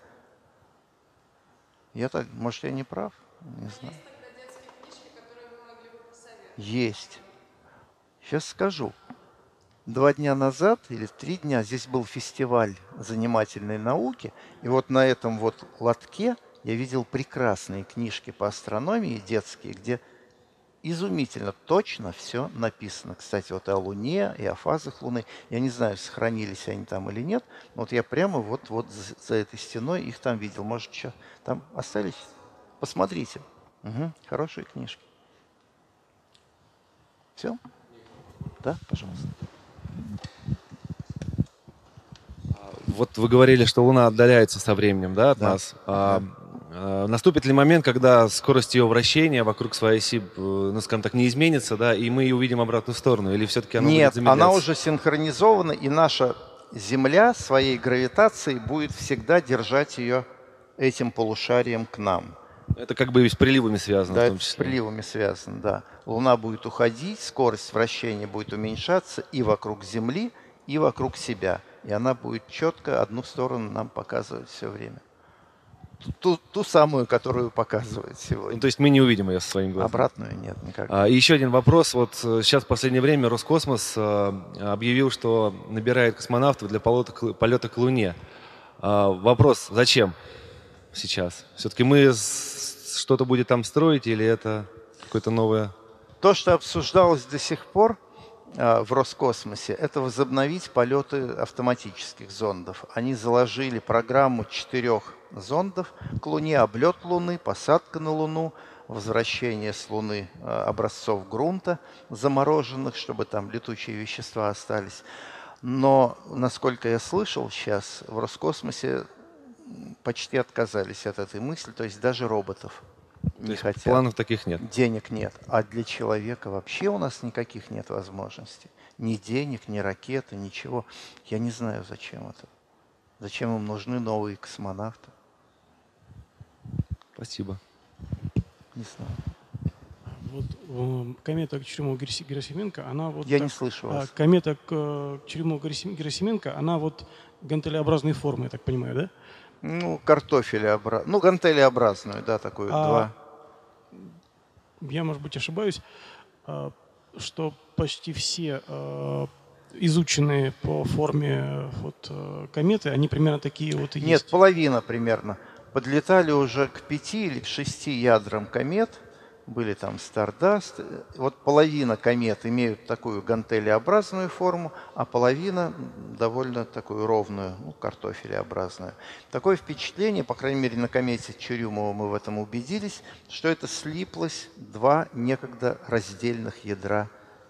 Может, я не прав? Не знаю. Есть. Сейчас скажу. 2 дня назад или 3 дня здесь был фестиваль занимательной науки, и вот на этом вот лотке я видел прекрасные книжки по астрономии детские, где изумительно точно все написано. Кстати, вот и о Луне, и о фазах Луны. Я не знаю, сохранились они там или нет, но вот я прямо вот за этой стеной их там видел. Может, что там остались? Посмотрите. Хорошие книжки. Все? Да, пожалуйста. Вот вы говорили, что Луна отдаляется со временем, да, от нас. Наступит ли момент, когда скорость ее вращения вокруг своей оси, ну, скажем так, не изменится, да, и мы ее увидим обратную сторону? Или все-таки она будет замедляться? Нет, она уже синхронизована, и наша Земля своей гравитацией будет всегда держать ее этим полушарием к нам. Это как бы и с приливами связано, Да, в том это с числе. приливами связано, да. Луна будет уходить, скорость вращения будет уменьшаться и вокруг Земли, и вокруг себя. И она будет четко одну сторону нам показывать все время. Ту самую, которую показывает сегодня. Ну, то есть мы не увидим ее со своим глазом. Обратную нет никак. И еще один вопрос. Вот сейчас в последнее время Роскосмос объявил, что набирает космонавтов для полета к Луне. Вопрос, зачем сейчас? Все-таки мы что-то будет там строить или это какое-то новое? То, что обсуждалось до сих пор в Роскосмосе, это возобновить полеты автоматических зондов. Они заложили программу 4 зондов к Луне, облет Луны, посадка на Луну, возвращение с Луны образцов грунта замороженных, чтобы там летучие вещества остались. Но, насколько я слышал, сейчас в Роскосмосе почти отказались от этой мысли, то есть даже роботов не хотят. Планов таких нет. Денег нет. А для человека вообще у нас никаких нет возможностей. Ни денег, ни ракеты, ничего. Я не знаю, зачем это. Зачем им нужны новые космонавты. Спасибо. Не знаю. Вот комета к Черемово-Герасименко, она вот... Я не слышу вас. Комета к Черемово-Герасименко, она вот гантелеобразной формы, я так понимаю, да? Ну, картофелеобразную. Ну, гантелеобразную, да, такую. Два. Я, может быть, ошибаюсь, что почти все изученные по форме кометы, они примерно такие вот и есть. Нет, половина примерно. Подлетали уже к 5 или к 6 ядрам комет. Были там Стардаст. Вот половина комет имеют такую гантелеобразную форму, а половина довольно такую ровную, картофелеобразную. Такое впечатление, по крайней мере на комете Чурюмова мы в этом убедились, что это слиплось 2 некогда раздельных ядра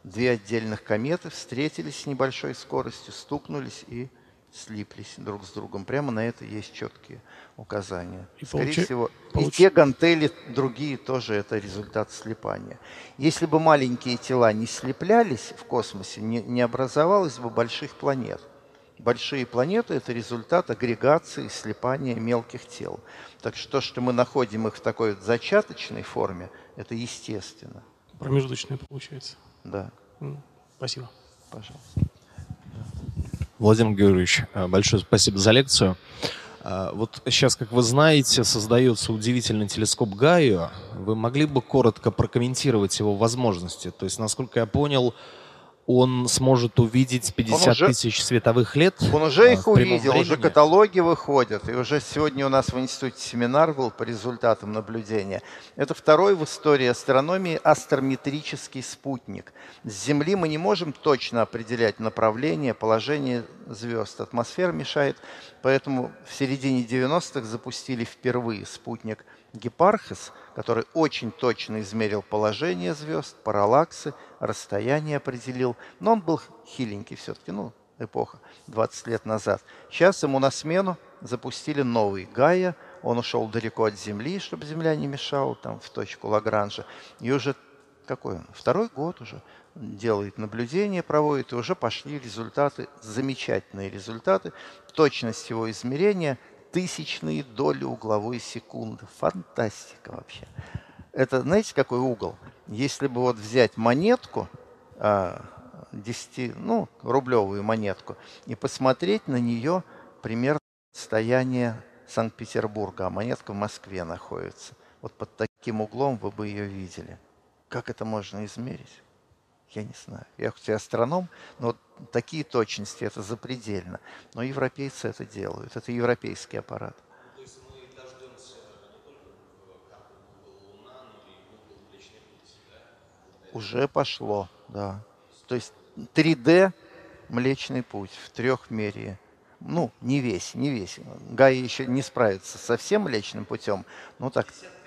две отдельных кометы встретились с небольшой скоростью, стукнулись и слиплись друг с другом. Прямо на это есть четкие указания. И Скорее всего, и те гантели, другие тоже это результат слипания. Если бы маленькие тела не слиплялись в космосе, не образовалось бы больших планет. Большие планеты – это результат агрегации, слипания мелких тел. Так что то, что мы находим их в такой вот зачаточной форме, это естественно. Промежуточное получается. Да. Спасибо. Пожалуйста. Владимир Георгиевич, большое спасибо за лекцию. Вот сейчас, как вы знаете, создается удивительный телескоп Гайо. Вы могли бы коротко прокомментировать его возможности? То есть, насколько я понял, он сможет увидеть 50 тысяч световых лет. Он уже их в прямом увидел, уже времени. каталоги выходят. И уже сегодня у нас в институте семинар был по результатам наблюдения. Это второй в истории астрономии астрометрический спутник. С Земли мы не можем точно определять направление, положение звезд. Атмосфера мешает. Поэтому в середине 90-х запустили впервые спутник Гепархес, который очень точно измерил положение звезд, параллаксы, расстояние определил. Но он был хиленький все-таки, эпоха, 20 лет назад. Сейчас ему на смену запустили новый Гайя. Он ушел далеко от Земли, чтобы Земля не мешала, там, в точку Лагранжа. И уже, какой он, второй год уже делает наблюдения, проводит, и уже пошли результаты, замечательные результаты. Точность его измерения – тысячные доли угловой секунды. Фантастика вообще. Это, знаете, какой угол? Если бы вот взять монетку, 10-рублевую монетку, и посмотреть на нее примерно расстояние Санкт-Петербурга, а монетка в Москве находится. Вот под таким углом вы бы ее видели. Как это можно измерить? Я не знаю. Я хоть и астроном, но вот такие точности, это запредельно. Но европейцы это делают. Это европейский аппарат. То есть мы дождемся не только как Google Луна, но и Google Млечный Путь, да? Уже пошло, да. То есть 3D Млечный Путь в трехмерии. Не весь. Гайя еще не справится со всем Млечным Путем. Так.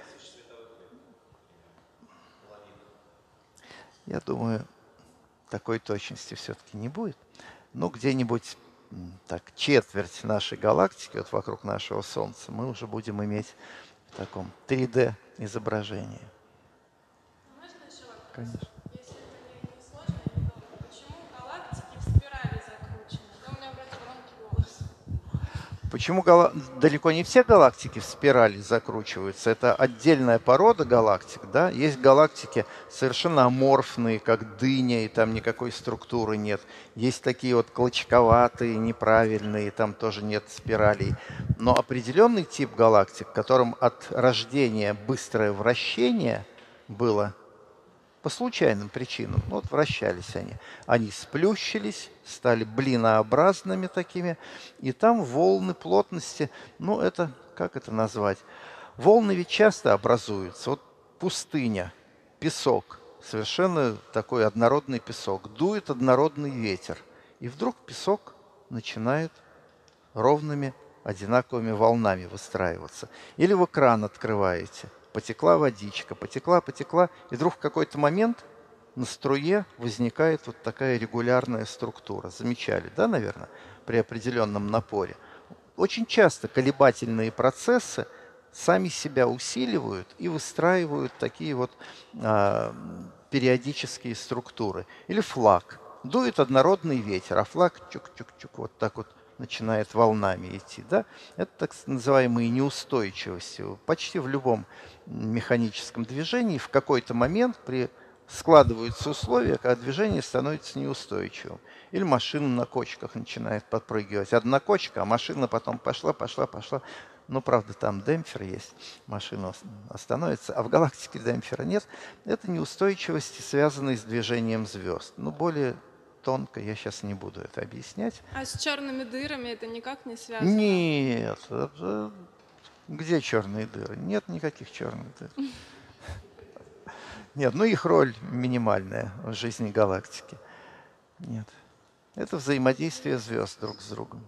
Я думаю, такой точности все-таки не будет. Где-нибудь так, четверть нашей галактики, вот вокруг нашего Солнца, мы уже будем иметь в таком 3D изображении. Можно еще вопрос? Конечно. Если это не сложно, недолго, почему галактики в спирали закручены? У меня вроде громкий голос. Почему далеко не все галактики в спирали закручиваются? Это отдельная порода галактик, да? Есть галактики совершенно аморфные, как дыня, и там никакой структуры нет. Есть такие вот клочковатые, неправильные, там тоже нет спиралей. Но определенный тип галактик, которым от рождения быстрое вращение было по случайным причинам. Вращались они. Они сплющились, стали блинообразными такими, и там волны плотности, как это назвать? Волны ведь часто образуются. Вот пустыня, песок, совершенно такой однородный песок, дует однородный ветер, и вдруг песок начинает ровными, одинаковыми волнами выстраиваться. Или вы кран открываете, потекла водичка, потекла, и вдруг в какой-то момент на струе возникает вот такая регулярная структура. Замечали, да, наверное, при определенном напоре? Очень часто колебательные процессы сами себя усиливают и выстраивают такие вот периодические структуры. Или флаг. Дует однородный ветер, а флаг чук-чук-чук вот так вот начинает волнами идти. Да? Это так называемые неустойчивости. Почти в любом механическом движении в какой-то момент складываются условия, когда движение становится неустойчивым. Или машина на кочках начинает подпрыгивать. Одна кочка, а машина потом пошла. Правда, там демпфер есть, машина остановится, а в галактике демпфера нет. Это неустойчивости, связанные с движением звезд. Более тонко я сейчас не буду это объяснять. А с черными дырами это никак не связано? Нет. Где черные дыры? Нет никаких черных дыр. Нет, их роль минимальная в жизни галактики. Нет. Это взаимодействие звезд друг с другом.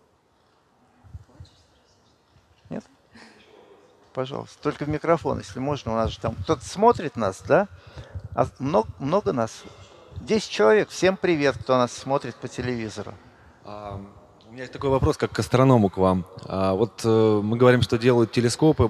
Нет? Пожалуйста. Только в микрофон, если можно. У нас же там кто-то смотрит нас, да? А много нас? 10 человек. Всем привет, кто нас смотрит по телевизору. У меня есть такой вопрос, как к астроному к вам. Мы говорим, что делают телескопы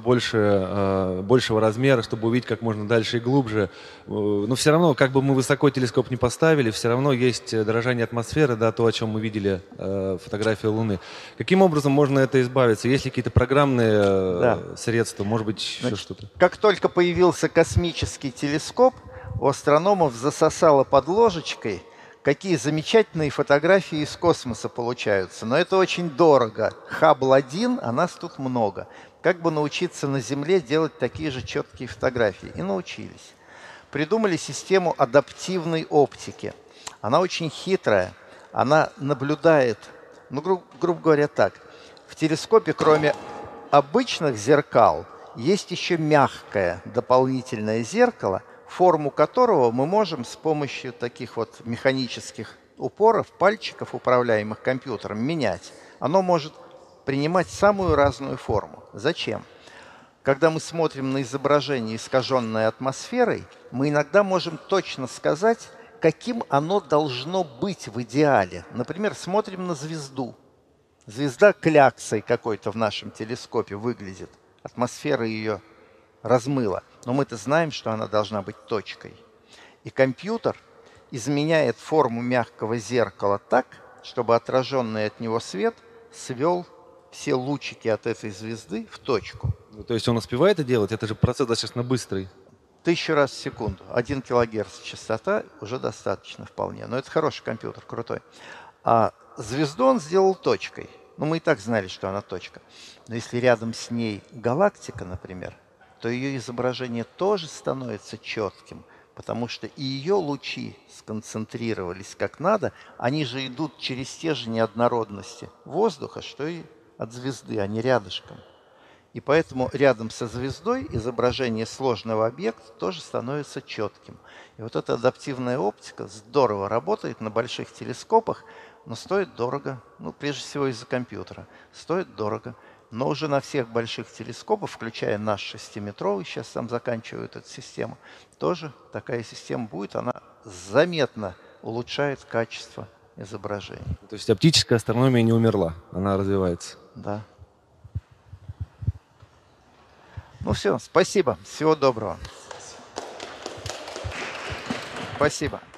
большего размера, чтобы увидеть как можно дальше и глубже. Но все равно, как бы мы высоко телескоп не поставили, все равно есть дрожание атмосферы, да, то, о чем мы видели фотографию Луны. Каким образом можно это избавиться? Есть ли какие-то программные средства, может быть, еще что-то? Как только появился космический телескоп, у астрономов засосало под ложечкой, какие замечательные фотографии из космоса получаются. Но это очень дорого. Хаббл-1, а нас тут много. Как бы научиться на Земле делать такие же четкие фотографии? И научились. Придумали систему адаптивной оптики. Она очень хитрая. Она наблюдает, грубо говоря так, в телескопе кроме обычных зеркал есть еще мягкое дополнительное зеркало, форму которого мы можем с помощью таких вот механических упоров, пальчиков, управляемых компьютером, менять. Оно может принимать самую разную форму. Зачем? Когда мы смотрим на изображение, искаженное атмосферой, мы иногда можем точно сказать, каким оно должно быть в идеале. Например, смотрим на звезду. Звезда кляксой какой-то в нашем телескопе выглядит. Атмосфера ее размыла. Но мы-то знаем, что она должна быть точкой. И компьютер изменяет форму мягкого зеркала так, чтобы отраженный от него свет свел все лучики от этой звезды в точку. То есть он успевает это делать? Это же процесс достаточно быстрый. 1000 раз в секунду. 1 килогерц частота уже достаточно вполне. Но это хороший компьютер, крутой. А звезду он сделал точкой. Мы и так знали, что она точка. Но если рядом с ней галактика, например, то ее изображение тоже становится четким, потому что и ее лучи сконцентрировались как надо, они же идут через те же неоднородности воздуха, что и от звезды, они рядышком. И поэтому рядом со звездой изображение сложного объекта тоже становится четким. И вот эта адаптивная оптика здорово работает на больших телескопах, но стоит дорого, прежде всего из-за компьютера, стоит дорого. Но уже на всех больших телескопах, включая наш 6-метровый, сейчас сам заканчивают эту систему, тоже такая система будет, она заметно улучшает качество изображений. То есть оптическая астрономия не умерла, она развивается. Да. Все, спасибо, всего доброго. Спасибо.